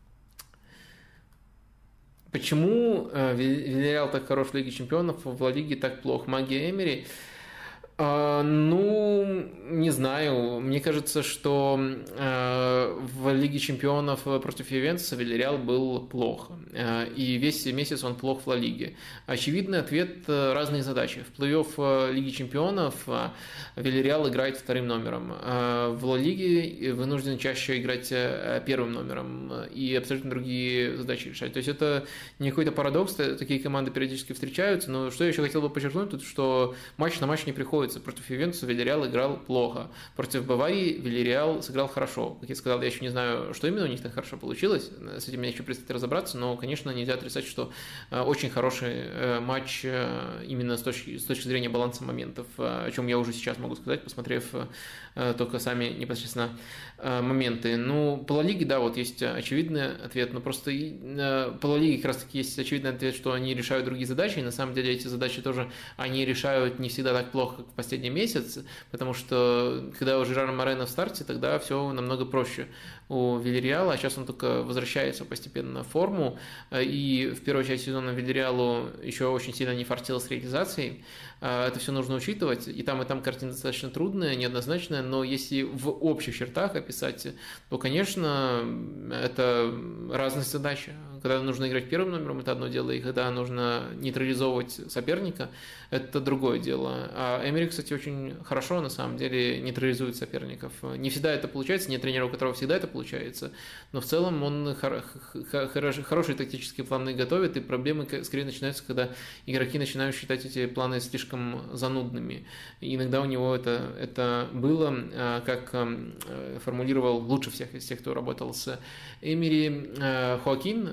Speaker 1: Почему Вильярреал так хорош в Лиге Чемпионов, в Ла Лиге так плохо? Магия Эмери? А, ну, не знаю. Мне кажется, что э, в Лиге Чемпионов против Ювентуса Вильярреал был плох. Э, и весь месяц он плох в Ла Лиге. Очевидный ответ – разные задачи. В плей-офф Лиги Чемпионов Вильярреал играет вторым номером. Э, в Ла Лиге вынужден чаще играть первым номером и абсолютно другие задачи решать. То есть это не какой-то парадокс. Такие команды периодически встречаются. Но что я еще хотел бы подчеркнуть, тут, что матч на матч не приходит. Против Ювентуса Вильярреал играл плохо. Против Баварии Вильярреал сыграл хорошо. Как я сказал, я еще не знаю, что именно у них так хорошо получилось. С этим мне еще предстоит разобраться, но, конечно, нельзя отрицать, что очень хороший матч именно с точки, с точки зрения баланса моментов, о чем я уже сейчас могу сказать, посмотрев только сами непосредственно моменты. Ну, по Ла Лиге, да, вот есть очевидный ответ, но просто по Ла Лиге как раз таки есть очевидный ответ, что они решают другие задачи, и на самом деле эти задачи тоже они решают не всегда так плохо, как в последний месяц, потому что когда у Жерара Морено в старте, тогда все намного проще у Вильярреала, а сейчас он только возвращается постепенно в форму, и в первой части сезона Вильярреалу еще очень сильно не фартило с реализацией. Это все нужно учитывать, и там, и там картина достаточно трудная, неоднозначная, но если в общих чертах описать, то, конечно, это разность задач. Когда нужно играть первым номером, это одно дело, и когда нужно нейтрализовывать соперника, это другое дело. А Эмери, кстати, очень хорошо, на самом деле, нейтрализует соперников. Не всегда это получается, нет тренера, у которого всегда это получается, но в целом он хор- хор- хорошие тактические планы готовит, и проблемы скорее начинаются, когда игроки начинают считать эти планы слишком занудными. И иногда у него это, это было, как формулировал лучше всех из тех, кто работал с Эмери, Хоакин.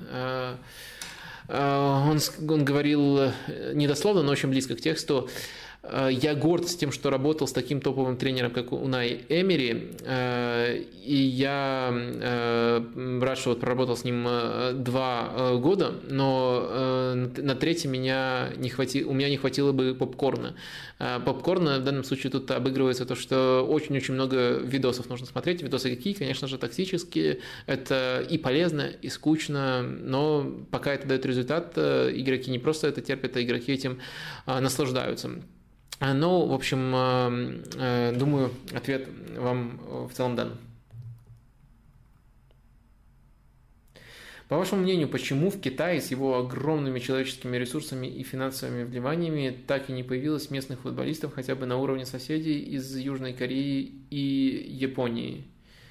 Speaker 1: Он, он говорил недословно, но очень близко к тексту: «Я горд с тем, что работал с таким топовым тренером, как Унай Эмери, и я рад, что вот проработал с ним два года, но на третьем меня не хвати... у меня не хватило бы попкорна». Попкорна в данном случае тут обыгрывается то, что очень-очень много видосов нужно смотреть. Видосы какие? Конечно же, тактические. Это и полезно, и скучно, но пока это дает результат, игроки не просто это терпят, а игроки этим наслаждаются. Ну, в общем, думаю, ответ вам в целом дан. По вашему мнению, почему в Китае с его огромными человеческими ресурсами и финансовыми вливаниями так и не появилось местных футболистов хотя бы на уровне соседей из Южной Кореи и Японии?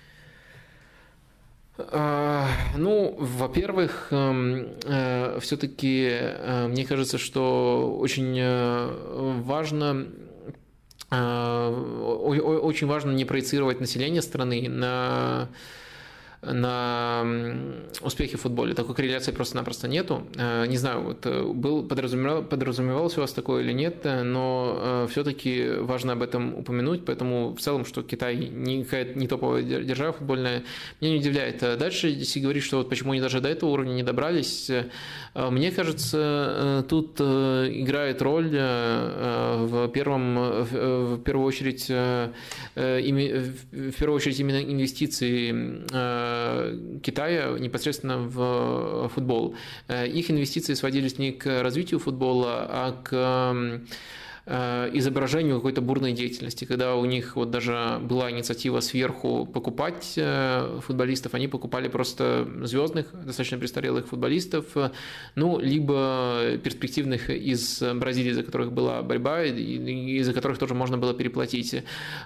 Speaker 1: Ну, во-первых, все-таки мне кажется, что очень важно, очень важно не проецировать население страны на на успехи в футболе. Такой корреляции просто-напросто нету. Не знаю, вот был, подразумевал, подразумевалось у вас такое или нет, но все-таки важно об этом упомянуть, поэтому в целом, что Китай не, не топовая держава футбольная, меня не удивляет. Дальше, если говорить, что вот почему они даже до этого уровня не добрались, мне кажется, тут играет роль в, первом, в первую очередь, в первую очередь именно инвестиции Китая непосредственно в футбол. Их инвестиции сводились не к развитию футбола, а к изображению какой-то бурной деятельности, когда у них вот даже была инициатива сверху покупать футболистов, они покупали просто звездных, достаточно престарелых футболистов, ну, либо перспективных из Бразилии, за которых была борьба, и из-за которых тоже можно было переплатить.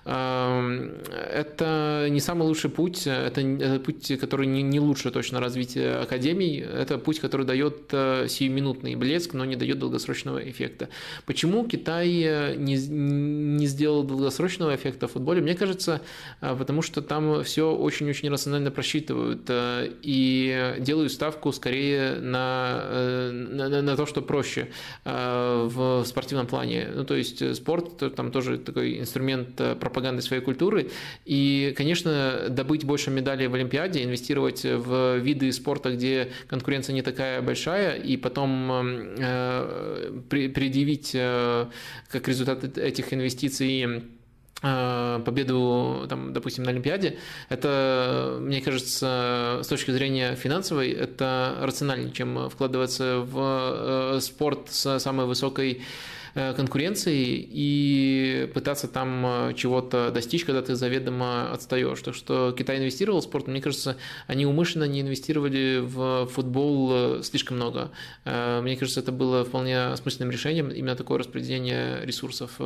Speaker 1: Это не самый лучший путь, это путь, который не лучше точно развития академий, это путь, который дает сиюминутный блеск, но не дает долгосрочного эффекта. Почему Китай не, не сделал долгосрочного эффекта в футболе? Мне кажется, потому что там все очень-очень рационально просчитывают и делают ставку скорее на, на, на то, что проще в спортивном плане. Ну, то есть спорт там тоже такой инструмент пропаганды своей культуры. И, конечно, добыть больше медалей в Олимпиаде, инвестировать в виды спорта, где конкуренция не такая большая, и потом предъявить как результат этих инвестиций победу, там, допустим, на Олимпиаде, это, мне кажется, с точки зрения финансовой, это рациональнее, чем вкладываться в спорт с самой высокой конкуренцией и пытаться там чего-то достичь, когда ты заведомо отстаешь. Так что Китай инвестировал в спорт, мне кажется, они умышленно не инвестировали в футбол слишком много. Мне кажется, это было вполне осмысленным решением, именно такое распределение ресурсов.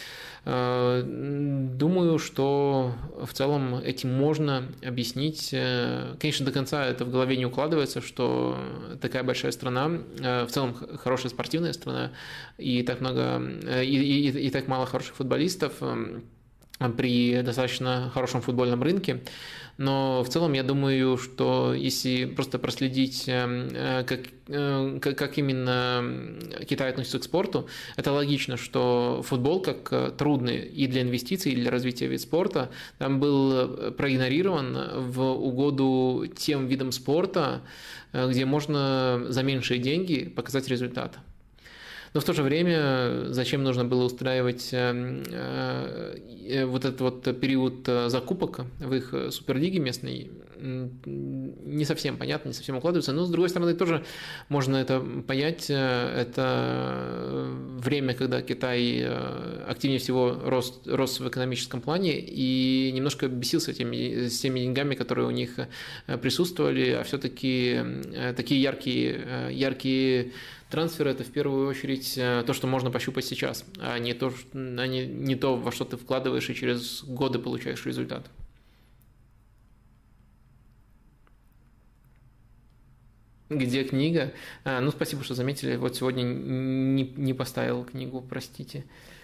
Speaker 1: Думаю, что в целом этим можно объяснить. Конечно, до конца это в голове не укладывается, что такая большая страна, в целом хорошая спортивная страна, и так много, и, и, и так мало хороших футболистов при достаточно хорошем футбольном рынке. Но в целом я думаю, что если просто проследить, как, как именно Китай относится к спорту, это логично, что футбол, как трудный и для инвестиций, и для развития вида спорта, там был проигнорирован в угоду тем видам спорта, где можно за меньшие деньги показать результат. Но в то же время зачем нужно было устраивать вот этот вот период закупок в их суперлиге местной, не совсем понятно, не совсем укладывается. Но, с другой стороны, тоже можно это понять. Это время, когда Китай активнее всего рос, рос в экономическом плане и немножко бесился теми, с теми деньгами, которые у них присутствовали, а все-таки такие яркие, яркие трансферы – это в первую очередь то, что можно пощупать сейчас, а не то, а не, не то, во что ты вкладываешь и через годы получаешь результат. Где книга? А, ну, спасибо, что заметили. Вот сегодня не, не поставил книгу, простите.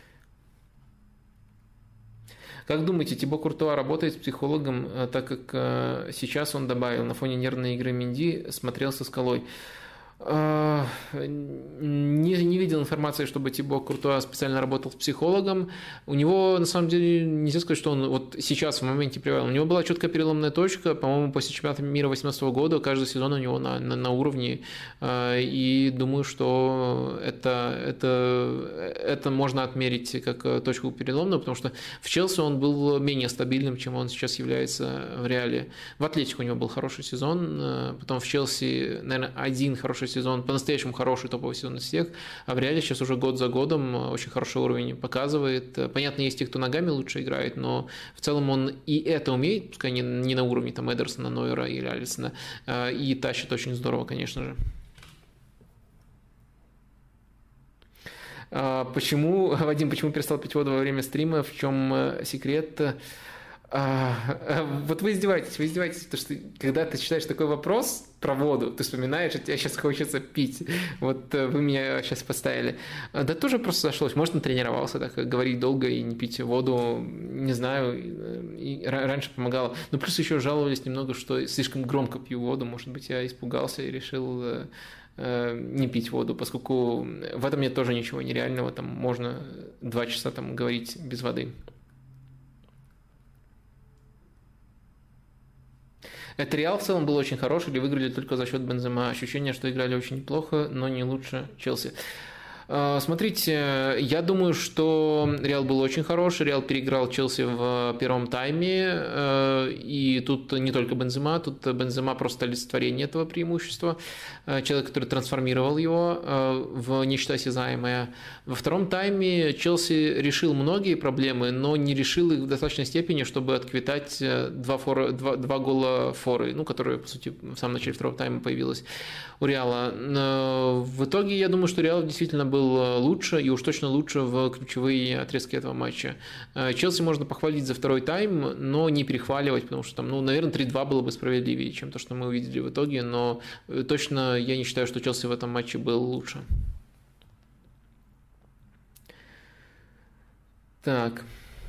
Speaker 1: Как думаете, Тибо Куртуа работает с психологом, так как сейчас он добавил, на фоне нервной игры Менди смотрелся скалой? Не, не видел информации, чтобы Тибо Куртуа специально работал с психологом. У него, на самом деле, нельзя сказать, что он вот сейчас, в моменте привал. У него была четкая переломная точка, по-моему, после чемпионата мира две тысячи восемнадцатого года, каждый сезон у него на, на, на уровне. И думаю, что это, это, это можно отмерить как точку переломную, потому что в Челси он был менее стабильным, чем он сейчас является в Реале. В Атлетико у него был хороший сезон, потом в Челси, наверное, один хороший сезон, по-настоящему хороший топовый сезон из всех, а в Реале сейчас уже год за годом очень хороший уровень показывает. Понятно, есть те, кто ногами лучше играет, но в целом он и это умеет, пускай не, не на уровне там Эдерсона, Нойера или Алисона, и тащит очень здорово, конечно же. Почему, Вадим, почему перестал пить воду во время стрима? В чем секрет? Вот вы издеваетесь, вы издеваетесь, потому что когда ты читаешь такой вопрос про воду, ты вспоминаешь, что тебе сейчас хочется пить. Вот вы меня сейчас поставили. Да тоже просто зашлось. Может, натренировался так, говорить долго и не пить воду. Не знаю, и раньше помогало. Но плюс еще жаловались немного, что слишком громко пью воду. Может быть, я испугался и решил не пить воду, поскольку в этом нет тоже ничего нереального. Там можно два часа там говорить без воды. Это Реал в целом был очень хороший, или выиграли только за счет Бензема. Ощущение, что играли очень неплохо, но не лучше Челси. Смотрите, я думаю, что Реал был очень хороший. Реал переиграл Челси в первом тайме. И тут не только Бензема, тут Бензема просто олицетворение этого преимущества. Человек, который трансформировал его в нечто осязаемое. Во втором тайме Челси решил многие проблемы, но не решил их в достаточной степени, чтобы отквитать два, фора, два, два гола форы, ну, которые, по сути, в самом начале второго тайма появилось у Реала. В итоге, я думаю, что Реал действительно был лучше, и уж точно лучше в ключевые отрезки этого матча. Челси можно похвалить за второй тайм, но не перехваливать, потому что там, ну, наверное, три-два было бы справедливее, чем то, что мы увидели в итоге, но точно я не считаю, что Челси в этом матче был лучше. Так.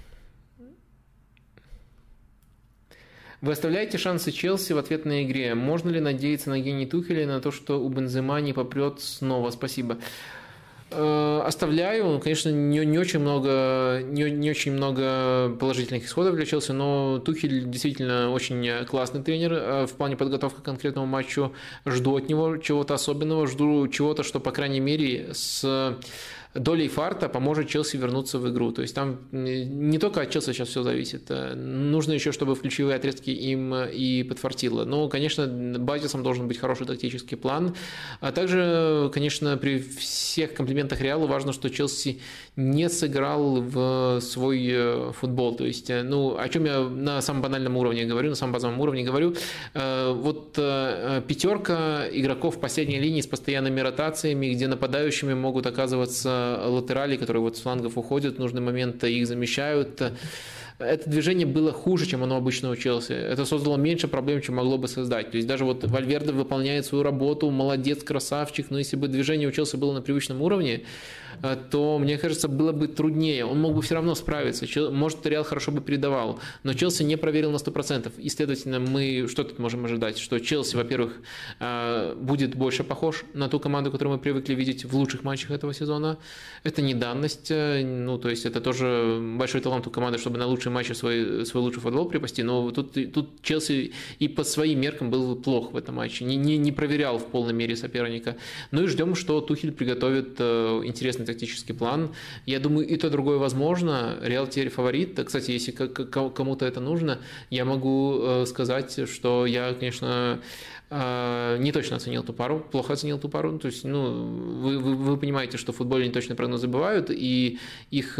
Speaker 1: Вы оставляете шансы Челси в ответной игре? Можно ли надеяться на гений Тухеля и на то, что у Бензема не попрет снова? Спасибо. Оставляю, конечно, не, не очень много, не, не очень много положительных исходов для Челси, но Тухель действительно очень классный тренер в плане подготовки к конкретному матчу. Жду от него чего-то особенного, жду чего-то, что, по крайней мере, с долей фарта поможет Челси вернуться в игру. То есть там не только от Челси сейчас все зависит. Нужно еще, чтобы в ключевые отрезки им и подфартило. Но, конечно, базисом должен быть хороший тактический план. А также, конечно, при всех комплиментах Реалу важно, что Челси не сыграл в свой футбол. То есть, ну, о чем я на самом банальном уровне говорю, на самом базовом уровне говорю. Вот пятерка игроков в последней линии с постоянными ротациями, где нападающими могут оказываться латерали, которые вот с флангов уходят, в нужный момент их замещают. Это движение было хуже, чем оно обычно у Челси. Это создало меньше проблем, чем могло бы создать. То есть даже вот Вальверде выполняет свою работу, молодец, красавчик, но если бы движение у Челси было на привычном уровне, то, мне кажется, было бы труднее. Он мог бы все равно справиться. Может, Реал хорошо бы передавал. Но Челси не проверил на сто процентов. И, следовательно, мы что тут можем ожидать? Что Челси, во-первых, будет больше похож на ту команду, которую мы привыкли видеть в лучших матчах этого сезона. Это не данность. Ну, то есть, это тоже большой талант у команды, чтобы на лучшие матчи свой, свой лучший футбол припасти. Но тут, тут Челси и по своим меркам был плох в этом матче. Не, не, не проверял в полной мере соперника. Ну и ждем, что Тухель приготовит интересный тактический план. Я думаю, и то, и другое возможно. Реал теперь фаворит. Кстати, если кому-то это нужно, я могу сказать, что я, конечно, не точно оценил ту пару, плохо оценил ту пару. То есть, ну, вы, вы, вы понимаете, что в футболе неточные прогнозы бывают, и их...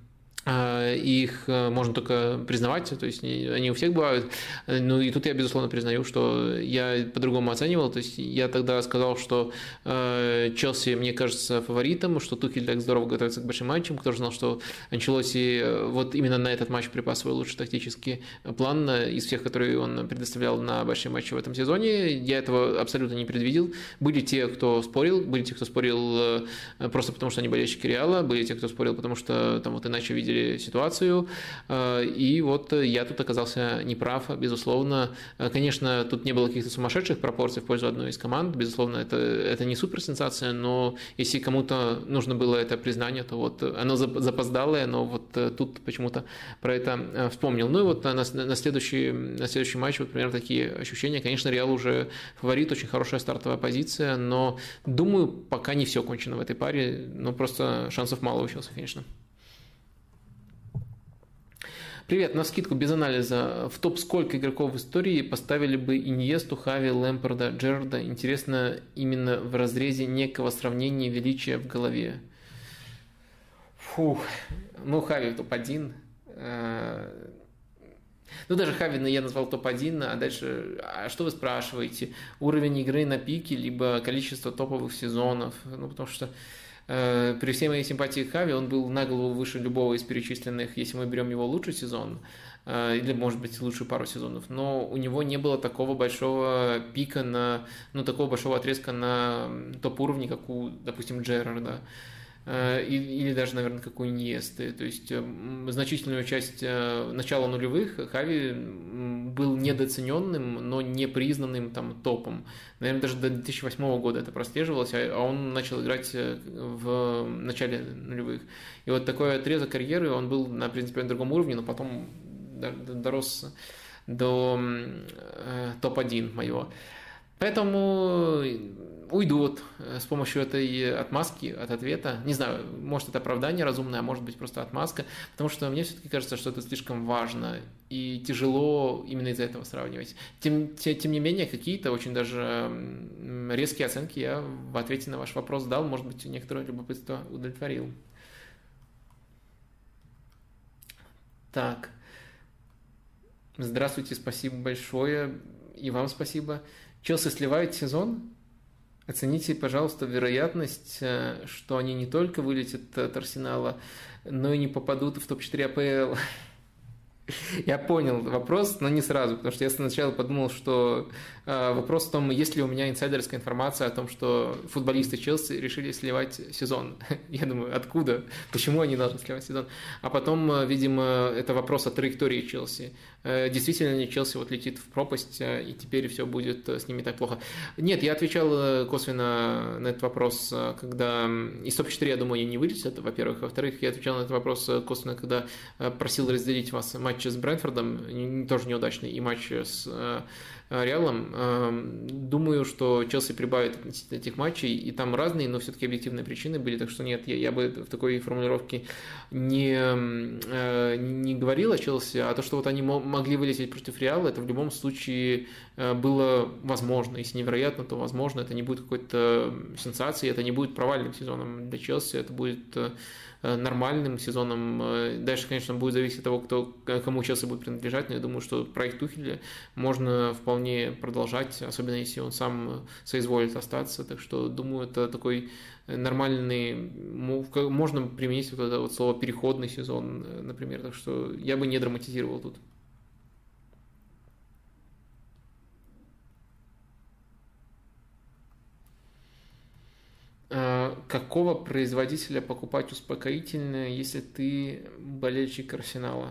Speaker 1: их можно только признавать, то есть они у всех бывают. Ну и тут я, безусловно, признаю, что я по-другому оценивал. То есть я тогда сказал, что Челси, мне кажется, фаворитом, что Тухель так здорово готовится к большим матчам. Кто же знал, что Анчелотти вот именно на этот матч припас свой лучший тактический план из всех, которые он предоставлял на большие матчи в этом сезоне. Я этого абсолютно не предвидел. Были те, кто спорил, были те, кто спорил просто потому, что они болельщики Реала, были те, кто спорил, потому что там вот иначе видели ситуацию, и вот я тут оказался неправ, безусловно. Конечно, тут не было каких-то сумасшедших пропорций в пользу одной из команд, безусловно, это, это не суперсенсация, но если кому-то нужно было это признание, то вот оно запоздалое, но вот тут почему-то про это вспомнил. Ну и вот на, на, следующий, на следующий матч вот примерно такие ощущения. Конечно, Реал уже фаворит, очень хорошая стартовая позиция, но думаю, пока не все кончено в этой паре, но просто шансов мало у Челси, конечно. Привет, навскидку без анализа. В топ сколько игроков в истории поставили бы Иньесту, Хави, Лэмпарда, Джерарда? Интересно, именно в разрезе некого сравнения величия в голове. Фух, ну Хави в топ один. Ну, даже Хави я назвал топ один, а дальше, а что вы спрашиваете? Уровень игры на пике, либо количество топовых сезонов? Ну, потому что при всей моей симпатии к Хави, он был на голову выше любого из перечисленных, если мы берем его лучший сезон, или, может быть, лучшую пару сезонов, но у него не было такого большого пика, на, ну, такого большого отрезка на топ-уровне, как у, допустим, Джерарда. Или даже, наверное, как у Иньесты. То есть значительную часть начала нулевых Хави был недооцененным, но не признанным там топом. Наверное, даже до две тысячи восьмого года это прослеживалось, а он начал играть в начале нулевых. И вот такой отрезок карьеры, он был на принципиально другом уровне, но потом дорос до топ один моего. Поэтому уйду вот с помощью этой отмазки от ответа. Не знаю, может, это оправдание разумное, а может быть, просто отмазка, потому что мне все-таки кажется, что это слишком важно и тяжело именно из-за этого сравнивать. Тем, тем не менее, какие-то очень даже резкие оценки я в ответе на ваш вопрос дал, может быть, некоторое любопытство удовлетворил. Так. Здравствуйте, спасибо большое. И вам спасибо. Челси сливает сезон? Оцените, пожалуйста, вероятность, что они не только вылетят от Арсенала, но и не попадут в топ четыре АПЛ. Я понял вопрос, но не сразу, потому что я сначала подумал, что э, вопрос в том, есть ли у меня инсайдерская информация о том, что футболисты Челси решили сливать сезон. Я думаю, откуда? Почему они должны сливать сезон? А потом, видимо, это вопрос о траектории Челси. Э, действительно ли Челси вот летит в пропасть, э, и теперь все будет с ними так плохо? Нет, я отвечал косвенно на этот вопрос, когда из топ четыре, я думаю, они не вылетят, во-первых. Во-вторых, я отвечал на этот вопрос косвенно, когда просил разделить вас матч с Брентфордом, тоже неудачный, и матч с Реалом. Думаю, что Челси прибавит этих матчей, и там разные, но все-таки объективные причины были, так что нет, я, я бы в такой формулировке не, не говорил о Челси, а то, что вот они могли вылететь против Реала, это в любом случае было возможно. Если невероятно, то возможно, это не будет какой-то сенсацией, это не будет провальным сезоном для Челси, это будет нормальным сезоном. Дальше, конечно, будет зависеть от того, кто, кому Челси будет принадлежать, но я думаю, что проект Тухеля можно вполне продолжать, особенно если он сам соизволит остаться. Так что, думаю, это такой нормальный, можно применить вот это вот слово «переходный сезон», например. Так что я бы не драматизировал тут. Какого производителя покупать успокоительное, если ты болельщик Арсенала?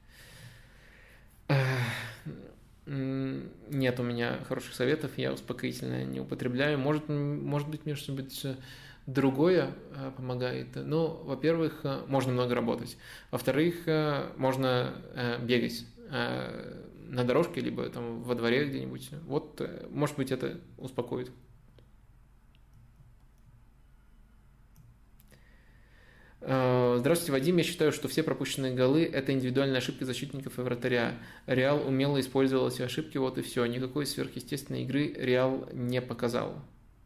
Speaker 1: Нет у меня хороших советов, я успокоительное не употребляю. Может, может быть, мне что-нибудь другое помогает. Ну, во-первых, можно много работать. Во-вторых, можно бегать на дорожке, либо там во дворе где-нибудь. Вот, может быть, это успокоит. Здравствуйте, Вадим. Я считаю, что все пропущенные голы – это индивидуальные ошибки защитников и вратаря. Реал умело использовал эти ошибки, вот и все. Никакой сверхъестественной игры Реал не показал.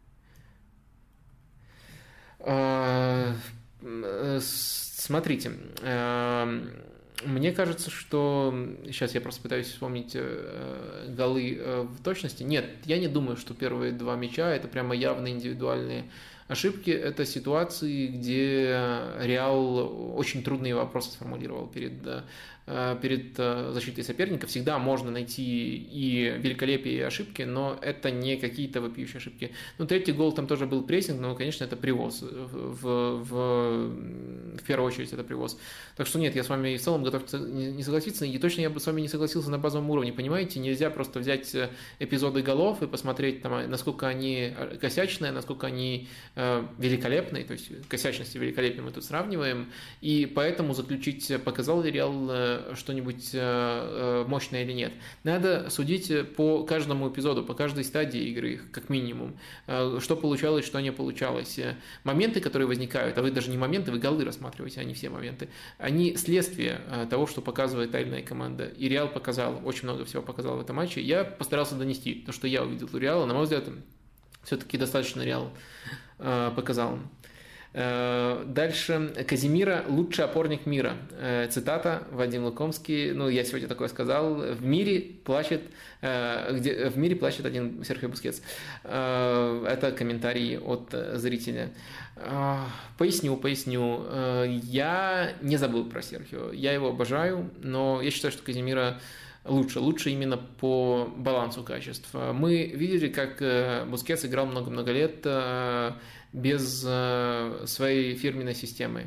Speaker 1: Смотрите, мне кажется, что... Сейчас я просто пытаюсь вспомнить голы в точности. Нет, я не думаю, что первые два мяча – это прямо явно индивидуальные ошибки. Это ситуации, где Реал очень трудные вопросы сформулировал перед, перед защитой соперника. Всегда можно найти и великолепие, и ошибки, но это не какие-то вопиющие ошибки. Ну, третий гол там тоже был прессинг, но, конечно, это привоз. В, в, в первую очередь это привоз. Так что нет, я с вами в целом готов не согласиться, и точно я бы с вами не согласился на базовом уровне. Понимаете, нельзя просто взять эпизоды голов и посмотреть, там, насколько они косячные, насколько они великолепные, то есть косячность и великолепие мы тут сравниваем, и поэтому заключить, показал ли Реал что-нибудь мощное или нет. Надо судить по каждому эпизоду, по каждой стадии игры, как минимум, что получалось, что не получалось. Моменты, которые возникают, а вы даже не моменты, вы голы рассматриваете, а не все моменты, они следствие того, что показывает та или иная команда. И Реал показал, очень много всего показал в этом матче. Я постарался донести то, что я увидел у Реала. На мой взгляд, все-таки достаточно Реал показал. Дальше. Казимира – лучший опорник мира. Цитата, Вадим Лукомский. Ну, я сегодня такое сказал. В мире плачет, где, в мире плачет один Серхио Бускетс. Это комментарий от зрителя. Поясню, поясню. Я не забыл про Серхио. Я его обожаю, но я считаю, что Казимира лучше. Лучше именно по балансу качеств. Мы видели, как Бускетс играл много-много лет без своей фирменной системы.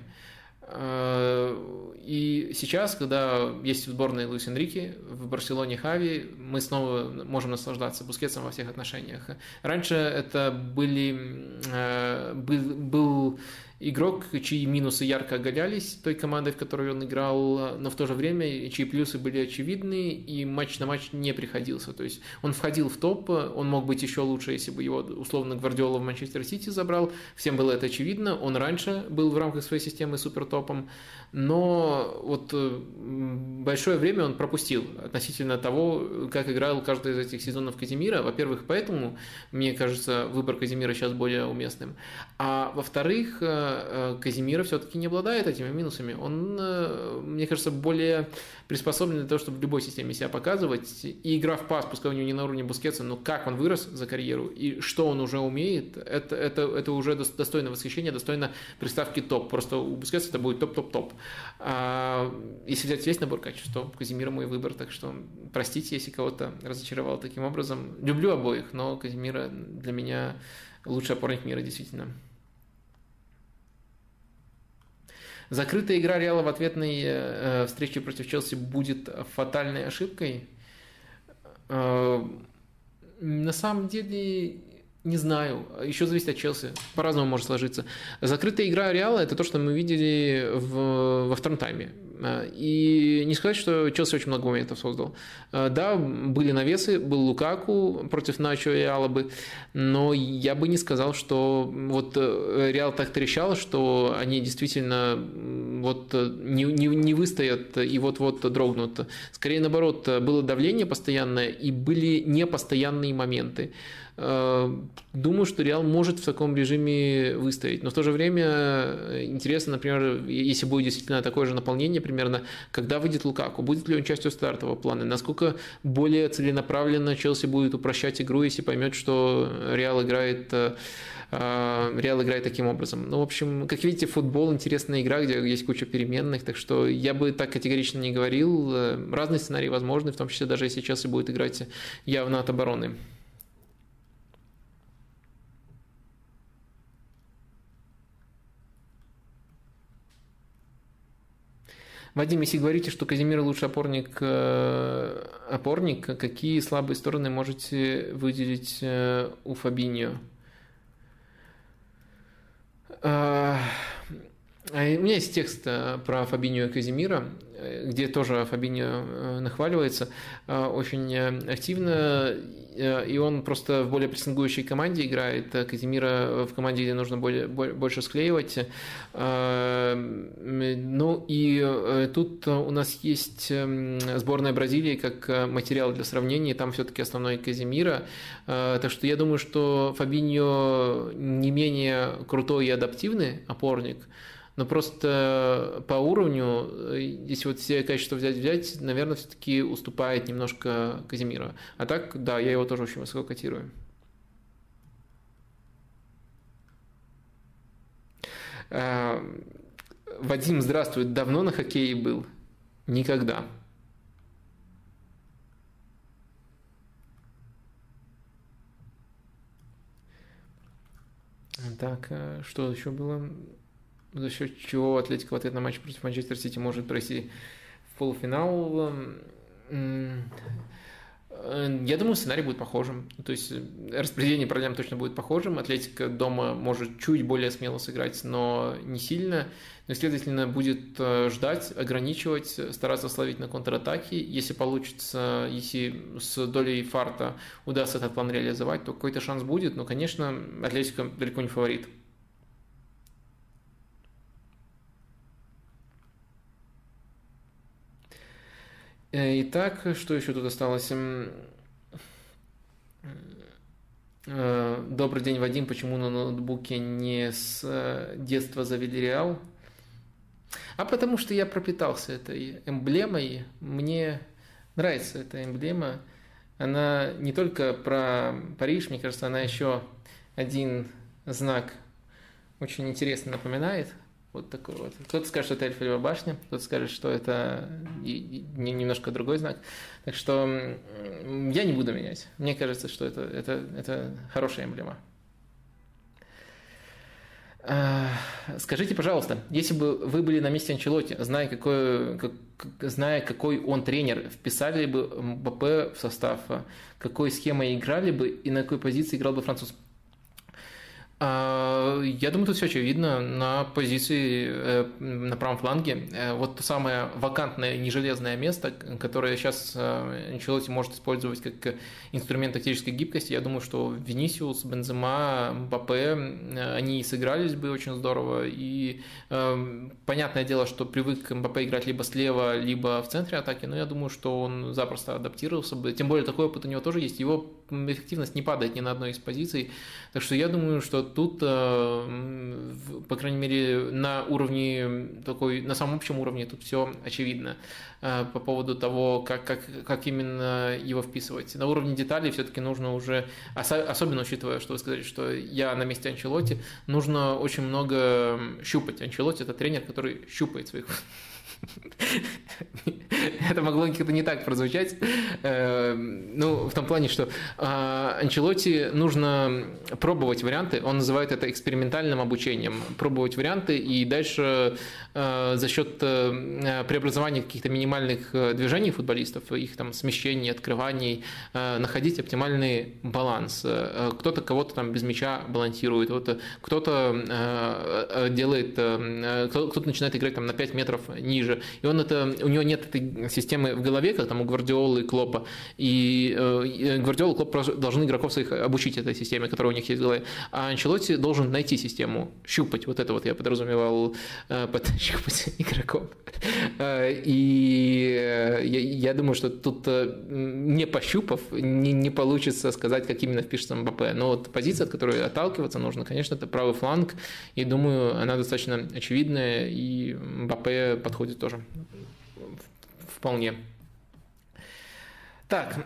Speaker 1: И сейчас, когда есть в сборной Луис Энрике, в Барселоне Хави, мы снова можем наслаждаться Бускетсом во всех отношениях. Раньше это были, был, был игрок, чьи минусы ярко оголялись той командой, в которой он играл, но в то же время чьи плюсы были очевидны, и матч на матч не приходился. То есть он входил в топ, он мог быть еще лучше, если бы его условно Гвардиола в Манчестер Сити забрал. Всем было это очевидно. Он раньше был в рамках своей системы супертопом, но вот большое время он пропустил относительно того, как играл каждый из этих сезонов Казимира. Во-первых, поэтому, мне кажется, выбор Казимира сейчас более уместным. А во-вторых, Казимира все-таки не обладает этими минусами. Он, мне кажется, более приспособлен для того, чтобы в любой системе себя показывать. И игра в пас, пускай у него не на уровне Бускетса, но как он вырос за карьеру и что он уже умеет, это, это, это уже достойно восхищения, достойно приставки топ. Просто у Бускетса это будет топ-топ-топ. А если взять весь набор качеств, то Казимира мой выбор. Так что простите, если кого-то разочаровал таким образом. Люблю обоих, но Казимира для меня лучший опорник мира, действительно. Закрытая игра Реала в ответной э, встрече против Челси будет фатальной ошибкой? Э, на самом деле, не знаю. Еще зависит от Челси. По-разному может сложиться. Закрытая игра Реала – это то, что мы видели в, во втором тайме. И не сказать, что Челси очень много моментов создал. Да, были навесы, был Лукаку против Начо и Алабы, но я бы не сказал, что вот Реал так трещал, что они действительно вот не, не, не выстоят и вот-вот дрогнут. Скорее наоборот, было давление постоянное и были непостоянные моменты. Думаю, что Реал может в таком режиме выстоять. Но в то же время интересно, например, если будет действительно такое же наполнение примерно, когда выйдет Лукаку, будет ли он частью стартового плана, насколько более целенаправленно Челси будет упрощать игру, если поймет, что Реал играет... Реал играет таким образом. Ну, в общем, как видите, футбол — интересная игра, где есть куча переменных, так что я бы так категорично не говорил. Разные сценарии возможны, в том числе даже если Челси будет играть явно от обороны. Вадим, если говорите, что Казимиро лучший опорник, опорник, какие слабые стороны можете выделить у Фабиньо? У меня есть текст про Фабиньо и Казимиро, где тоже Фабиньо нахваливается очень активно, и он просто в более прессингующей команде играет, Казимиро в команде, где нужно более, больше склеивать. Ну и тут у нас есть сборная Бразилии как материал для сравнения, там все-таки основной Казимиро, так что я думаю, что Фабиньо не менее крутой и адаптивный опорник, но просто по уровню, если вот все качества взять, взять, наверное, все-таки уступает немножко Казимиро. А так, да, я его тоже очень высоко котирую. Вадим, здравствуй. Давно на хоккее был? Никогда. Так, что еще было? За счет чего Атлетико в ответ на матч против Манчестер Сити может пройти в полуфинал? Я думаю, сценарий будет похожим. То есть распределение проблем точно будет похожим. Атлетико дома может чуть более смело сыграть, но не сильно. Но, следовательно, будет ждать, ограничивать, стараться словить на контратаке. Если получится, если с долей фарта удастся этот план реализовать, то какой-то шанс будет. Но, конечно, Атлетико далеко не фаворит. Итак, что еще тут осталось? Добрый день, Вадим. Почему на ноутбуке не с детства завели Реал? А потому что я пропитался этой эмблемой. Мне нравится эта эмблема. Она не только про Париж, мне кажется, она еще один знак очень интересно напоминает. Вот такой вот. Кто-то скажет, что это Эльфовая башня, кто-то скажет, что это немножко другой знак. Так что я не буду менять. Мне кажется, что это, это, это хорошая эмблема. Скажите, пожалуйста, если бы вы были на месте Анчелотти, зная какой, как, зная, какой он тренер, вписали бы МБАППе в состав, какой схемой играли бы и на какой позиции играл бы француз? Я думаю, тут все очевидно. На позиции на правом фланге вот то самое вакантное нежелезное место, которое сейчас Анчелотти может использовать как инструмент тактической гибкости. Я думаю, что Винисиус, Бензема, МБАППе, они сыгрались бы очень здорово. И понятное дело, что привык МБАППе играть либо слева, либо в центре атаки, но я думаю, что он запросто адаптировался бы. Тем более такой опыт у него тоже есть. Его эффективность не падает ни на одной из позиций. Так что я думаю, что тут, по крайней мере, на уровне такой, на самом общем уровне тут все очевидно по поводу того, как, как, как именно его вписывать. На уровне деталей все-таки нужно уже, особенно учитывая, что вы сказали, что я на месте Анчелотти, нужно очень много щупать. Анчелотти – это тренер, который щупает своих... Это могло как-то не так прозвучать. Ну, в том плане, что Анчелотти нужно пробовать варианты. Он называет это экспериментальным обучением. Пробовать варианты и дальше за счет преобразования каких-то минимальных движений футболистов, их там смещений, открываний, находить оптимальный баланс. Кто-то кого-то там без мяча балансирует, вот кто-то делает, кто-то начинает играть там на пять метров ниже ниже, и он это, у него нет этой системы в голове, как там у Гвардиолы и Клопа, и, и Гвардиола и Клоп должны игроков своих обучить этой системе, которая у них есть в голове, а Анчелотти должен найти систему, щупать, вот это вот я подразумевал, под щупать игроков. И я, я думаю, что тут не пощупав, не, не получится сказать, как именно впишется Мбаппе. Но вот позиция, от которой отталкиваться нужно, конечно, это правый фланг. И думаю, она достаточно очевидная, и Мбаппе подходит тоже вполне. Так,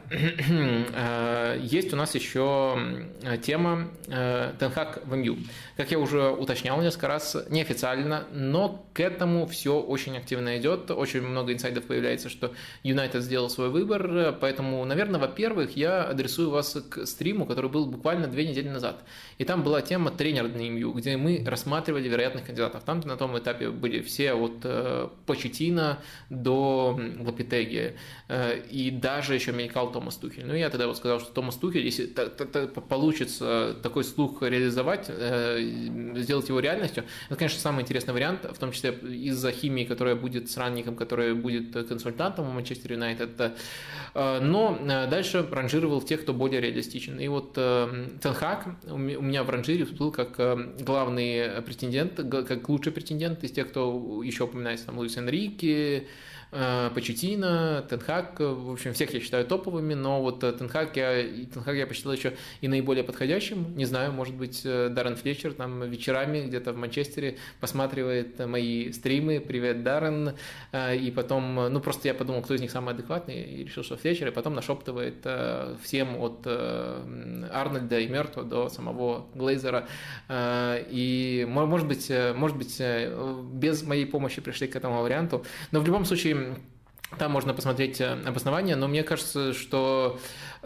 Speaker 1: есть у нас еще тема Тен Хаг в эм ю. Как я уже уточнял несколько раз, неофициально, но к этому все очень активно идет. Очень много инсайдов появляется, что Юнайтед сделал свой выбор. Поэтому, наверное, во-первых, я адресую вас к стриму, который был буквально две недели назад. И там была тема «Тренер на эм ю», где мы рассматривали вероятных кандидатов. Там на том этапе были все от Почеттино до Лопетеги. И даже еще мелькал Томас Тухель. Ну, я тогда вот сказал, что Томас Тухель, если получится такой слух реализовать, сделать его реальностью, это, конечно, самый интересный вариант, в том числе из-за химии, которая будет с Ранником, который будет консультантом в Манчестер Юнайтед. Но дальше ранжировал тех, кто более реалистичен. И вот Тен Хаг у меня в ранжире был как главный претендент, как лучший претендент из тех, кто еще упоминается, там, Луис Энрике, Почеттино, Тен Хаг, в общем, всех я считаю топовыми, но вот Тен Хаг я, Тен Хаг я посчитал еще и наиболее подходящим. Не знаю, может быть, Даррен Флетчер там вечерами где-то в Манчестере посматривает мои стримы, привет, Даррен, и потом, ну, просто я подумал, кто из них самый адекватный, и решил, что Флетчер, и потом нашептывает всем от Арнольда и Мертва до самого Глейзера, и, может быть, может быть, без моей помощи пришли к этому варианту, но в любом случае там можно посмотреть обоснования, но мне кажется, что,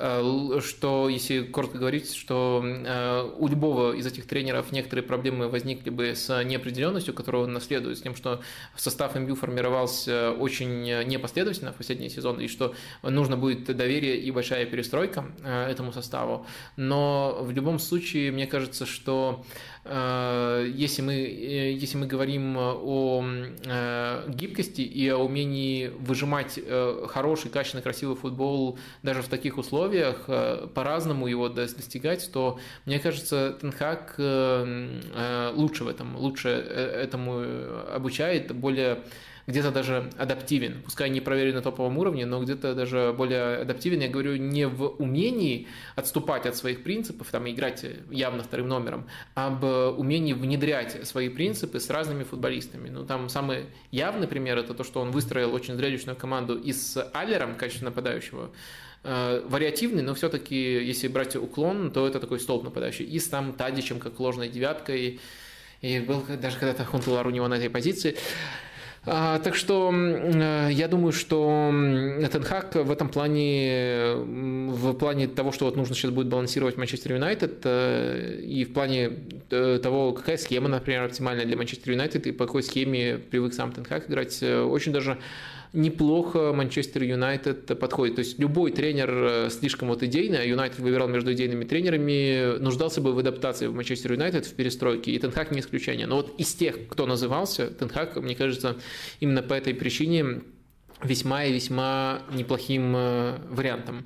Speaker 1: что если коротко говорить, что у любого из этих тренеров некоторые проблемы возникли бы с неопределенностью, которую он наследует, с тем, что состав эм ю формировался очень непоследовательно в последние сезоны, и что нужно будет доверие и большая перестройка этому составу. Но в любом случае, мне кажется, что если мы, если мы говорим о гибкости и о умении выжимать хороший, качественный, красивый футбол даже в таких условиях, по-разному его достигать, то, мне кажется, Тен Хаг лучше в этом, лучше этому обучает, более где-то даже адаптивен, пускай не проверен на топовом уровне, но где-то даже более адаптивен. Я говорю не в умении отступать от своих принципов, там, играть явно вторым номером, а об умении внедрять свои принципы с разными футболистами. Ну, там самый явный пример – это то, что он выстроил очень зрелищную команду и с Аллером, качественно нападающего, вариативный, но все-таки, если брать уклон, то это такой столб нападающий. И с там Тадичем, как ложной девяткой, и был даже когда-то Хунтелар у него на этой позиции. А, так что я думаю, что Тен Хаг в этом плане, в плане того, что вот нужно сейчас будет балансировать Манчестер Юнайтед, и в плане того, какая схема, например, оптимальная для Манчестер Юнайтед, и по какой схеме привык сам Тен Хаг играть, очень даже неплохо Манчестер Юнайтед подходит. То есть любой тренер слишком вот идейный, а Юнайтед выбирал между идейными тренерами, нуждался бы в адаптации в Манчестер Юнайтед, в перестройке, и Тен Хаг не исключение. Но вот из тех, кто назывался, Тен Хаг, мне кажется, именно по этой причине весьма и весьма неплохим вариантом.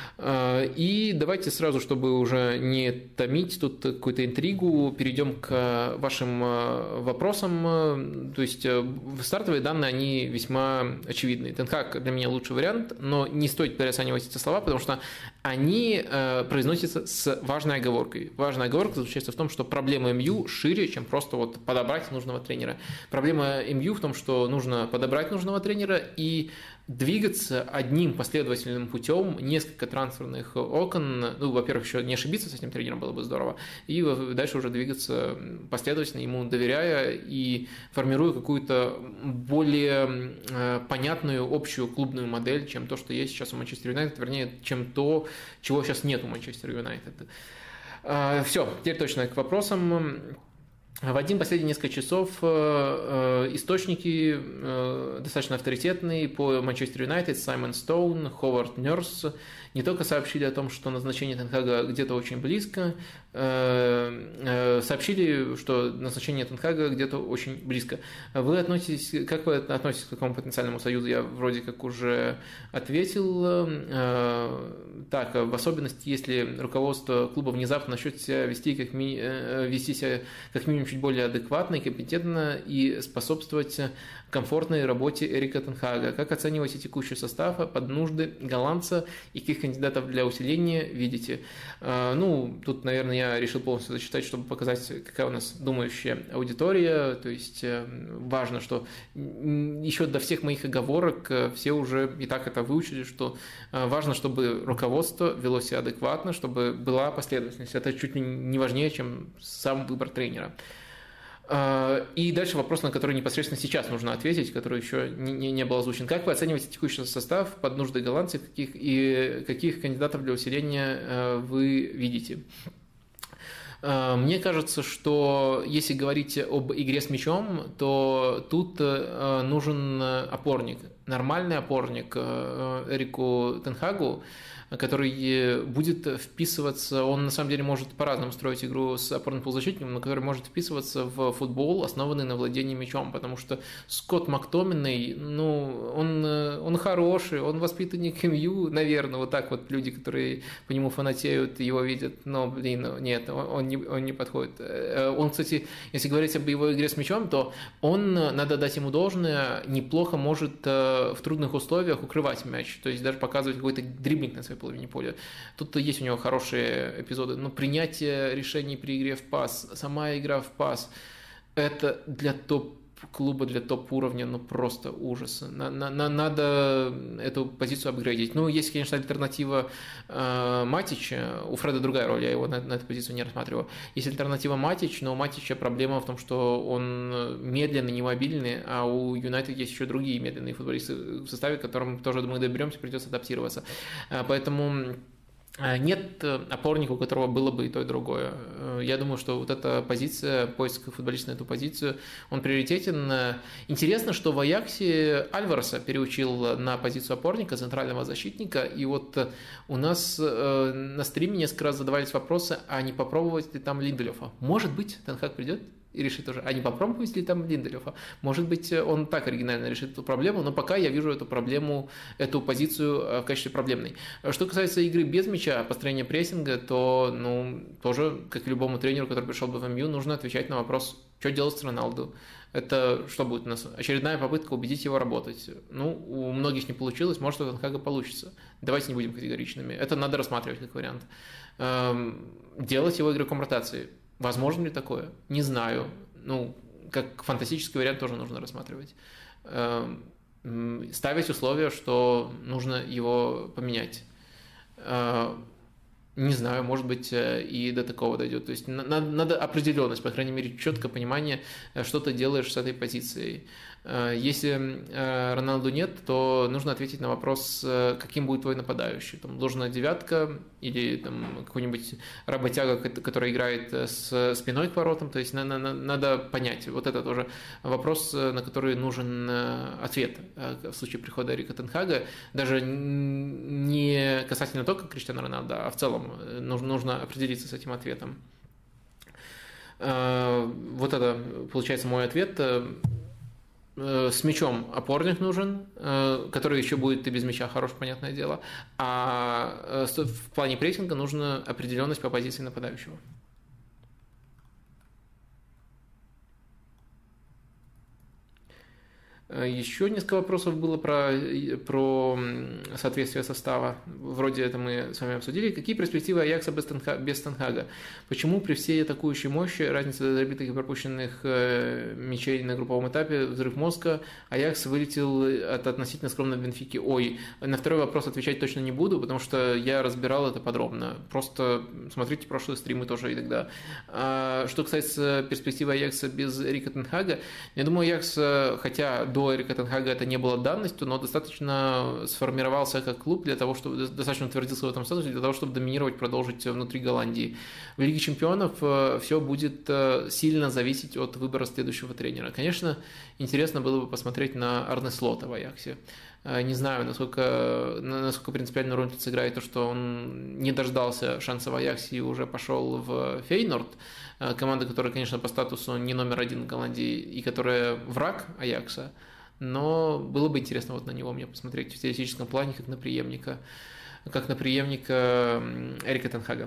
Speaker 1: И давайте сразу, чтобы уже не томить тут какую-то интригу, перейдем к вашим вопросам. То есть стартовые данные, они весьма очевидны. Тен Хаг для меня лучший вариант, но не стоит переоценивать эти слова, потому что они произносятся с важной оговоркой. Важная оговорка заключается в том, что проблема эм ю шире, чем просто вот подобрать нужного тренера. Проблема эм ю в том, что нужно подобрать нужного тренера и двигаться одним последовательным путем, несколько трансферных окон, ну, во-первых, еще не ошибиться с этим тренером было бы здорово, и дальше уже двигаться последовательно, ему доверяя и формируя какую-то более понятную общую клубную модель, чем то, что есть сейчас у Манчестер Юнайтед, вернее, чем то, чего сейчас нет у Манчестер Юнайтед. Все, теперь точно к вопросам. В один последние несколько часов источники достаточно авторитетные по Манчестер Юнайтед, Саймон Стоун, Ховард Нёрс, не только сообщили о том, что назначение Тен Хага где-то очень близко, сообщили, что назначение Тен Хага где-то очень близко. Вы относитесь, как вы относитесь к такому потенциальному союзу? Я вроде как уже ответил. Так, в особенности, если руководство клуба внезапно начнет себя вести, как ми... вести себя как минимум чуть более адекватно и компетентно и способствовать комфортной работе Эрика Тен Хага. Как оцениваете текущий состав под нужды голландца и каких кандидатов для усиления видите? Ну, тут, наверное, я решил полностью зачитать, чтобы показать, какая у нас думающая аудитория. То есть важно, что еще до всех моих оговорок все уже и так это выучили, что важно, чтобы руководство вело себя адекватно, чтобы была последовательность. Это чуть ли не важнее, чем сам выбор тренера. И дальше вопрос, на который непосредственно сейчас нужно ответить, который еще не, не был озвучен. Как вы оцениваете текущий состав под нужды голландцев каких, и каких кандидатов для усиления вы видите? Мне кажется, что если говорить об игре с мячом, то тут нужен опорник, нормальный опорник Эрику Тен Хагу, который будет вписываться, он на самом деле может по-разному строить игру с опорным полузащитником, но который может вписываться в футбол, основанный на владении мячом, потому что Скотт Мактоминей, ну, он, он хороший, он воспитанник эм ю, наверное, вот так вот люди, которые по нему фанатеют, его видят, но, блин, нет, он, он, не, он не подходит. Он, кстати, если говорить об его игре с мячом, то он, надо дать ему должное, неплохо может в трудных условиях укрывать мяч, то есть даже показывать какой-то дриблинг на своей половине поля. Тут есть у него хорошие эпизоды, но принятие решений при игре в пас, сама игра в пас, это для топ-клуба, для топ-уровня, ну просто ужас. На, на, надо эту позицию апгрейдить. Ну, есть, конечно, альтернатива э, Матича, у Фреда другая роль, я его на, на эту позицию не рассматриваю. Есть альтернатива Матич, но у Матича проблема в том, что он медленный, немобильный, а у Юнайтед есть еще другие медленные футболисты в составе, к которым тоже, думаю, доберемся, придется адаптироваться. Поэтому нет опорника, у которого было бы и то, и другое. Я думаю, что вот эта позиция, поиск футболиста на эту позицию, он приоритетен. Интересно, что в Аяксе Альвареса переучил на позицию опорника, центрального защитника, и вот у нас на стриме несколько раз задавались вопросы, а не попробовать ли там Линделёфа? Может быть, Тен Хаг придет и решит уже, а не попробовать ли там Линделёфа? Может быть, он так оригинально решит эту проблему, но пока я вижу эту проблему, эту позицию в качестве проблемной. Что касается игры без мяча, построения прессинга, то, ну, тоже, как и любому тренеру, который пришел бы в эм ю, нужно отвечать на вопрос, что делать с Роналду. Это что будет у нас? Очередная попытка убедить его работать. Ну, у многих не получилось, может, у Тен Хага получится. Давайте не будем категоричными. Это надо рассматривать как вариант. Делать его игроком ротации. Возможно ли такое? Не знаю. Ну, как фантастический вариант тоже нужно рассматривать. Ставить условия, что нужно его поменять. Не знаю, может быть, и до такого дойдет. То есть надо, надо определенность, по крайней мере, четкое понимание, что ты делаешь с этой позицией. Если Роналду нет, то нужно ответить на вопрос, каким будет твой нападающий. Там должна девятка или там, какой-нибудь работяга, который играет с спиной к воротам. То есть надо, надо понять. Вот это тоже вопрос, на который нужен ответ в случае прихода Эрика Тен Хага. Даже не касательно только Криштиану Роналду, а в целом нужно, нужно определиться с этим ответом. Вот это, получается, мой ответ. С мячом опорник нужен, который еще будет и без мяча хорош, понятное дело. А в плане прессинга нужна определенность по позиции нападающего. Еще несколько вопросов было про, про соответствие состава. Вроде это мы с вами обсудили. Какие перспективы Аякса без Тен Хага? Почему при всей атакующей мощи, разница забитых и пропущенных мячей на групповом этапе, взрыв мозга, Аякс вылетел от относительно скромной Бенфики? Ой, на второй вопрос отвечать точно не буду, потому что я разбирал это подробно. Просто смотрите прошлые стримы тоже и тогда. А что касается перспективы Аякса без Эрика Тен Хага, я думаю, Аякс, хотя до Эрика Тен Хага это не было данностью, но достаточно сформировался как клуб для того, чтобы достаточно утвердился в этом статусе, для того, чтобы доминировать, продолжить внутри Голландии. В Лиге Чемпионов все будет сильно зависеть от выбора следующего тренера. Конечно, интересно было бы посмотреть на Арне Слота в Аяксе. Не знаю, насколько, насколько принципиальную роль тут сыграет то, что он не дождался шанса в Аяксе и уже пошел в Фейнорд. Команда, которая, конечно, по статусу не номер один в Голландии и которая враг Аякса. Но было бы интересно вот на него мне посмотреть в теоретическом плане, как на преемника, как на преемника Эрика Тен Хага.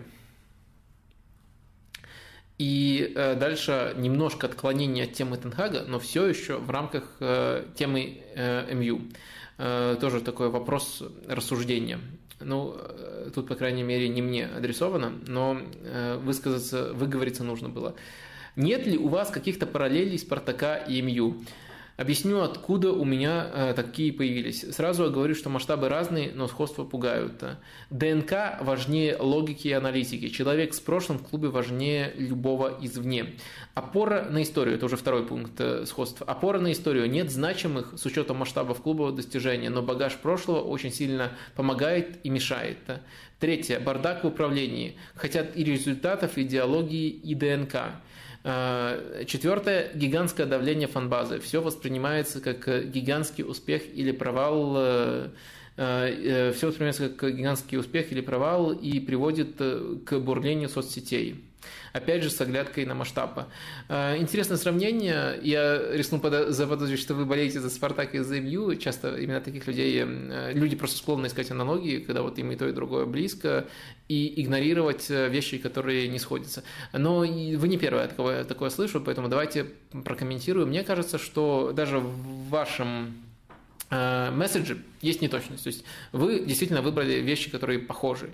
Speaker 1: И дальше немножко отклонение от темы Тен Хага, но все еще в рамках темы эм ю. Тоже такой вопрос рассуждения. Ну, тут, по крайней мере, не мне адресовано, но высказаться, выговориться нужно было. Нет ли у вас каких-то параллелей Спартака и эм ю? Объясню, откуда у меня э, такие появились. Сразу говорю, что масштабы разные, но сходства пугают. ДНК важнее логики и аналитики. Человек с прошлым в клубе важнее любого извне. Опора на историю, это уже второй пункт э, сходства. Опора на историю. Нет значимых с учетом масштабов клуба достижений, но багаж прошлого очень сильно помогает и мешает. Третье. Бардак в управлении. Хотят и результатов, и идеологии, и ДНК. Четвертое. Гигантское давление фан-базы. Все воспринимается как гигантский успех или провал. Все воспринимается как гигантский успех или провал и приводит к бурлению соцсетей. Опять же, с оглядкой на масштаб. Интересное сравнение. Я рискну заподозрить, что вы болеете за Спартак и за эм ю. Часто именно таких людей, люди просто склонны искать аналогии, когда вот им и то, и другое близко, и игнорировать вещи, которые не сходятся. Но вы не первая, от кого я такое слышу, поэтому давайте прокомментирую. Мне кажется, что даже в вашем месседжи есть неточность. То есть вы действительно выбрали вещи, которые похожи,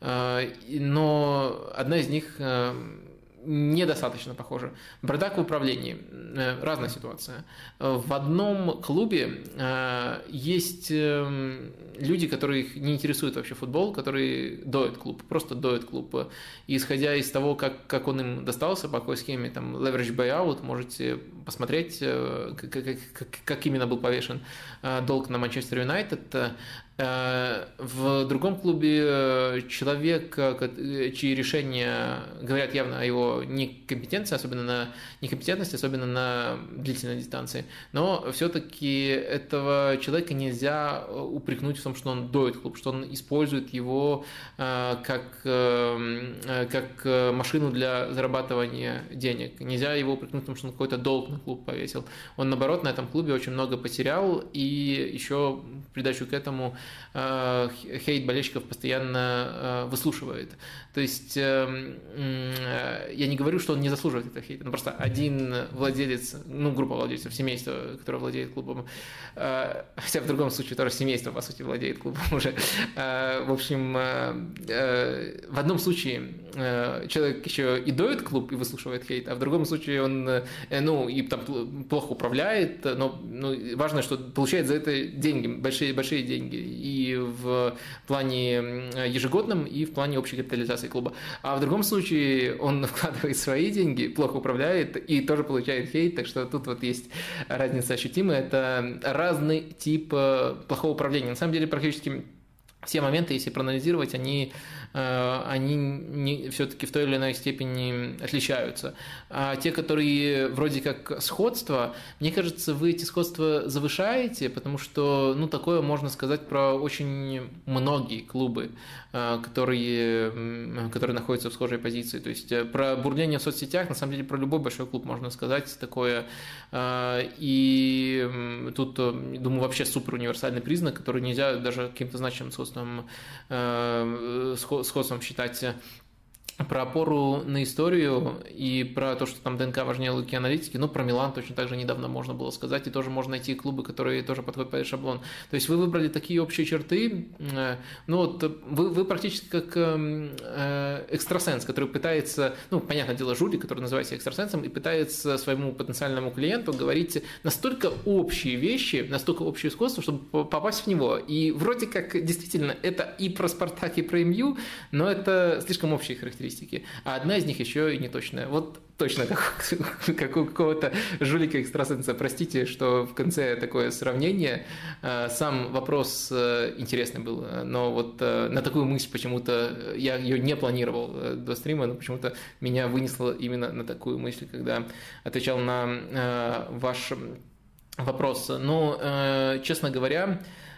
Speaker 1: но одна из них недостаточно похожа. Бардак в управлении. Разная ситуация. В одном клубе есть люди, которых не интересует вообще футбол, которые доят клуб, просто доят клуб. И исходя из того, как, как он им достался, по какой схеме, там, leverage buyout, можете посмотреть, как, как, как именно был повешен долг на Манчестер Юнайтед. В другом клубе человек, чьи решения говорят явно о его некомпетенции, особенно на некомпетентности, особенно на длительной дистанции, но все-таки этого человека нельзя упрекнуть в том, что он доит клуб, что он использует его как, как машину для зарабатывания денег. Нельзя его упрекнуть в том, что он какой-то долг на клуб повесил. Он, наоборот, на этом клубе очень много потерял, и еще в придачу к этому хейт болельщиков постоянно выслушивает. То есть я не говорю, что он не заслуживает этого хейта, но просто один владелец, ну, группа владельцев, семейство, которое владеет клубом, хотя в другом случае тоже семейство, по сути, владеет клубом уже. В общем, в одном случае человек еще и доит клуб и выслушивает хейт, а в другом случае он, ну, и там плохо управляет, но ну, важно, что получает за это деньги, большие, большие деньги, и в плане ежегодном, и в плане общей капитализации клуба. А в другом случае он вкладывает свои деньги, плохо управляет и тоже получает хейт, так что тут вот есть разница ощутимая. Это разный тип плохого управления. На самом деле практически все моменты, если проанализировать, они, они не, все-таки в той или иной степени отличаются. А те, которые вроде как сходства, мне кажется, вы эти сходства завышаете, потому что, ну, такое можно сказать про очень многие клубы, которые, которые находятся в схожей позиции. То есть про бурление в соцсетях, на самом деле, про любой большой клуб можно сказать такое. И тут, думаю, вообще супер универсальный признак, который нельзя даже каким-то значимым сходством сходством считать. Про опору на историю и про то, что там ДНК важнее логики и аналитики, ну, про Милан точно так же недавно можно было сказать, и тоже можно найти клубы, которые тоже подходят под этот шаблон. То есть вы выбрали такие общие черты, ну, вот вы, вы практически как экстрасенс, который пытается, ну, понятное дело, жулик, который называется экстрасенсом, и пытается своему потенциальному клиенту говорить настолько общие вещи, настолько общие сходства, чтобы попасть в него. И вроде как действительно это и про Спартак, и про эм ю, но это слишком общие характеристики. А одна из них еще и неточная. Вот точно как, как у какого-то жулика-экстрасенса. Простите, что в конце такое сравнение. Сам вопрос интересный был, но вот на такую мысль почему-то я ее не планировал до стрима, но почему-то меня вынесло именно на такую мысль, когда отвечал на ваш вопрос. Ну, честно говоря,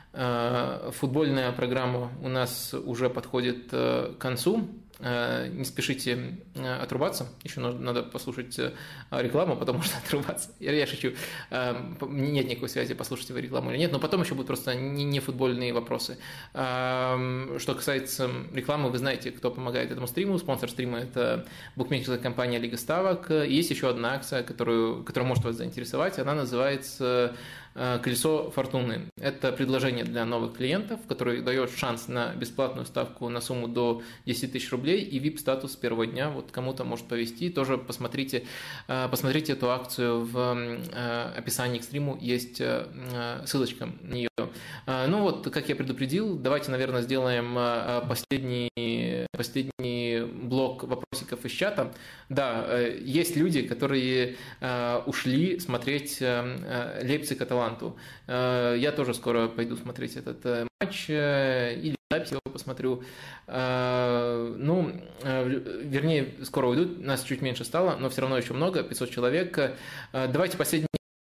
Speaker 1: Футбольная программа у нас уже подходит к концу. Не спешите отрубаться, еще надо послушать рекламу, потом можно отрубаться. Я, я шучу, нет никакой связи, послушайте вы рекламу или нет, но потом еще будут просто не футбольные вопросы. Что касается рекламы, вы знаете, кто помогает этому стриму. Спонсор стрима – это букмекерская компания Лига Ставок. Есть еще одна акция, которую, которая может вас заинтересовать, она называется «Колесо фортуны». Это предложение для новых клиентов, которое дает шанс на бесплатную ставку на сумму до десять тысяч рублей и ви ай пи-статус с первого дня. Вот кому-то может повезти. Тоже посмотрите, посмотрите эту акцию в описании к стриму. Есть ссылочка на нее. Ну вот, как я предупредил, давайте, наверное, сделаем последний, последний блок вопросиков из чата. Да, есть люди, которые ушли смотреть Лейпциг-Аталанту. Я тоже скоро пойду смотреть этот матч или запись его посмотрю. Ну, вернее, скоро уйдут, нас чуть меньше стало, но все равно еще много, пятьсот человек. Давайте последний.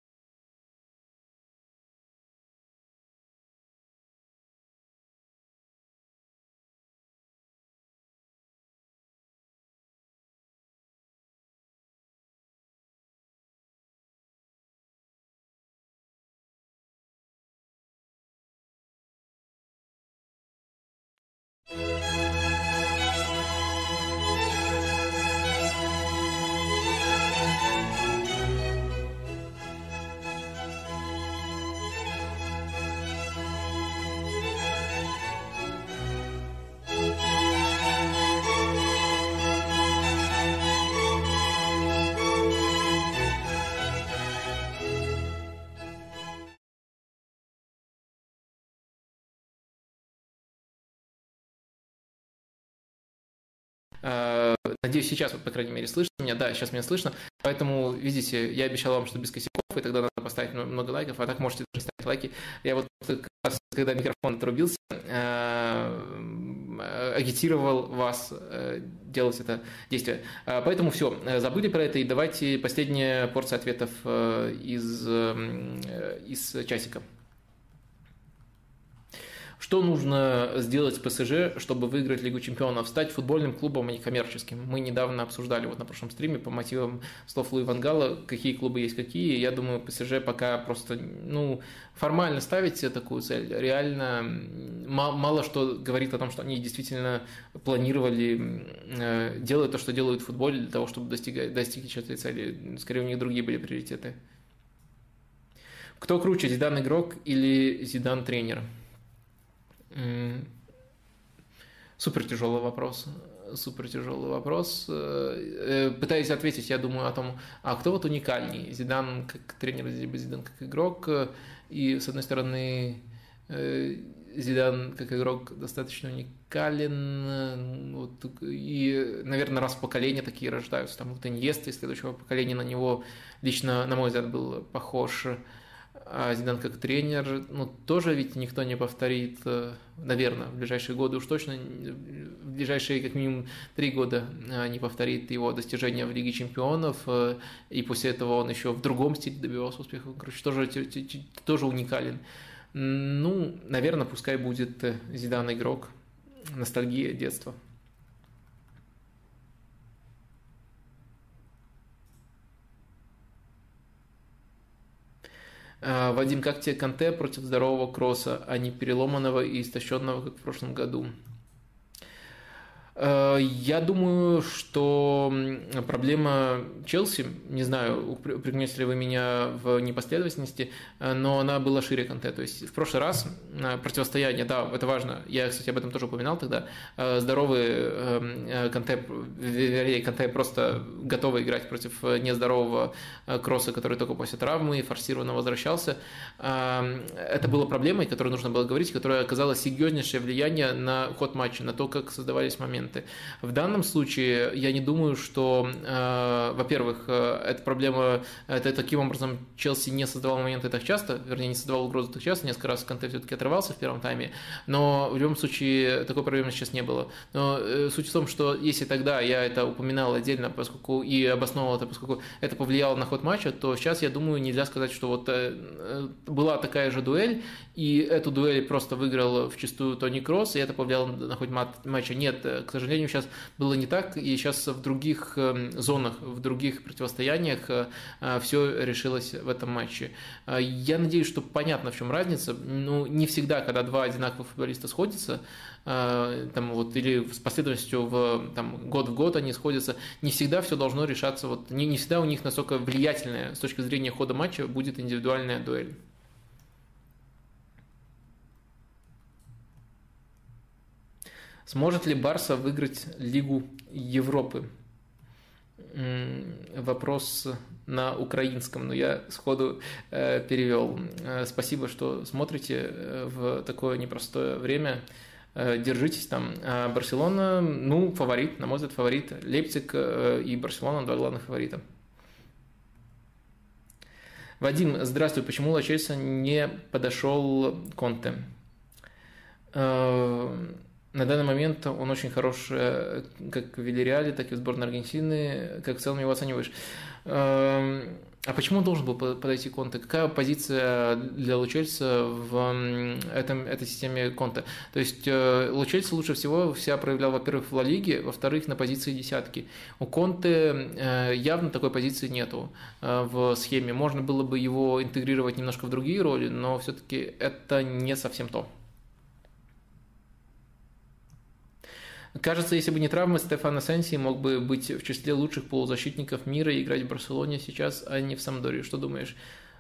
Speaker 1: Надеюсь, сейчас, вот, по крайней мере, слышно меня. Да, сейчас меня слышно. Поэтому, видите, я обещал вам, что без косяков, и тогда надо поставить много лайков, а так можете даже ставить лайки. Я вот как раз, когда микрофон отрубился, агитировал вас делать это действие. Поэтому все, забыли про это, и давайте последняя порция ответов из, из часика. Что нужно сделать с ПСЖ, чтобы выиграть Лигу чемпионов? Стать футбольным клубом, а не коммерческим. Мы недавно обсуждали вот на прошлом стриме по мотивам слов Луи ван Гала, какие клубы есть какие. Я думаю, ПСЖ пока просто ну, формально ставить себе такую цель. Реально мало, мало что говорит о том, что они действительно планировали э, делать то, что делают в футболе для того, чтобы достигать, достичь этой цели. Скорее, у них другие были приоритеты. Кто круче, Зидан игрок или Зидан тренер? Супер тяжелый вопрос. Супер тяжелый вопрос. Пытаюсь ответить, я думаю, о том, а кто вот уникальней? Зидан как тренер, либо Зидан как игрок. И, с одной стороны, Зидан как игрок достаточно уникален. Вот, и, наверное, раз в поколение такие рождаются. Там вот Иньеста из следующего поколения на него лично, на мой взгляд, был похож. А Зидан как тренер, ну, тоже ведь никто не повторит, наверное, в ближайшие годы уж точно, в ближайшие как минимум три года не повторит его достижения в Лиге чемпионов, и после этого он еще в другом стиле добивался успеха, короче, тоже, тоже уникален. Ну, наверное, пускай будет Зидан игрок, ностальгия детства. Вадим, как тебе Канте против здорового Кросса, а не переломанного и истощенного, как в прошлом году? Я думаю, что проблема Челси, не знаю, упрекнете ли вы меня в непоследовательности, но она была шире Канте. То есть в прошлый раз противостояние, да, это важно, я, кстати, об этом тоже упоминал тогда, здоровый Канте, вернее, Канте просто готовы играть против нездорового Кросса, который только после травмы форсированно возвращался. Это было проблемой, о которой нужно было говорить, которая оказала серьезнейшее влияние на ход матча, на то, как создавались моменты. моменты. В данном случае я не думаю, что, во-первых, эта проблема, это таким образом Челси не создавал моменты так часто, вернее, не создавал угрозу так часто, несколько раз Канте все-таки отрывался в первом тайме, но в любом случае такой проблемы сейчас не было. Но суть в том, что если тогда я это упоминал отдельно, поскольку и обосновывал это, поскольку это повлияло на ход матча, то сейчас, я думаю, нельзя сказать, что вот была такая же дуэль, и эту дуэль просто выиграл вчистую Тони Кросс, и это повлияло на ход матча. Нет, к сожалению, сейчас было не так, и сейчас в других зонах, в других противостояниях все решилось в этом матче. Я надеюсь, что понятно, в чем разница. Ну, не всегда, когда два одинаковых футболиста сходятся, там, вот, или с последовательностью в, там, год в год они сходятся, не всегда все должно решаться, вот, не, не всегда у них настолько влиятельная с точки зрения хода матча будет индивидуальная дуэль. Сможет ли Барса выиграть Лигу Европы? Вопрос на украинском, но я сходу э, перевел. Спасибо, что смотрите в такое непростое время. Держитесь там. Барселона, ну, фаворит, на мой взгляд, фаворит. Лейпциг и Барселона – два главных фаворита. Вадим, здравствуй. Почему Ло Чельсо не подошел Конте? На данный момент он очень хорош как в Вильярреале, так и в сборной Аргентины. Как в целом его оцениваешь? А почему он должен был подойти Конте? Какая позиция для Ло Чельсо в этом, этой системе Конте? То есть Ло Чельсо лучше всего себя проявлял, во-первых, в Ла Лиге, во-вторых, на позиции десятки. У Конте явно такой позиции нету в схеме. Можно было бы его интегрировать немножко в другие роли, но все-таки это не совсем то. Кажется, если бы не травма, Стефано Сенси мог бы быть в числе лучших полузащитников мира и играть в Барселоне сейчас, а не в Сампдории. Что думаешь?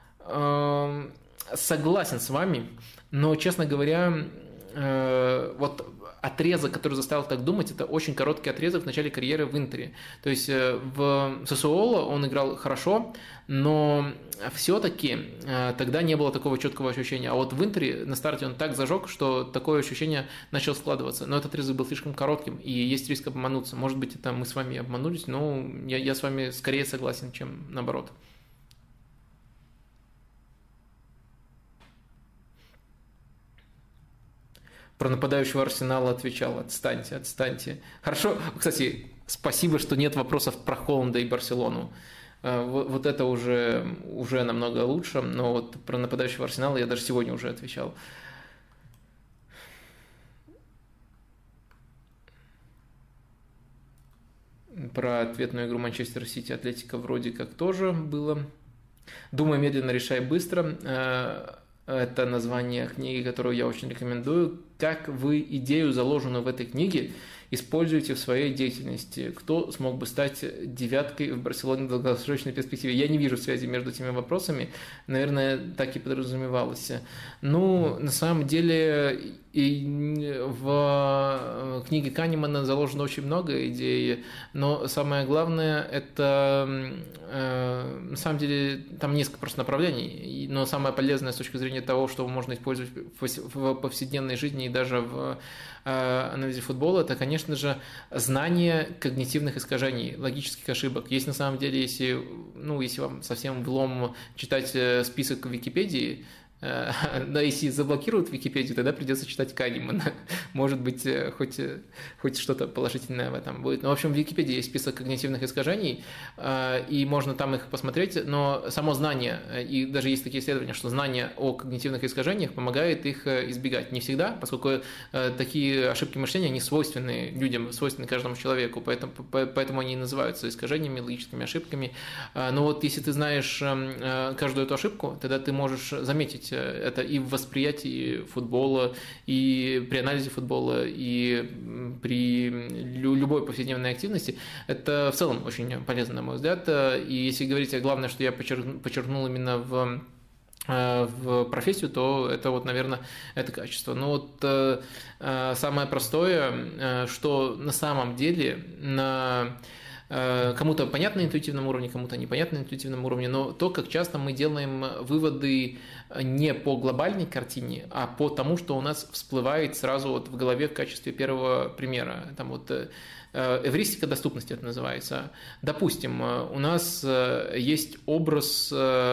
Speaker 1: Согласен с вами, но, честно говоря, вот отрезок, который заставил так думать, это очень короткий отрезок в начале карьеры в Интере. То есть в Сассуоло он играл хорошо, но все-таки тогда не было такого четкого ощущения. А вот в Интере на старте он так зажег, что такое ощущение начало складываться. Но этот отрезок был слишком коротким, и есть риск обмануться. Может быть, это мы с вами обманулись, но я, я с вами скорее согласен, чем наоборот. Про нападающего Арсенала отвечал: отстаньте, отстаньте. Хорошо, кстати, спасибо, что нет вопросов про Холланда и Барселону. Вот это уже, уже намного лучше, но вот про нападающего Арсенала я даже сегодня уже отвечал. Про ответную игру Манчестер Сити, Атлетико вроде как тоже было. Думай медленно, решай быстро. Это название книги, которую я очень рекомендую. Как вы идею, заложенную в этой книге, используете в своей деятельности? Кто смог бы стать девяткой в Барселоне в долгосрочной перспективе? Я не вижу связи между этими вопросами. Наверное, так и подразумевалось. Ну, на самом деле, и в книге Канемана заложено очень много идей, но самое главное, это, на самом деле, там несколько просто направлений, но самое полезное с точки зрения того, что можно использовать в повседневной жизни и даже в анализе футбола, это, конечно же, знание когнитивных искажений, логических ошибок. Есть на самом деле, если, ну, если вам совсем влом читать список в Википедии, да, если заблокируют Википедию, тогда придется читать Канемана. Может быть, хоть, хоть что-то положительное в этом будет. Но, в общем, в Википедии есть список когнитивных искажений, и можно там их посмотреть, но само знание, и даже есть такие исследования, что знание о когнитивных искажениях помогает их избегать. Не всегда, поскольку такие ошибки мышления, они свойственны людям, свойственны каждому человеку, поэтому, поэтому они и называются искажениями, логическими ошибками. Но вот если ты знаешь каждую эту ошибку, тогда ты можешь заметить это и в восприятии футбола, и при анализе футбола, и при любой повседневной активности. Это в целом очень полезно, на мой взгляд. И если говорить о главное, что я подчеркнул именно в в профессию, то это вот, наверное, это качество. Но вот самое простое, что на самом деле на Кому-то понятно на интуитивном уровне, кому-то непонятно на интуитивном уровне, но то, как часто мы делаем выводы не по глобальной картине, а по тому, что у нас всплывает сразу вот в голове в качестве первого примера. Там вот эвристика доступности это называется. Допустим, у нас есть образ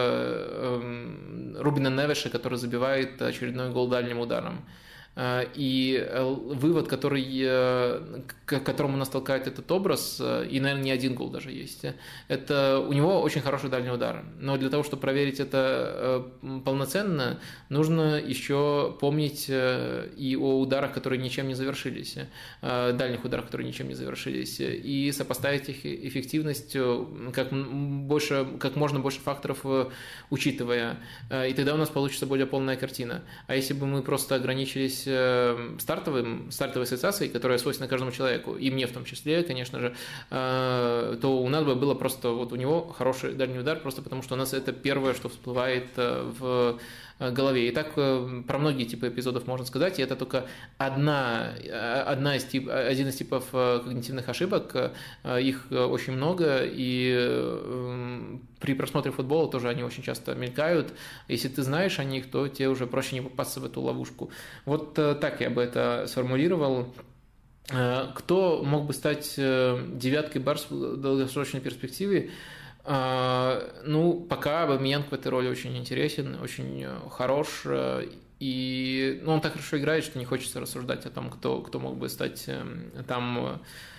Speaker 1: Рубина Невеша, который забивает очередной гол дальним ударом. И вывод, который, к которому нас толкает этот образ, и, наверное, не один гол даже есть, это у него очень хороший дальний удар. Но для того, чтобы проверить это полноценно, нужно еще помнить и о ударах, которые ничем не завершились, дальних ударах, которые ничем не завершились, и сопоставить их эффективность как, больше, как можно больше факторов учитывая. И тогда у нас получится более полная картина. А если бы мы просто ограничились стартовым, стартовой ассоциацией, которая свойственна каждому человеку, и мне в том числе, конечно же, то у нас бы было просто, вот у него хороший дальний удар, просто потому что у нас это первое, что всплывает в голове. И так про многие типы эпизодов можно сказать, и это только одна, одна из тип, один из типов когнитивных ошибок, их очень много, и при просмотре футбола тоже они очень часто мелькают. Если ты знаешь о них, то тебе уже проще не попасться в эту ловушку. Вот так я бы это сформулировал. Кто мог бы стать девяткой Барс в долгосрочной перспективе? Ну, пока Обамейянг в этой роли очень интересен, очень хорош, и ну, он так хорошо играет, что не хочется рассуждать о том, кто, кто мог бы стать там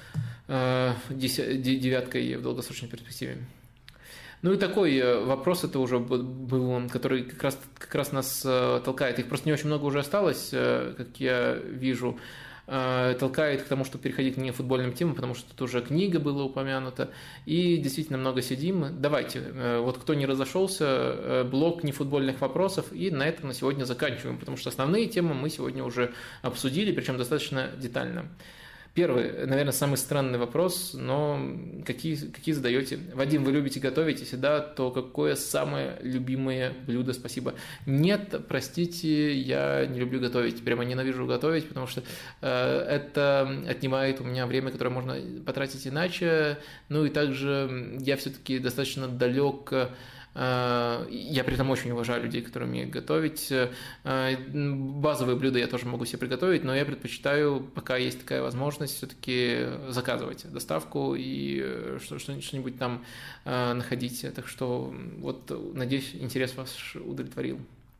Speaker 1: девяткой в долгосрочной перспективе. Ну и такой вопрос это уже был, который как раз, как раз нас толкает. Их просто не очень много уже осталось, как я вижу. Толкает к тому, чтобы переходить к нефутбольным темам, потому что тут уже книга была упомянута, и действительно много сидим. Давайте, вот кто не разошелся, блок нефутбольных вопросов, и на этом на сегодня заканчиваем, потому что основные темы мы сегодня уже обсудили, причем достаточно детально. Первый, наверное, самый странный вопрос, но какие, какие задаете? Вадим, вы любите готовить? Если да, то какое самое любимое блюдо? Спасибо. Нет, простите, я не люблю готовить. Прямо ненавижу готовить, потому что э, это отнимает у меня время, которое можно потратить иначе. Ну и также я все-таки достаточно далек. Я при этом очень уважаю людей, которые умеют готовить. Базовые блюда я тоже могу себе приготовить, но я предпочитаю, пока есть такая возможность, все-таки заказывать доставку и что-нибудь там находить. Так что вот, надеюсь, интерес вас удовлетворил.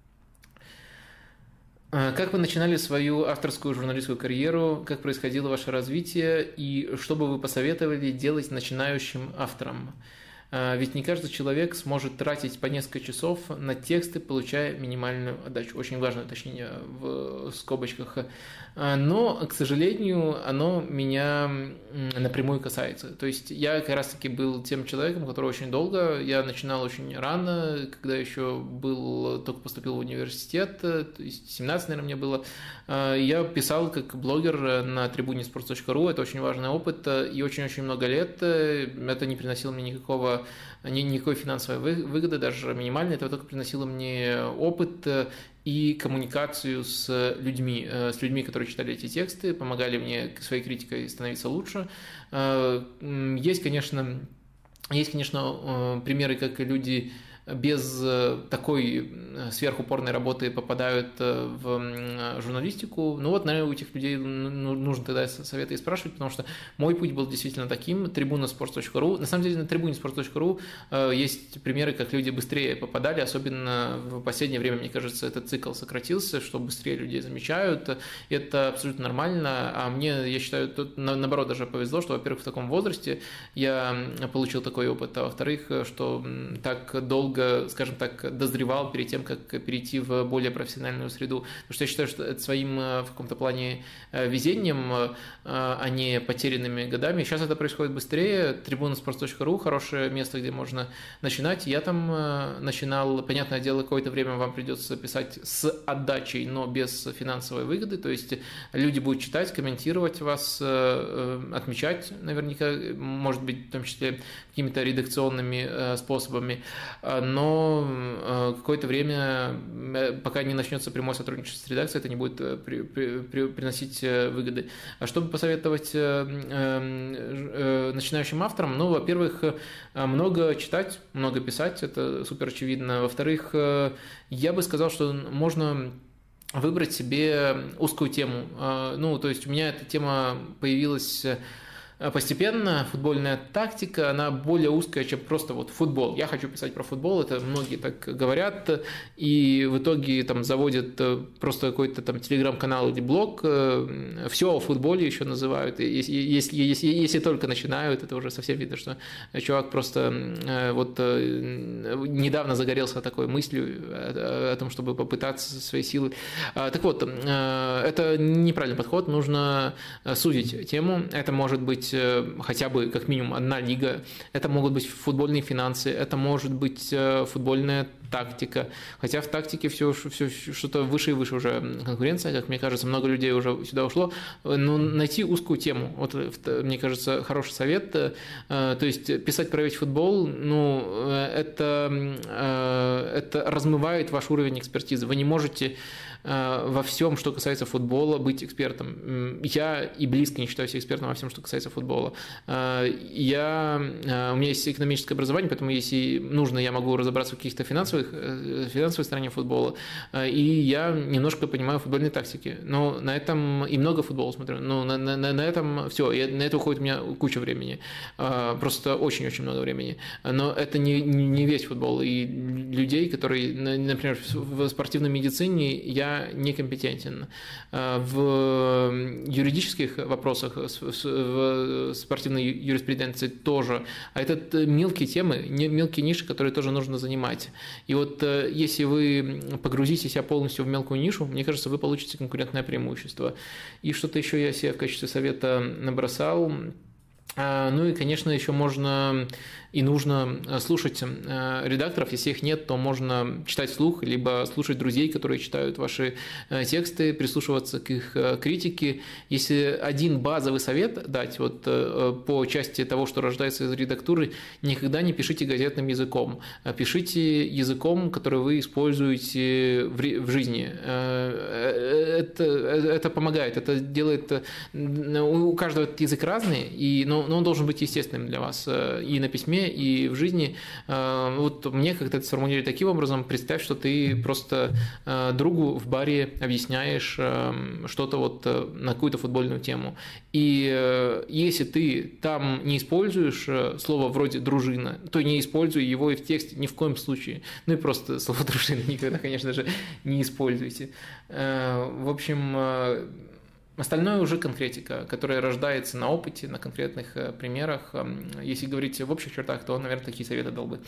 Speaker 1: Как вы начинали свою авторскую журналистскую карьеру, как происходило ваше развитие и что бы вы посоветовали делать начинающим авторам? Ведь не каждый человек сможет тратить по несколько часов на тексты, получая минимальную отдачу. Очень важное уточнение в скобочках. Но, к сожалению, оно меня напрямую касается. То есть я как раз-таки был тем человеком, который очень долго, я начинал очень рано, когда еще был, только поступил в университет, то есть семнадцать, наверное, мне было. Я писал как блогер на трибуне спортс точка ру, это очень важный опыт, и очень-очень много лет это не приносило мне никакого никакой финансовой выгоды, даже минимальной, это только приносило мне опыт и коммуникацию с людьми, с людьми, которые читали эти тексты, помогали мне своей критикой становиться лучше. Есть, конечно, есть, конечно, примеры, как люди без такой сверхупорной работы попадают в журналистику. Ну вот, наверное, у этих людей нужно тогда советы и спрашивать, потому что мой путь был действительно таким. Трибуна спортс точка ру. На самом деле на трибуне спортс точка ру есть примеры, как люди быстрее попадали, особенно в последнее время, мне кажется, этот цикл сократился, что быстрее людей замечают. Это абсолютно нормально. А мне, я считаю, тут наоборот даже повезло, что, во-первых, в таком возрасте я получил такой опыт, а во-вторых, что так долго, скажем так, дозревал перед тем, как перейти в более профессиональную среду. Потому что я считаю, что это своим в каком-то плане везением, а не потерянными годами. Сейчас это происходит быстрее. Трибуна спортс точка ру – хорошее место, где можно начинать. Я там начинал, понятное дело, какое-то время вам придется писать с отдачей, но без финансовой выгоды. То есть люди будут читать, комментировать вас, отмечать наверняка, может быть, в том числе какими-то редакционными способами. но какое-то время, пока не начнется прямое сотрудничество с редакцией, это не будет при, при, при, приносить выгоды. А чтобы посоветовать начинающим авторам, ну, во-первых, много читать, много писать, это супер очевидно. Во-вторых, я бы сказал, что можно выбрать себе узкую тему. Ну, то есть у меня эта тема появилась постепенно, футбольная тактика, она более узкая, чем просто вот футбол. Я хочу писать про футбол, это многие так говорят, и в итоге там заводят просто какой-то там телеграм-канал или блог, все о футболе еще называют, если, если, если, если только начинают, это уже совсем видно, что чувак просто вот недавно загорелся такой мыслью о том, чтобы попытаться свои силы. Так вот, это неправильный подход, нужно сузить тему, это может быть хотя бы как минимум одна лига, это могут быть футбольные финансы, это может быть футбольная тактика, хотя в тактике все, все что-то выше и выше уже конкуренция, как мне кажется, много людей уже сюда ушло, но найти узкую тему, вот мне кажется, хороший совет, то есть писать про весь футбол, ну, это, это размывает ваш уровень экспертизы, вы не можете во всем, что касается футбола, быть экспертом. Я и близко не считаю себя экспертом во всем, что касается футбола. Я, у меня есть экономическое образование, поэтому если нужно, я могу разобраться в каких-то финансовых, финансовой стороне футбола, и я немножко понимаю футбольные тактики. Но на этом и много футбола смотрю, но на, на, на этом все, и на это уходит у меня куча времени, просто очень-очень много времени. Но это не, не весь футбол, и людей, которые, например, в спортивной медицине я некомпетентен. В юридических вопросах, в спортивной юриспруденции тоже. А это мелкие темы, мелкие ниши, которые тоже нужно занимать. И вот если вы погрузите себя полностью в мелкую нишу, мне кажется, вы получите конкурентное преимущество. И что-то еще я себе в качестве совета набросал. Ну и, конечно, еще можно и нужно слушать редакторов. Если их нет, то можно читать вслух, либо слушать друзей, которые читают ваши тексты, прислушиваться к их критике. Если один базовый совет дать вот по части того, что рождается из редактуры, никогда не пишите газетным языком. Пишите языком, который вы используете в жизни. Это, это помогает, это делает... У каждого язык разный, и, но, но он должен быть естественным для вас и на письме, и в жизни. Вот мне как-то это сформулировали таким образом: представь, что ты просто другу в баре объясняешь что-то вот на какую-то футбольную тему. И если ты там не используешь слово вроде «дружина», то не используй его и в тексте ни в коем случае. Ну и просто слово «дружина» никогда, конечно же, не используйте. В общем... Остальное уже конкретика, которая рождается на опыте, на конкретных примерах. Если говорить в общих чертах, то, наверное, такие советы дал бы.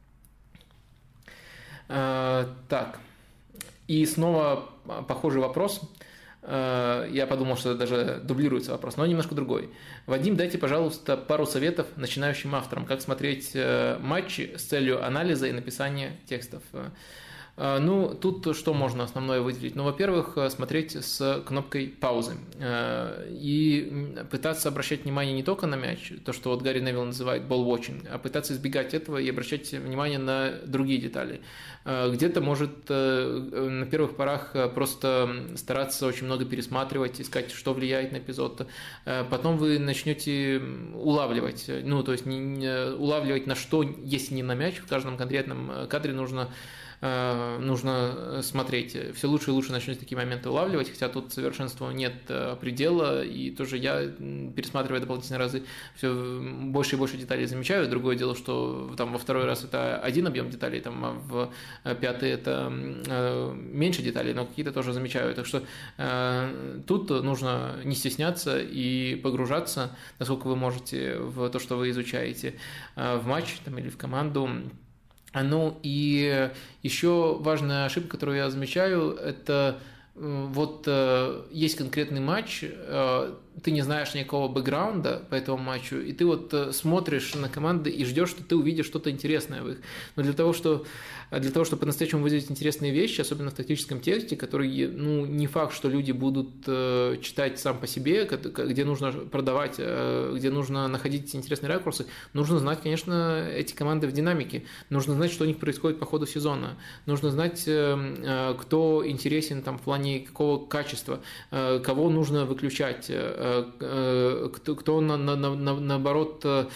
Speaker 1: Так, и снова похожий вопрос. Я подумал, что это даже дублируется вопрос, но немножко другой. Вадим, дайте, пожалуйста, пару советов начинающим авторам, как смотреть матчи с целью анализа и написания текстов. Ну, тут что можно основное выделить? Ну, во-первых, смотреть с кнопкой паузы и пытаться обращать внимание не только на мяч, то, что вот Гарри Невилл называет ball-watching, а пытаться избегать этого и обращать внимание на другие детали. Где-то может на первых порах просто стараться очень много пересматривать, искать, что влияет на эпизод. Потом вы начнете улавливать, ну, то есть не, улавливать на что, если не на мяч, в каждом конкретном кадре нужно нужно смотреть. Все лучше и лучше начнете такие моменты улавливать, хотя тут совершенству нет предела, и тоже я, пересматривая дополнительные разы, все больше и больше деталей замечаю. Другое дело, что там во второй раз это один объем деталей, там, а в пятый это меньше деталей, но какие-то тоже замечаю. Так что тут нужно не стесняться и погружаться, насколько вы можете, в то, что вы изучаете, в матч там, или в команду. Ну и еще важная ошибка, которую я замечаю, это вот есть конкретный матч, ты не знаешь никакого бэкграунда по этому матчу, и ты вот смотришь на команды и ждешь, что ты увидишь что-то интересное в их. Но для того, что для того, чтобы по-настоящему выделить интересные вещи, особенно в тактическом тексте, который, ну, не факт, что люди будут э, читать сам по себе, где нужно продавать, э, где нужно находить интересные ракурсы, нужно знать, конечно, эти команды в динамике, нужно знать, что у них происходит по ходу сезона, нужно знать, э, кто интересен там в плане какого качества, э, кого нужно выключать, э, э, кто, кто на, на, на, наоборот, э,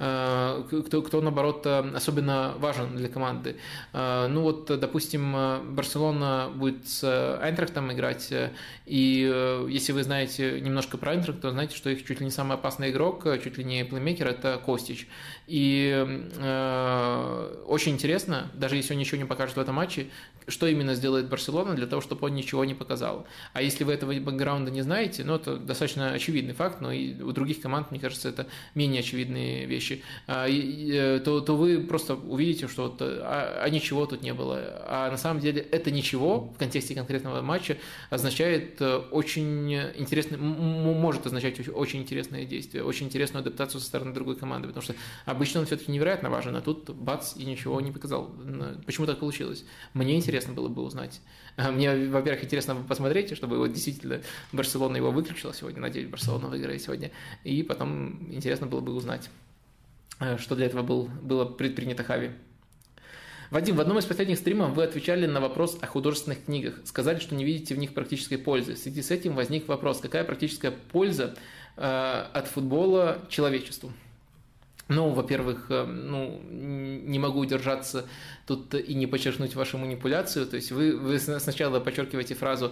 Speaker 1: кто, кто, наоборот, особенно важен для команды. Ну вот, допустим, Барселона будет с Айнтрахтом играть, и если вы знаете немножко про Айнтрахт, то знаете, что их чуть ли не самый опасный игрок, чуть ли не плеймейкер – это Костич. И э, очень интересно, даже если он ничего не покажет в этом матче, что именно сделает Барселона для того, чтобы он ничего не показал. А если вы этого бэкграунда не знаете, ну, это достаточно очевидный факт, но и у других команд, мне кажется, это менее очевидные вещи, то, то вы просто увидите, что вот, а, а ничего тут не было. А на самом деле это ничего в контексте конкретного матча означает очень интересный, может означать очень интересное действие, очень интересную адаптацию со стороны другой команды, потому что обычно он все-таки невероятно важен, а тут бац, и ничего не показал. Почему так получилось? Мне интересно было бы узнать. Мне, во-первых, интересно посмотреть, чтобы вот действительно Барселона его выключила сегодня, надеюсь, Барселона выиграет сегодня, и потом интересно было бы узнать, что для этого был, было предпринято Хави. Вадим, в одном из последних стримов вы отвечали на вопрос о художественных книгах. Сказали, что не видите в них практической пользы. В связи с этим возник вопрос, какая практическая польза э, от футбола человечеству? Ну, во-первых, ну, не могу удержаться тут и не подчеркнуть вашу манипуляцию. То есть вы, вы сначала подчеркиваете фразу,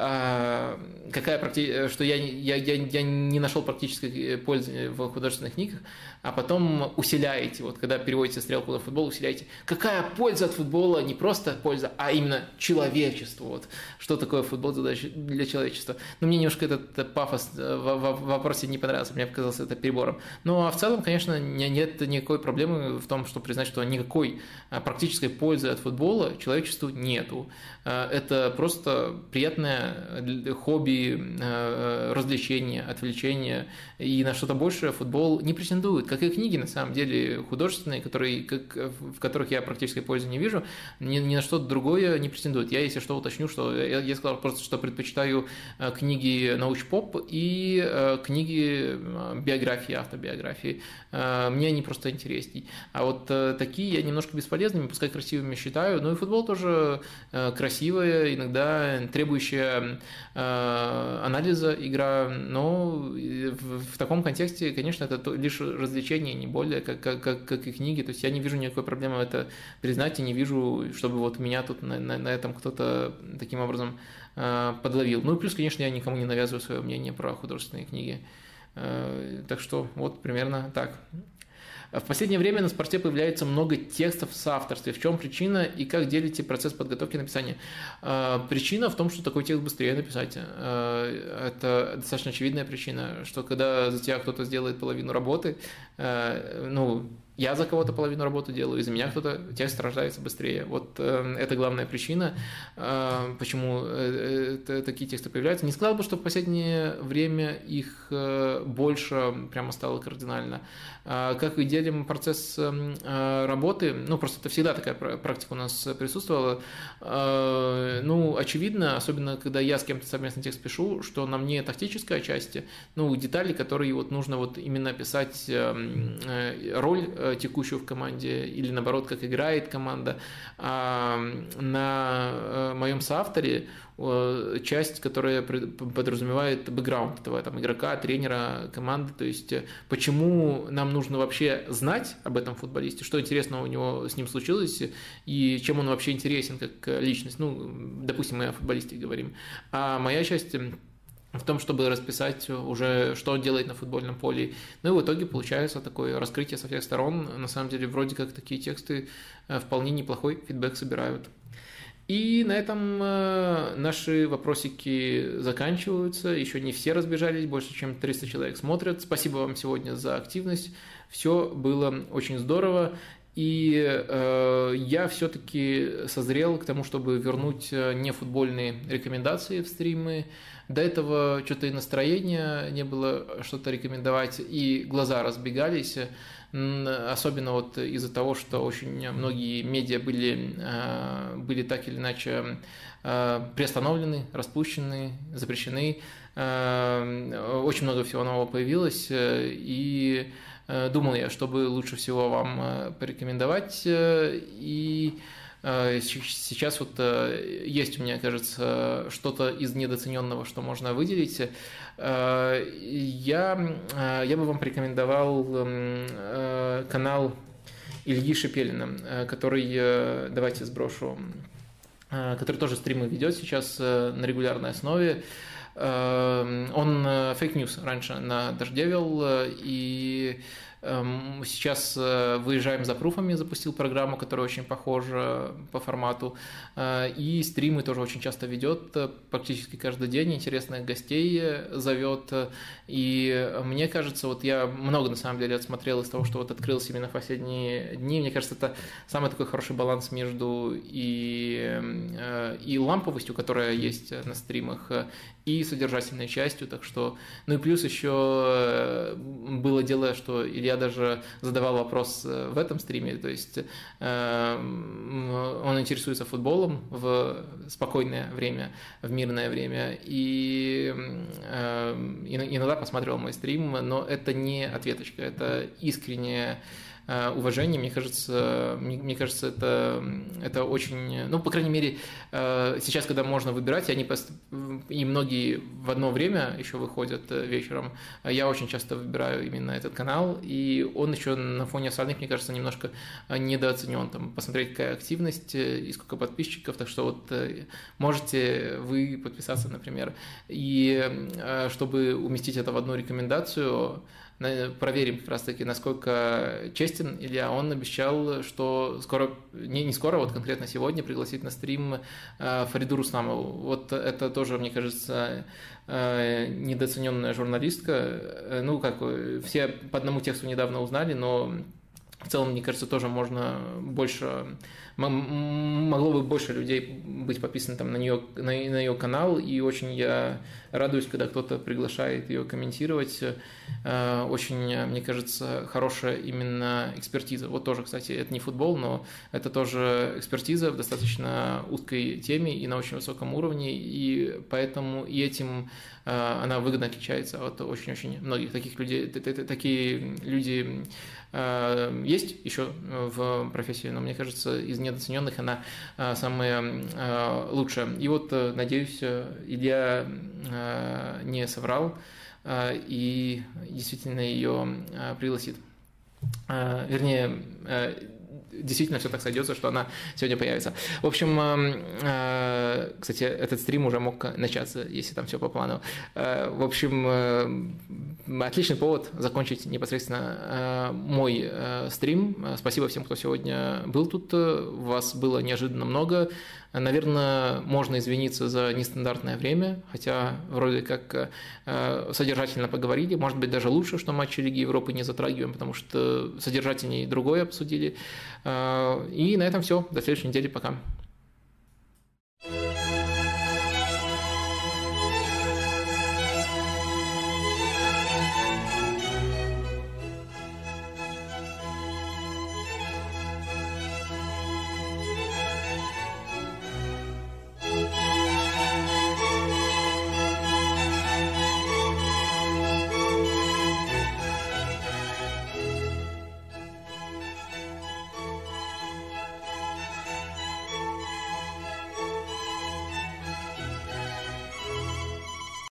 Speaker 1: а, какая практи... что я, я, я, я не нашел практической пользы в художественных книгах, а потом усиляете, вот когда переводите стрелку на футбол, усиляете, какая польза от футбола, не просто польза, а именно человечеству. Вот. Что такое футбол для человечества? Ну, мне немножко этот пафос в вопросе не понравился, мне показался это перебором. Ну, а в целом, конечно, нет никакой проблемы в том, чтобы признать, что никакой практической пользы от футбола человечеству нету. Это просто приятное хобби, развлечение, отвлечение, и на что-то большее футбол не претендует. Как и книги, на самом деле, художественные, которые, как, в которых я практической пользы не вижу, ни, ни на что-то другое не претендуют. Я, если что, уточню, что я, я сказал просто, что предпочитаю книги научпоп и книги биографии, автобиографии. Мне они просто интересней. А вот такие я немножко бесполезными, пускай красивыми считаю. Ну и футбол тоже красивая, иногда требующая анализа игра, но в, в таком контексте, конечно, это лишь развлечение, не более, как, как, как и книги. То есть я не вижу никакой проблемы это признать, и не вижу, чтобы вот меня тут на, на, на этом кто-то таким образом подловил. Ну и плюс, конечно, я никому не навязываю свое мнение про художественные книги. Так что вот примерно так. В последнее время на спорте появляется много текстов в соавторстве. В чем причина и как делите процесс подготовки и написания? Причина в том, что такой текст быстрее написать. Это достаточно очевидная причина, что когда за тебя кто-то сделает половину работы, ну, я за кого-то половину работы делаю, из-за меня кто-то текст рождается быстрее. Вот э, это главная причина, э, почему э, э, такие тексты появляются. Не сказал бы, что в последнее время их э, больше прямо стало кардинально. Э, как и делим процесс э, работы, ну, просто это всегда такая практика у нас присутствовала. Э, ну, очевидно, особенно когда я с кем-то совместный текст пишу, что на мне тактическая часть, ну, детали, которые вот нужно вот именно описать э, э, роль текущую в команде или наоборот, как играет команда. А на моем соавторе часть, которая подразумевает бэкграунд этого там, игрока, тренера, команды, то есть почему нам нужно вообще знать об этом футболисте, что интересного у него с ним случилось и чем он вообще интересен как личность. Ну, допустим, мы о футболисте говорим. А моя часть в том, чтобы расписать уже, что он делает на футбольном поле. Ну и в итоге получается такое раскрытие со всех сторон. На самом деле, вроде как такие тексты вполне неплохой фидбэк собирают. И на этом наши вопросики заканчиваются. Еще не все разбежались, больше чем триста человек смотрят. Спасибо вам сегодня за активность. Все было очень здорово. И э, я все-таки созрел к тому, чтобы вернуть не футбольные рекомендации в стримы. До этого что-то и настроения не было что-то рекомендовать, и глаза разбегались. Особенно вот из-за того, что очень многие медиа были, были так или иначе приостановлены, распущены, запрещены. Очень много всего нового появилось, и думал я, чтобы лучше всего вам порекомендовать. И сейчас вот есть у меня, кажется, что-то из недооцененного, что можно выделить. Я, я бы вам порекомендовал канал Ильи Шипелина, который, давайте сброшу, который тоже стримы ведет сейчас на регулярной основе. Он фейк-ньюс раньше на Дожде вел, и сейчас выезжаем за пруфами, запустил программу, которая очень похожа по формату, и стримы тоже очень часто ведет, практически каждый день интересных гостей зовет, и мне кажется, вот я много на самом деле отсмотрел из того, что вот открылся именно в последние дни, мне кажется, это самый такой хороший баланс между и, и ламповостью, которая есть на стримах, и содержательной частью, так что, ну и плюс еще было дело, что Илья даже задавал вопрос в этом стриме, то есть э, он интересуется футболом в спокойное время, в мирное время, и э, иногда посматривал мой стрим, но это не ответочка, это искреннее уважение, мне кажется, мне, мне кажется, это, это очень, ну, по крайней мере, сейчас, когда можно выбирать, и они и многие в одно время еще выходят вечером, я очень часто выбираю именно этот канал, и он еще на фоне остальных, мне кажется, немножко недооценен. Там, посмотреть, какая активность и сколько подписчиков, так что вот можете вы подписаться, например, и чтобы уместить это в одну рекомендацию, проверим как раз-таки, насколько честен Илья. Он обещал, что скоро, не, не скоро, вот конкретно сегодня пригласит на стрим Фариду Руснамову. Вот это тоже, мне кажется, недооцененная журналистка. Ну, как, все по одному тексту недавно узнали, но в целом, мне кажется, тоже можно больше, могло бы больше людей быть подписано там на нее, на, на ее канал, и очень я радуюсь, когда кто-то приглашает ее комментировать. Очень, мне кажется, хорошая именно экспертиза. Вот тоже, кстати, это не футбол, но это тоже экспертиза в достаточно узкой теме и на очень высоком уровне, и поэтому и этим она выгодно отличается от очень-очень многих таких людей. Такие люди есть еще в профессии, но мне кажется, из недооцененных она самая лучшая. И вот, надеюсь, Илья не соврал и действительно ее пригласит. Вернее, действительно все так сойдется, что она сегодня появится. В общем, кстати, этот стрим уже мог начаться, если там все по плану. В общем, отличный повод закончить непосредственно мой стрим. Спасибо всем, кто сегодня был тут. Вас было неожиданно много. Наверное, можно извиниться за нестандартное время, хотя вроде как содержательно поговорили. Может быть, даже лучше, что матчи Лиги Европы не затрагиваем, потому что содержательнее другое обсудили. И на этом все. До следующей недели. Пока.